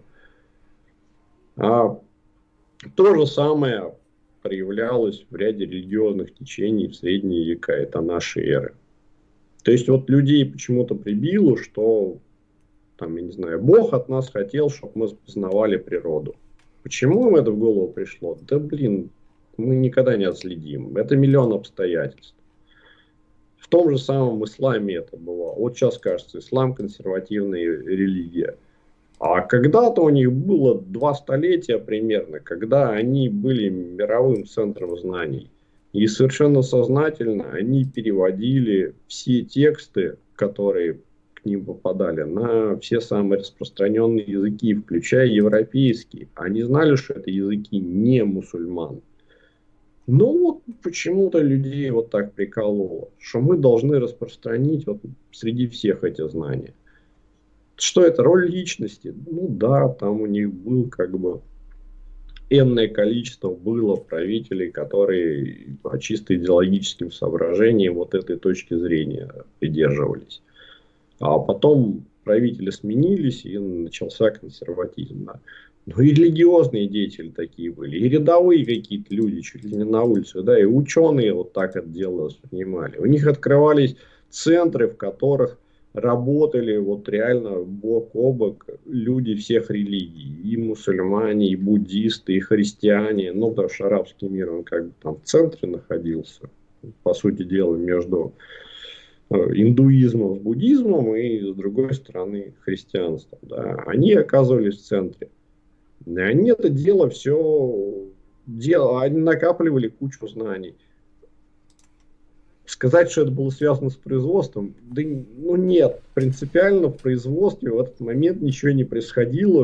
S3: А то же самое проявлялось в ряде религиозных течений в средние века. Это нашей эры. То есть, вот людей почему-то прибило, что, там, я не знаю, Бог от нас хотел, чтобы мы познавали природу. Почему им это в голову пришло? Да, блин, мы никогда не отследим. Это миллион обстоятельств. В том же самом исламе это было. Вот сейчас, кажется, ислам консервативная религия. А когда-то у них было 2 столетия примерно, когда они были мировым центром знаний. И совершенно сознательно они переводили все тексты, которые к ним попадали, на все самые распространенные языки, включая европейские. Они знали, что это языки не мусульман. Но вот почему-то людей вот так прикололо, что мы должны распространить вот среди всех эти знания. Что это? Роль личности? Ну да, там у них был как бы энное количество было правителей, которые по чисто идеологическим соображениям вот этой точки зрения придерживались. А потом правители сменились, и начался консерватизм. Да. Ну и религиозные деятели такие были, и рядовые какие-то люди, чуть ли не на улице, да, и ученые вот так это дело воспринимали. У них открывались центры, в которых работали вот реально бок о бок люди всех религий, и мусульмане, и буддисты, и христиане, ну, потому что арабский мир, он как бы там в центре находился, по сути дела, между индуизмом с буддизмом и, с другой стороны, христианством. Да. Они оказывались в центре. И они это дело все делали, они накапливали кучу знаний. Сказать, что это было связано с производством, да, ну нет, принципиально в производстве в этот момент ничего не происходило,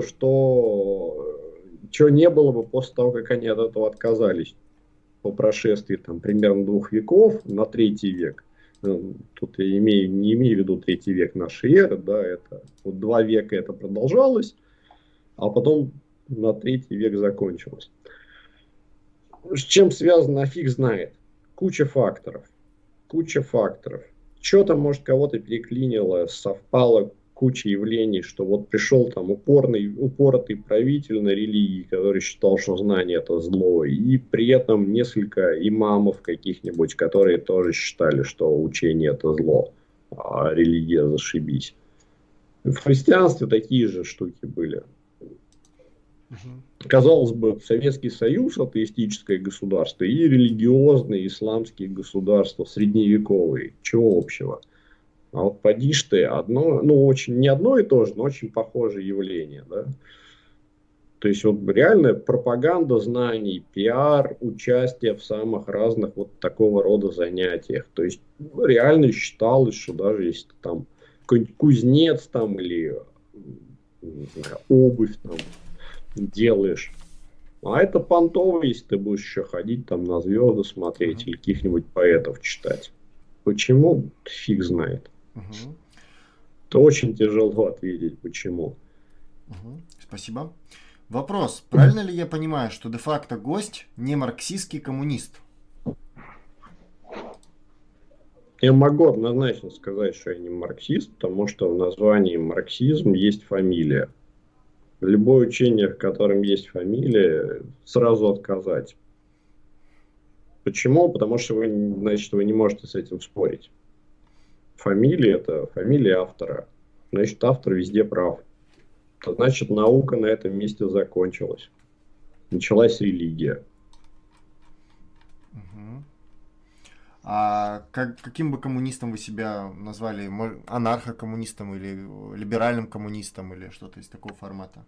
S3: чего не было бы после того, как они от этого отказались по прошествии там, примерно 2 веков на 3 век. Тут я не имею в виду 3 век нашей эры, да, это вот 2 века это продолжалось, а потом на 3 век закончилось. С чем связано, фиг знает. Куча факторов. Куча факторов. Что-то, может, кого-то переклинило, совпало куча явлений, что вот пришел там упоротый правитель на религии, который считал, что знание это зло, и при этом несколько имамов каких-нибудь, которые тоже считали, что учение это зло, а религия зашибись. В христианстве такие же штуки были. Казалось бы, Советский Союз, атеистическое государство, и религиозные исламские государства, средневековые. Чего общего? А вот поди ж ты, очень, не одно и то же, но очень похожее явление. Да? То есть вот реальная пропаганда знаний, пиар, участие в самых разных вот такого рода занятиях. То есть реально считалось, что даже если ты там какой-нибудь кузнец там или не знаю, обувь там делаешь. А это понтово, если ты будешь еще ходить там на звезды смотреть или каких-нибудь поэтов читать. Почему? Фиг знает. Это очень тяжело ответить, почему.
S1: Спасибо. Вопрос. Правильно ли я понимаю, что де-факто гость не марксистский коммунист?
S3: Я могу однозначно сказать, что я не марксист, потому что в названии марксизм есть фамилия. Любое учение, в котором есть фамилия, сразу отказать. Почему? Потому что вы не можете с этим спорить. Фамилия – это фамилия автора. Значит, автор везде прав. Значит, наука на этом месте закончилась. Началась религия.
S1: А каким бы коммунистом вы себя назвали? Анархо-коммунистом или либеральным коммунистом или что-то из такого формата?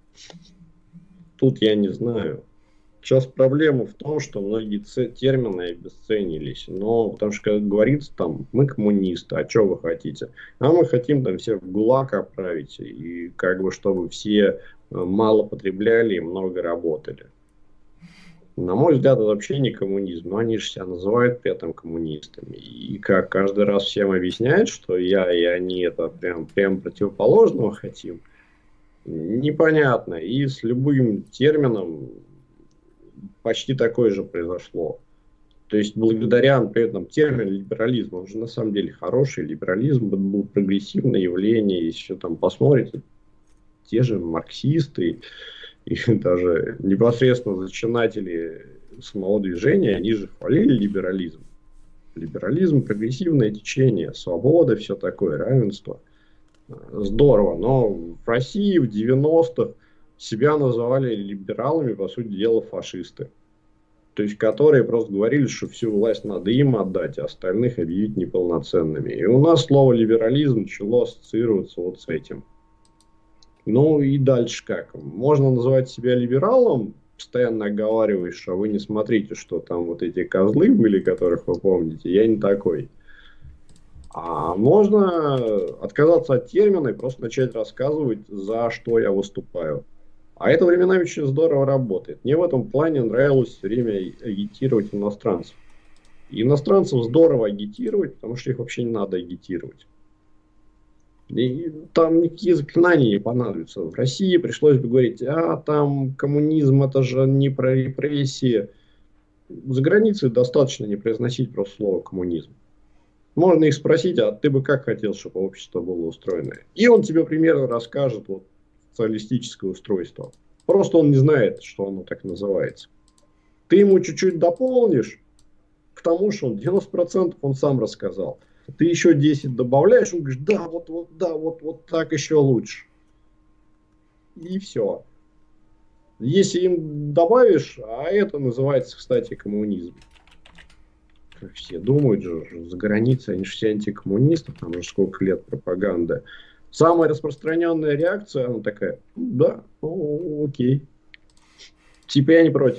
S3: Тут я не знаю. Сейчас проблема в том, что многие термины обесценились. Но потому что, как говорится, там, мы коммунисты, а что вы хотите? А мы хотим там всех в ГУЛАГ отправить, и как бы чтобы все мало потребляли и много работали. На мой взгляд, это вообще не коммунизм, но они же себя называют при этом коммунистами. И как каждый раз всем объясняют, что я и они это прям противоположного хотим, непонятно. И с любым термином почти такое же произошло. То есть благодаря, например, термину либерализм, он же на самом деле хороший, либерализм был прогрессивное явление, если еще там посмотрите, те же марксисты, и даже непосредственно зачинатели самого движения, они же хвалили либерализм. Либерализм, прогрессивное течение, свобода, все такое, равенство. Здорово. Но в России в 90-х себя называли либералами, по сути дела, фашисты. То есть, которые просто говорили, что всю власть надо им отдать, а остальных объявить неполноценными. И у нас слово либерализм начало ассоциироваться вот с этим. Ну и дальше как? Можно называть себя либералом, постоянно оговариваешь, что вы не смотрите, что там вот эти козлы были, которых вы помните, я не такой. А можно отказаться от термина и просто начать рассказывать, за что я выступаю. А это временами очень здорово работает. Мне в этом плане нравилось все время агитировать иностранцев. И иностранцев здорово агитировать, потому что их вообще не надо агитировать. И там никакие заклинания не понадобятся. В России пришлось бы говорить, там коммунизм, это же не про репрессии. За границей достаточно не произносить просто слово коммунизм. Можно их спросить, а ты бы как хотел, чтобы общество было устроено? И он тебе примерно расскажет вот социалистическое устройство. Просто он не знает, что оно так называется. Ты ему чуть-чуть дополнишь к тому, что он 90% он сам рассказал. Ты еще 10 добавляешь, он говорит, вот так еще лучше. И все. Если им добавишь, а это называется, кстати, коммунизм. Все думают же, за границей, они же все антикоммунисты, там уже сколько лет пропаганды. Самая распространенная реакция, она такая, да, окей. Типа я не против.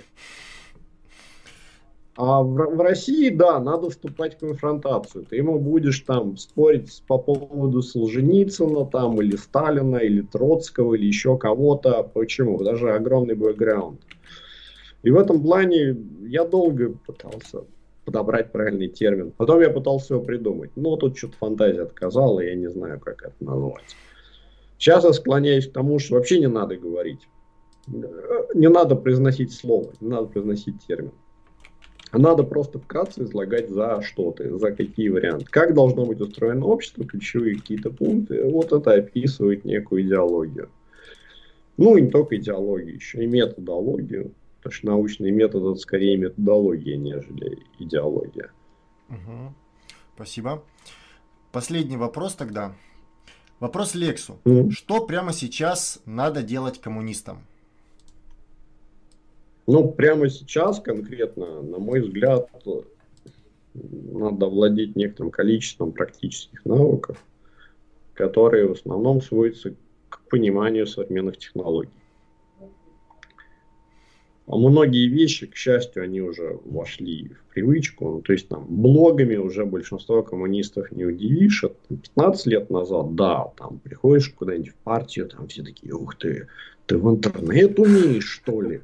S3: А в России, да, надо вступать в конфронтацию. Ты ему будешь там спорить по поводу Солженицына там, или Сталина, или Троцкого, или еще кого-то. Почему? Даже огромный бэкграунд. И в этом плане я долго пытался подобрать правильный термин. Потом я пытался его придумать. Но тут что-то фантазия отказала, и я не знаю, как это назвать. Сейчас я склоняюсь к тому, что вообще не надо говорить. Не надо произносить слово, не надо произносить термин. А надо просто вкратце излагать за что-то, за какие варианты. Как должно быть устроено общество, ключевые какие-то пункты. Вот это описывает некую идеологию. Ну, и не только идеологию, еще и методологию. Потому что научный метод это скорее методология, нежели идеология.
S1: Угу. Спасибо. Последний вопрос тогда. Вопрос Лексу. Что прямо сейчас надо делать коммунистам?
S3: Ну, прямо сейчас конкретно, на мой взгляд, надо владеть некоторым количеством практических навыков, которые в основном сводятся к пониманию современных технологий. А многие вещи, к счастью, они уже вошли в привычку. Ну, то есть там блогами уже большинство коммунистов не удивишь. 15 лет назад, да, там приходишь куда-нибудь в партию, там все такие, ух ты в интернет умеешь, что ли?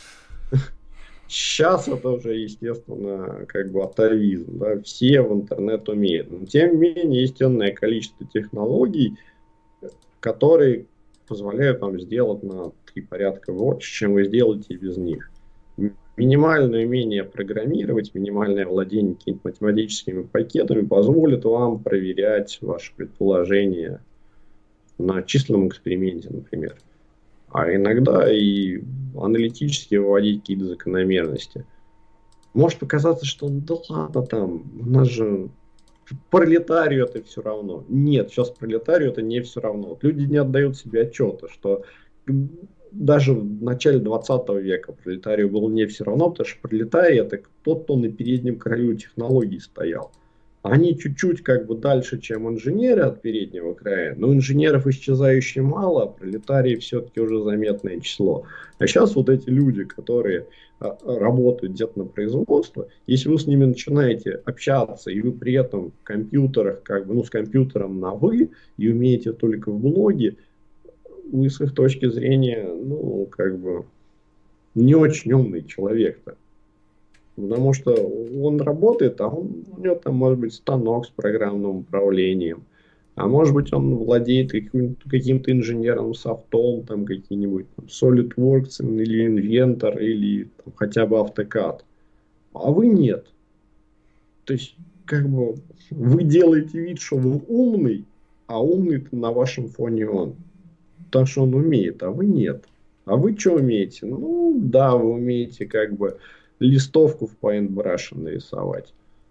S3: Сейчас это уже, естественно, как бы атовизм, да, все в интернет умеют. Но, тем не менее, есть энное количество технологий, которые позволяют вам сделать на 3 порядка больше, чем вы сделаете и без них. Минимальное умение программировать, минимальное владение какими-то математическими пакетами позволит вам проверять ваши предположения на численном эксперименте, например. А иногда и аналитически выводить какие-то закономерности. Может показаться, что да ладно там, у нас же пролетарию это все равно. Нет, сейчас пролетарию это не все равно. Вот люди не отдают себе отчета, что даже в начале 20 века пролетарию было не все равно, потому что пролетарий это тот, кто на переднем краю технологий стоял. Они чуть-чуть как бы дальше, чем инженеры от переднего края, но инженеров исчезающе мало, а пролетарии все-таки уже заметное число. А сейчас вот эти люди, которые работают где-то на производстве, если вы с ними начинаете общаться, и вы при этом в компьютерах, как бы, ну, с компьютером на «вы», и умеете только в блоге, вы с их точки зрения, ну, как бы, не очень умный человек-то. Потому что он работает, а у него там может быть станок с программным управлением. А может быть он владеет каким-то инженерным софтом, там какие-нибудь там, SolidWorks или Inventor, или там, хотя бы AutoCAD. А вы нет. То есть, как бы, вы делаете вид, что вы умный, а умный-то на вашем фоне он. Потому что он умеет, а вы нет. А вы что умеете? Ну, да, вы умеете как бы листовку в Paintbrush нарисовать.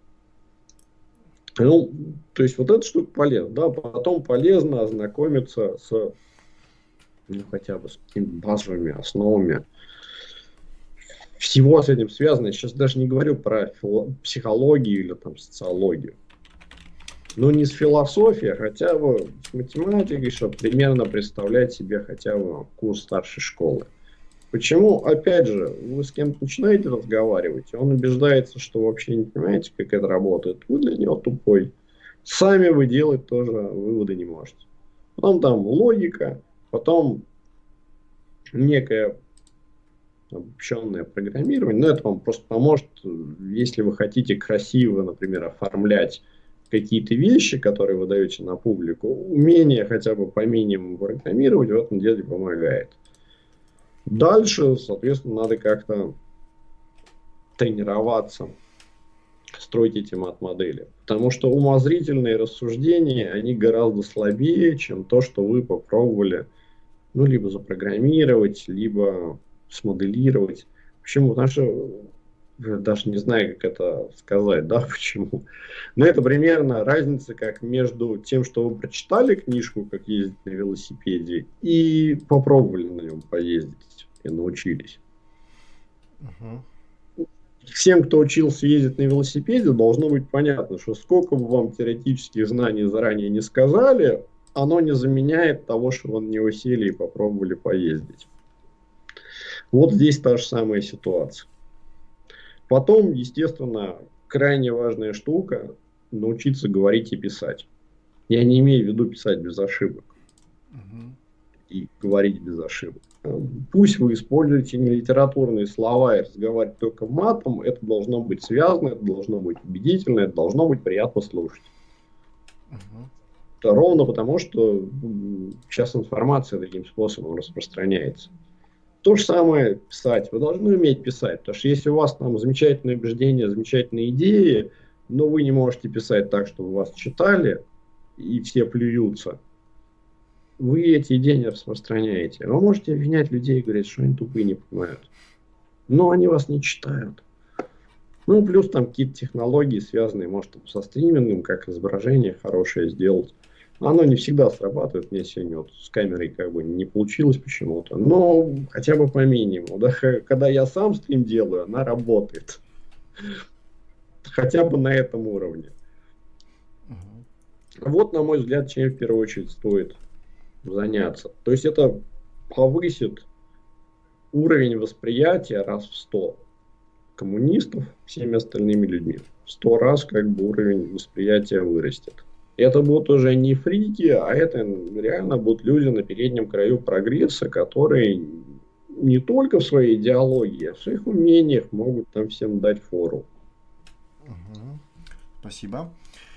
S3: Ну, то есть вот эта штука полезна. Да, потом полезно ознакомиться с, ну, хотя бы с какими-то базовыми основами всего с этим связано. Я сейчас даже не говорю про психологию или там социологию. Ну, не с философией, а хотя бы с математикой, чтобы примерно представлять себе хотя бы курс старшей школы. Почему, опять же, вы с кем-то начинаете разговаривать, и он убеждается, что вообще не понимаете, как это работает, вы для него тупой. Сами вы делать тоже выводы не можете. Потом там логика, потом некое обобщенное программирование. Но это вам просто поможет, если вы хотите красиво, например, оформлять какие-то вещи, которые вы даете на публику. Умение хотя бы по минимуму программировать в этом деле помогает. Дальше, соответственно, надо как-то тренироваться, строить эти мат-модели. Потому что умозрительные рассуждения, они гораздо слабее, чем то, что вы попробовали, ну, либо запрограммировать, либо смоделировать. Почему? Потому что я даже не знаю, как это сказать, да, почему. Но это примерно разница, как между тем, что вы прочитали книжку, как ездить на велосипеде, и попробовали на нем поездить и научились. Всем, кто учился ездить на велосипеде, должно быть понятно, что сколько бы вам теоретических знаний заранее не сказали, оно не заменяет того, что вы на него сели и попробовали поездить. Вот здесь та же самая ситуация. Потом, естественно, крайне важная штука – научиться говорить и писать. Я не имею в виду писать без ошибок. и говорить без ошибок. Пусть вы используете не литературные слова и разговариваете только матом, это должно быть связано, это должно быть убедительно, это должно быть приятно слушать. Это ровно потому, что сейчас информация таким способом распространяется. То же самое писать. Вы должны уметь писать, потому что если у вас там замечательные убеждения, замечательные идеи, но вы не можете писать так, чтобы вас читали, и все плюются, вы эти идеи не распространяете. Вы можете обвинять людей и говорить, что они тупые, не понимают. Но они вас не читают. Ну, плюс там какие-то технологии, связанные, может, со стримингом, как изображение хорошее сделать. Оно не всегда срабатывает. Мне сегодня вот с камерой как бы не получилось почему-то. Но хотя бы по минимуму. Да? Когда я сам стрим делаю, она работает. Хотя бы на этом уровне. Вот, на мой взгляд, чем в первую очередь стоит заняться. То есть это повысит уровень восприятия раз в 100 коммунистов всеми остальными людьми. В 100 раз как бы уровень восприятия вырастет. Это будут уже не фрики, а это реально будут люди на переднем краю прогресса, которые не только в своей идеологии, а в своих умениях могут там всем дать фору.
S1: Спасибо.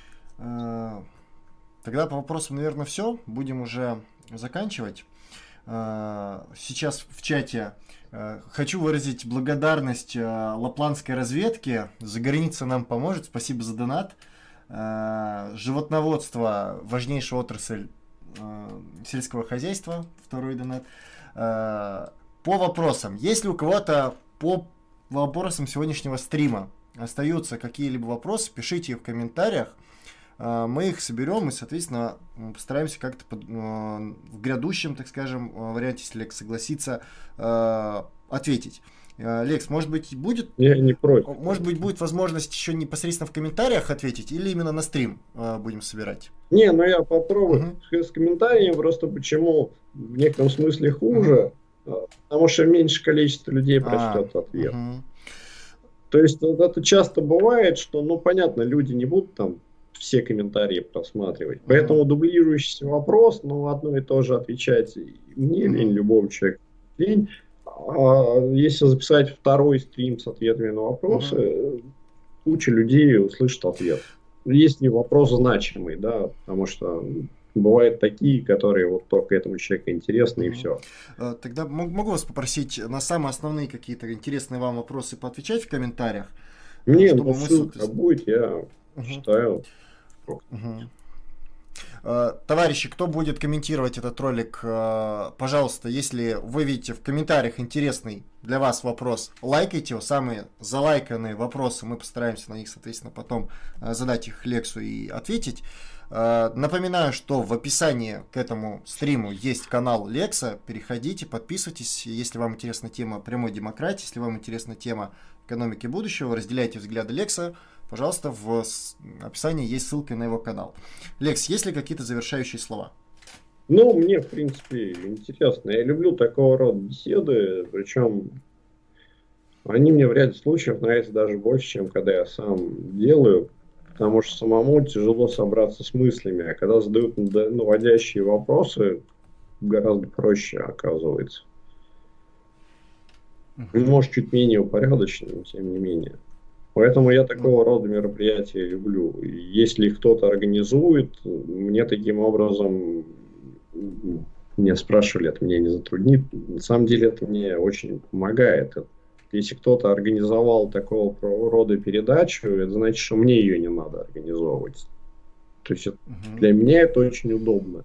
S1: Тогда по вопросам, наверное, все. Будем уже заканчивать. Сейчас в чате хочу выразить благодарность лапландской разведке. Заграница нам поможет. Спасибо за донат. Животноводство — важнейшая отрасль сельского хозяйства. Второй донат. По вопросам. Если у кого-то по вопросам сегодняшнего стрима остаются какие-либо вопросы, пишите их в комментариях. Мы их соберем и, соответственно, постараемся как-то в грядущем, так скажем, варианте, если Лекс согласится, ответить. Лекс, может быть, будет...
S3: Я не против.
S1: Может быть, будет возможность еще непосредственно в комментариях ответить, или именно на стрим будем собирать?
S3: Не, ну я попробую с комментариями, просто почему в некотором смысле хуже, потому что меньше количество людей прочтет ответ. То есть это часто бывает, что, ну, понятно, люди не будут там все комментарии просматривать. Поэтому дублирующийся вопрос, ну, одно и то же отвечать мне лень, любого человека лень. А если записать второй стрим с ответами на вопросы, куча людей услышит ответ. Если вопрос значимый, да, потому что бывают такие, которые вот только этому человеку интересны, и все.
S1: Тогда могу вас попросить на самые основные какие-то интересные вам вопросы поотвечать в комментариях?
S3: Не, ну ссылка будет, я читаю.
S1: Товарищи, кто будет комментировать этот ролик, пожалуйста, если вы видите в комментариях интересный для вас вопрос, лайкайте его. Самые залайканные вопросы мы постараемся на них, соответственно, потом задать их Лексу и ответить. Напоминаю, что в описании к этому стриму есть канал Лекса. Переходите, подписывайтесь. Если вам интересна тема прямой демократии, если вам интересна тема экономики будущего, разделяйте взгляды Лекса. Пожалуйста, в описании есть ссылка на его канал. Лекс, есть ли какие-то завершающие слова?
S3: Ну, мне, в принципе, интересно. Я люблю такого рода беседы, причем они мне в ряде случаев нравятся даже больше, чем когда я сам делаю, потому что самому тяжело собраться с мыслями, а когда задают наводящие вопросы, гораздо проще оказывается. Может, чуть менее упорядоченным, но тем не менее. Поэтому я такого рода мероприятия люблю. Если кто-то организует, мне таким образом, меня спрашивали, это меня не затруднит. На самом деле это мне очень помогает. Если кто-то организовал такого рода передачу, это значит, что мне ее не надо организовывать. То есть для меня это очень удобно.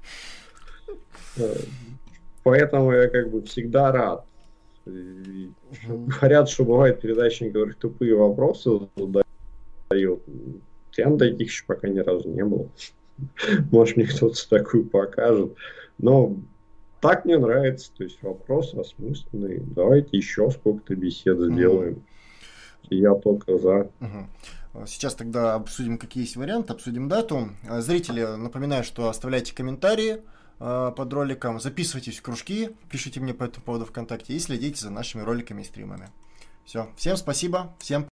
S3: Поэтому я как бы всегда рад. Говорят, что бывают передачи, которые тупые вопросы задают. Я на таких еще пока ни разу не был. Может, мне кто-то такую покажет. Но так мне нравится. То есть вопрос осмысленный. Давайте еще сколько-то бесед сделаем. Я только за.
S1: Сейчас тогда обсудим, какие есть варианты, обсудим дату. Зрители, напоминаю, что оставляйте комментарии под роликом, записывайтесь в кружки, пишите мне по этому поводу ВКонтакте и следите за нашими роликами и стримами. Все, всем спасибо, всем